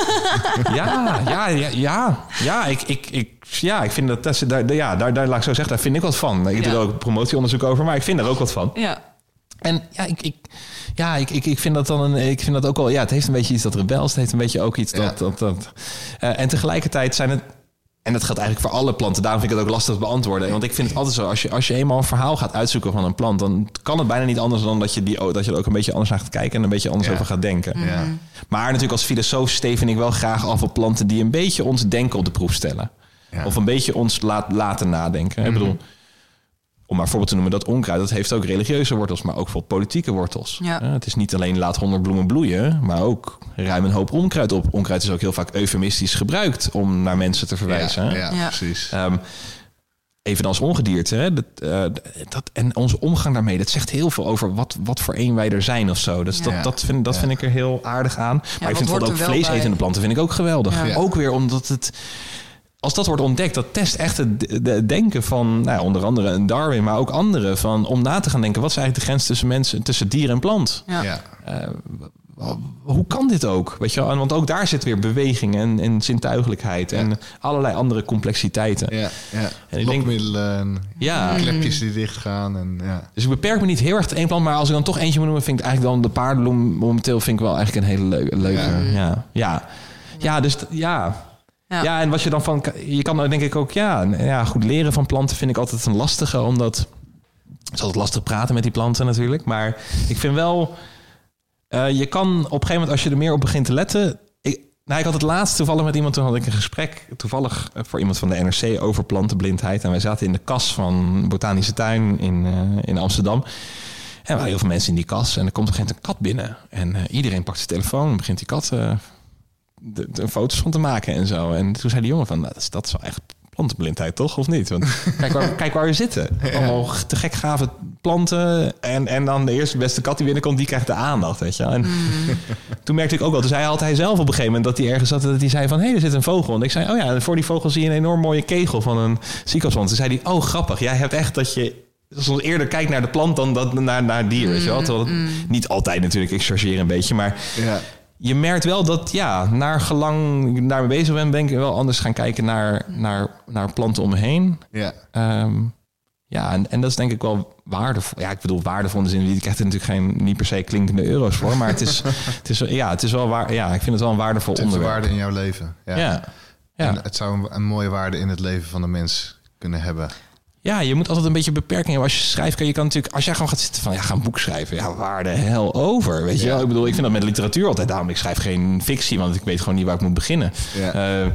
Ik vind dat daar laat ik zo zeggen, daar vind ik wat van. Ik doe er ook promotieonderzoek over, maar ik vind daar ook wat van. Ja. En ik vind dat dan ik vind dat ook wel. Ja, het heeft een beetje iets dat rebels. Het heeft een beetje ook iets dat. En tegelijkertijd zijn het. En dat geldt eigenlijk voor alle planten. Daarom vind ik het ook lastig te beantwoorden. Want ik vind het altijd zo. Als je eenmaal een verhaal gaat uitzoeken van een plant, dan kan het bijna niet anders dan dat je er ook een beetje anders naar gaat kijken en een beetje anders over gaat denken. Ja. Maar natuurlijk als filosoof steven ik wel graag af op planten die een beetje ons denken op de proef stellen. Ja. Of een beetje ons laten nadenken. Ik bedoel, om maar een voorbeeld te noemen, dat onkruid, dat heeft ook religieuze wortels, maar ook veel politieke wortels. Ja. Het is niet alleen laat 100 bloemen bloeien, maar ook ruim een hoop onkruid op. Onkruid is ook heel vaak eufemistisch gebruikt om naar mensen te verwijzen. Ja, precies. Evenals ongedierte. Hè? En onze omgang daarmee, dat zegt heel veel over wat voor een wij er zijn of zo. Dus dat vind ik er heel aardig aan. Maar ik vind bijvoorbeeld ook vleesetende planten vind ik ook geweldig. Ja. Ook weer omdat het... Als dat wordt ontdekt, dat test echt het denken van onder andere een Darwin, maar ook anderen, van om na te gaan denken, wat is eigenlijk de grens tussen dier en plant? Ja. Hoe kan dit ook? Weet je wel? Want ook daar zit weer beweging en zintuigelijkheid en allerlei andere complexiteiten. Ja. En lokmiddelen, klepjes die dichtgaan. Dus ik beperk me niet heel erg tot één plant, maar als ik dan toch eentje moet noemen, vind ik eigenlijk dan de paardenbloem momenteel vind ik wel eigenlijk een hele leuke. Ja, en wat je dan van... Je kan denk ik ook... goed leren van planten vind ik altijd een lastige. Omdat... Het is altijd lastig praten met die planten natuurlijk. Maar ik vind wel... je kan op een gegeven moment, als je er meer op begint te letten... Ik had het laatst toevallig met iemand... Toen had ik een gesprek toevallig voor iemand van de NRC... over plantenblindheid. En wij zaten in de kas van Botanische Tuin in Amsterdam. En er waren heel veel mensen in die kas. En er komt op een gegeven moment een kat binnen. En iedereen pakt zijn telefoon en begint die kat... de foto's van te maken en zo. En toen zei die jongen van, dat is wel echt plantenblindheid, toch? Of niet? Want kijk waar we zitten. Allemaal te gek gave planten. En dan de eerste beste kat die binnenkomt, die krijgt de aandacht, weet je. En toen merkte ik ook wel. Dus had hij zelf op een gegeven moment dat hij ergens zat, dat hij zei van, er zit een vogel. En ik zei, voor die vogel zie je een enorm mooie kegel van een ziekenhuiswand. Toen zei hij, grappig. Jij hebt echt dat je soms eerder kijkt naar de plant dan naar het dier, weet je wel. Terwijl niet altijd natuurlijk, ik chargeer een beetje, maar... Ja. Je merkt wel dat, naar gelang ik daarmee bezig ben ik wel anders gaan kijken naar planten om me heen. Ja. Ja, en dat is denk ik wel waardevol. Ja, ik bedoel waardevol in de zin, je krijgt er natuurlijk niet per se klinkende euro's voor. Maar het is wel waar. Ja, ik vind het wel een waardevol onderwerp. Het heeft waarde in jouw leven. Ja. En het zou een mooie waarde in het leven van de mens kunnen hebben. Ja, je moet altijd een beetje beperking hebben. Als je schrijft, je kan natuurlijk... Als jij gewoon gaat zitten van, ga een boek schrijven. Ja, waar de hel over, weet je wel? Ik bedoel, ik vind dat met literatuur altijd. Daarom, ik schrijf geen fictie, want ik weet gewoon niet waar ik moet beginnen. Ja.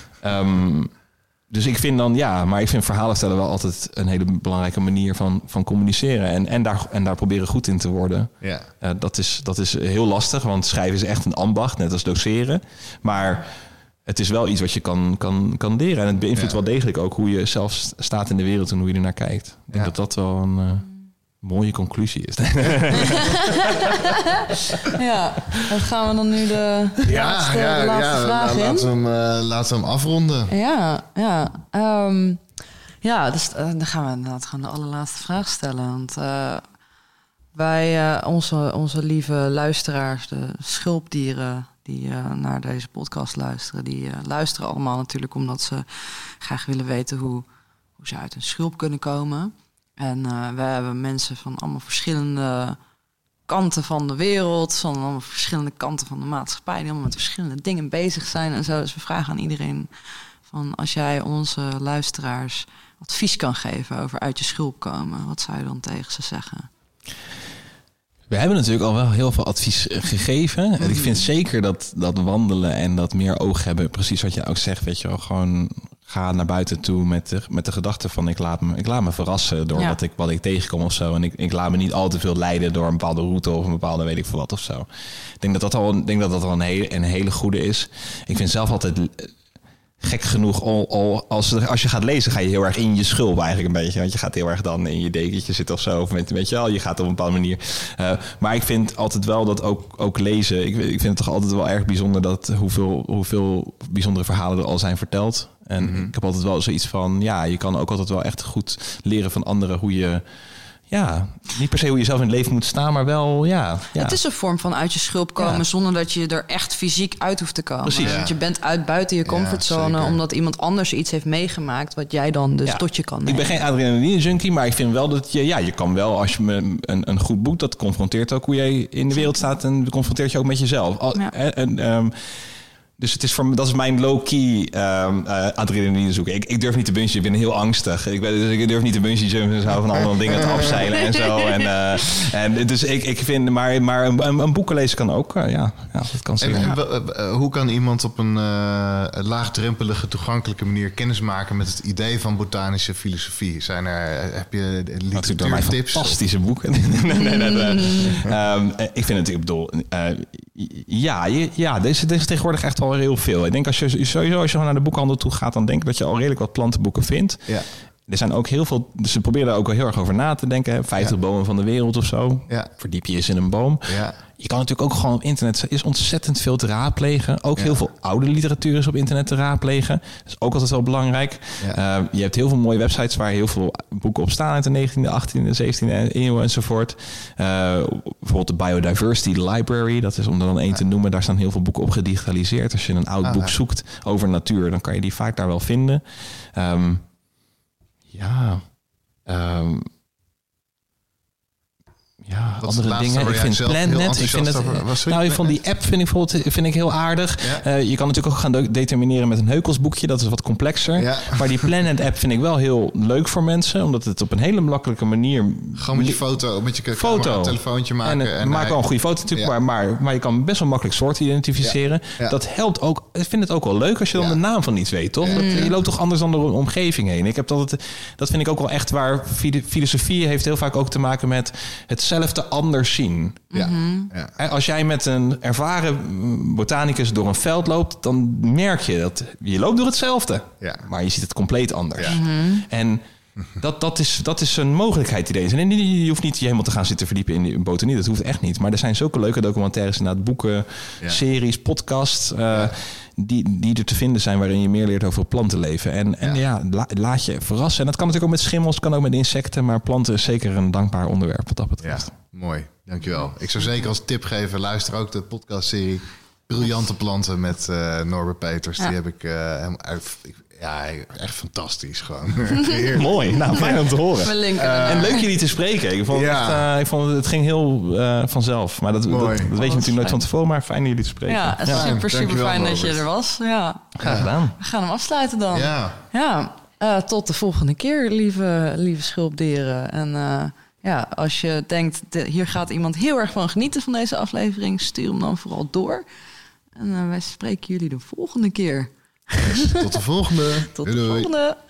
Dus ik vind dan, maar ik vind verhalen stellen wel altijd een hele belangrijke manier van communiceren. En daar proberen goed in te worden. Ja. Dat is heel lastig, want schrijven is echt een ambacht, net als doseren. Maar het is wel iets wat je kan leren. En het beïnvloedt wel degelijk ook hoe je zelf staat in de wereld en hoe je er naar kijkt. Ik denk dat wel een mooie conclusie is. Ja, dan gaan we dan nu de laatste vraag in. Laten we hem afronden. Dus dan gaan we inderdaad gewoon de allerlaatste vraag stellen. Want wij, onze lieve luisteraars, de schulpdieren die naar deze podcast luisteren, die luisteren allemaal natuurlijk omdat ze graag willen weten hoe ze uit een schulp kunnen komen. En we hebben mensen van allemaal verschillende kanten van de wereld, van allemaal verschillende kanten van de maatschappij, die allemaal met verschillende dingen bezig zijn en zo. Dus we vragen aan iedereen van, als jij onze luisteraars advies kan geven over uit je schulp komen, wat zou je dan tegen ze zeggen? We hebben natuurlijk al wel heel veel advies gegeven. En ik vind zeker dat wandelen en dat meer oog hebben, precies wat je ook zegt, weet je wel, gewoon ga naar buiten toe met de gedachte van ik laat me verrassen door wat ik tegenkom of zo. En ik laat me niet al te veel leiden door een bepaalde route of een bepaalde weet ik veel wat of zo. Ik denk dat dat al een hele goede is. Ik vind zelf altijd gek genoeg, als je gaat lezen, ga je heel erg in je schulp eigenlijk een beetje. Want je gaat heel erg dan in je dekentje zitten of zo. Of weet je wel, je gaat op een bepaalde manier. Maar ik vind altijd wel dat ook lezen. Ik vind het toch altijd wel erg bijzonder dat hoeveel bijzondere verhalen er al zijn verteld. En ik heb altijd wel zoiets van, je kan ook altijd wel echt goed leren van anderen hoe je... Ja, niet per se hoe je zelf in het leven moet staan, maar wel, Het is een vorm van uit je schulp komen zonder dat je er echt fysiek uit hoeft te komen. Precies. Want je bent buiten je comfortzone omdat iemand anders iets heeft meegemaakt wat jij dan dus tot je kan nemen. Ik ben geen adrenaline junkie, maar ik vind wel dat je kan wel, als je een goed boek, dat confronteert ook hoe jij in de wereld staat en confronteert je ook met jezelf. Dus dat is mijn low-key adrenaline zoeken. Ik durf niet te bungee, ik ben heel angstig. Ik durf niet te bungee jumpen en zo van allemaal dingen te afzeilen en zo. En dus ik vind, maar een boeken lezen kan ook, dat kan zeker. Hoe kan iemand op een laagdrempelige, toegankelijke manier kennis maken met het idee van botanische filosofie? Heb je literatuurtips? Fantastische boeken. Ik vind het, deze is tegenwoordig echt wel heel veel. Ik denk als je gewoon naar de boekhandel toe gaat, dan denk ik dat je al redelijk wat plantenboeken vindt. Ja. Er zijn ook heel veel, dus ze proberen daar ook wel heel erg over na te denken. 50 bomen van de wereld of zo. Ja. Verdiep je eens in een boom. Ja. Je kan natuurlijk ook gewoon op internet, er is ontzettend veel te raadplegen. Ook heel veel oude literatuur is op internet te raadplegen. Dat is ook altijd wel belangrijk. Ja. Je hebt heel veel mooie websites waar heel veel boeken op staan uit de 19e, 18e, 17e eeuw enzovoort. Bijvoorbeeld de Biodiversity Library, dat is om er dan één te noemen. Daar staan heel veel boeken op gedigitaliseerd. Als je een oud boek zoekt over natuur, dan kan je die vaak daar wel vinden. Andere dingen. Ik vind Planet. Ik vond die app vind ik heel aardig. Ja. Je kan natuurlijk ook gaan determineren met een heukelsboekje. Dat is wat complexer. Ja. Maar die Planet app vind ik wel heel leuk voor mensen, omdat het op een hele makkelijke manier. Gewoon met je foto, met je camera, een telefoontje maken. En maak wel een goede foto natuurlijk, maar je kan best wel makkelijk soorten identificeren. Ja. Ja. Dat helpt ook. Ik vind het ook wel leuk als je dan de naam van iets weet, toch? Je loopt toch anders dan door een omgeving heen. Dat vind ik ook wel echt waar. Filosofie heeft heel vaak ook te maken met hetzelfde anders zien. Ja. Ja. Als jij met een ervaren botanicus door een veld loopt, dan merk je dat je loopt door hetzelfde, maar je ziet het compleet anders. Ja. En dat is een mogelijkheid die deze. En je hoeft niet je helemaal te gaan zitten verdiepen in die botanie. Dat hoeft echt niet. Maar er zijn zulke leuke documentaires, inderdaad, boeken, series, podcasts, die er te vinden zijn waarin je meer leert over plantenleven. Laat je verrassen. En dat kan natuurlijk ook met schimmels, kan ook met insecten, maar planten is zeker een dankbaar onderwerp wat dat betreft. Ja, mooi. Dankjewel. Ik zou zeker als tip geven, luister ook de podcastserie Briljante Planten met Norbert Peters. Die heb ik Ja, echt fantastisch gewoon. Mooi, nou fijn om te horen. We linken En leuk jullie te spreken. Ik vond het ging heel vanzelf. Maar dat weet je natuurlijk nooit van tevoren, maar fijn jullie te spreken. Ja, het is super fijn dat je er was. Ja. Graag gedaan. We gaan hem afsluiten dan. Ja. Tot de volgende keer, lieve schulpdieren. En als je denkt, hier gaat iemand heel erg van genieten van deze aflevering, stuur hem dan vooral door. En wij spreken jullie de volgende keer. Tot de volgende. Tot de volgende.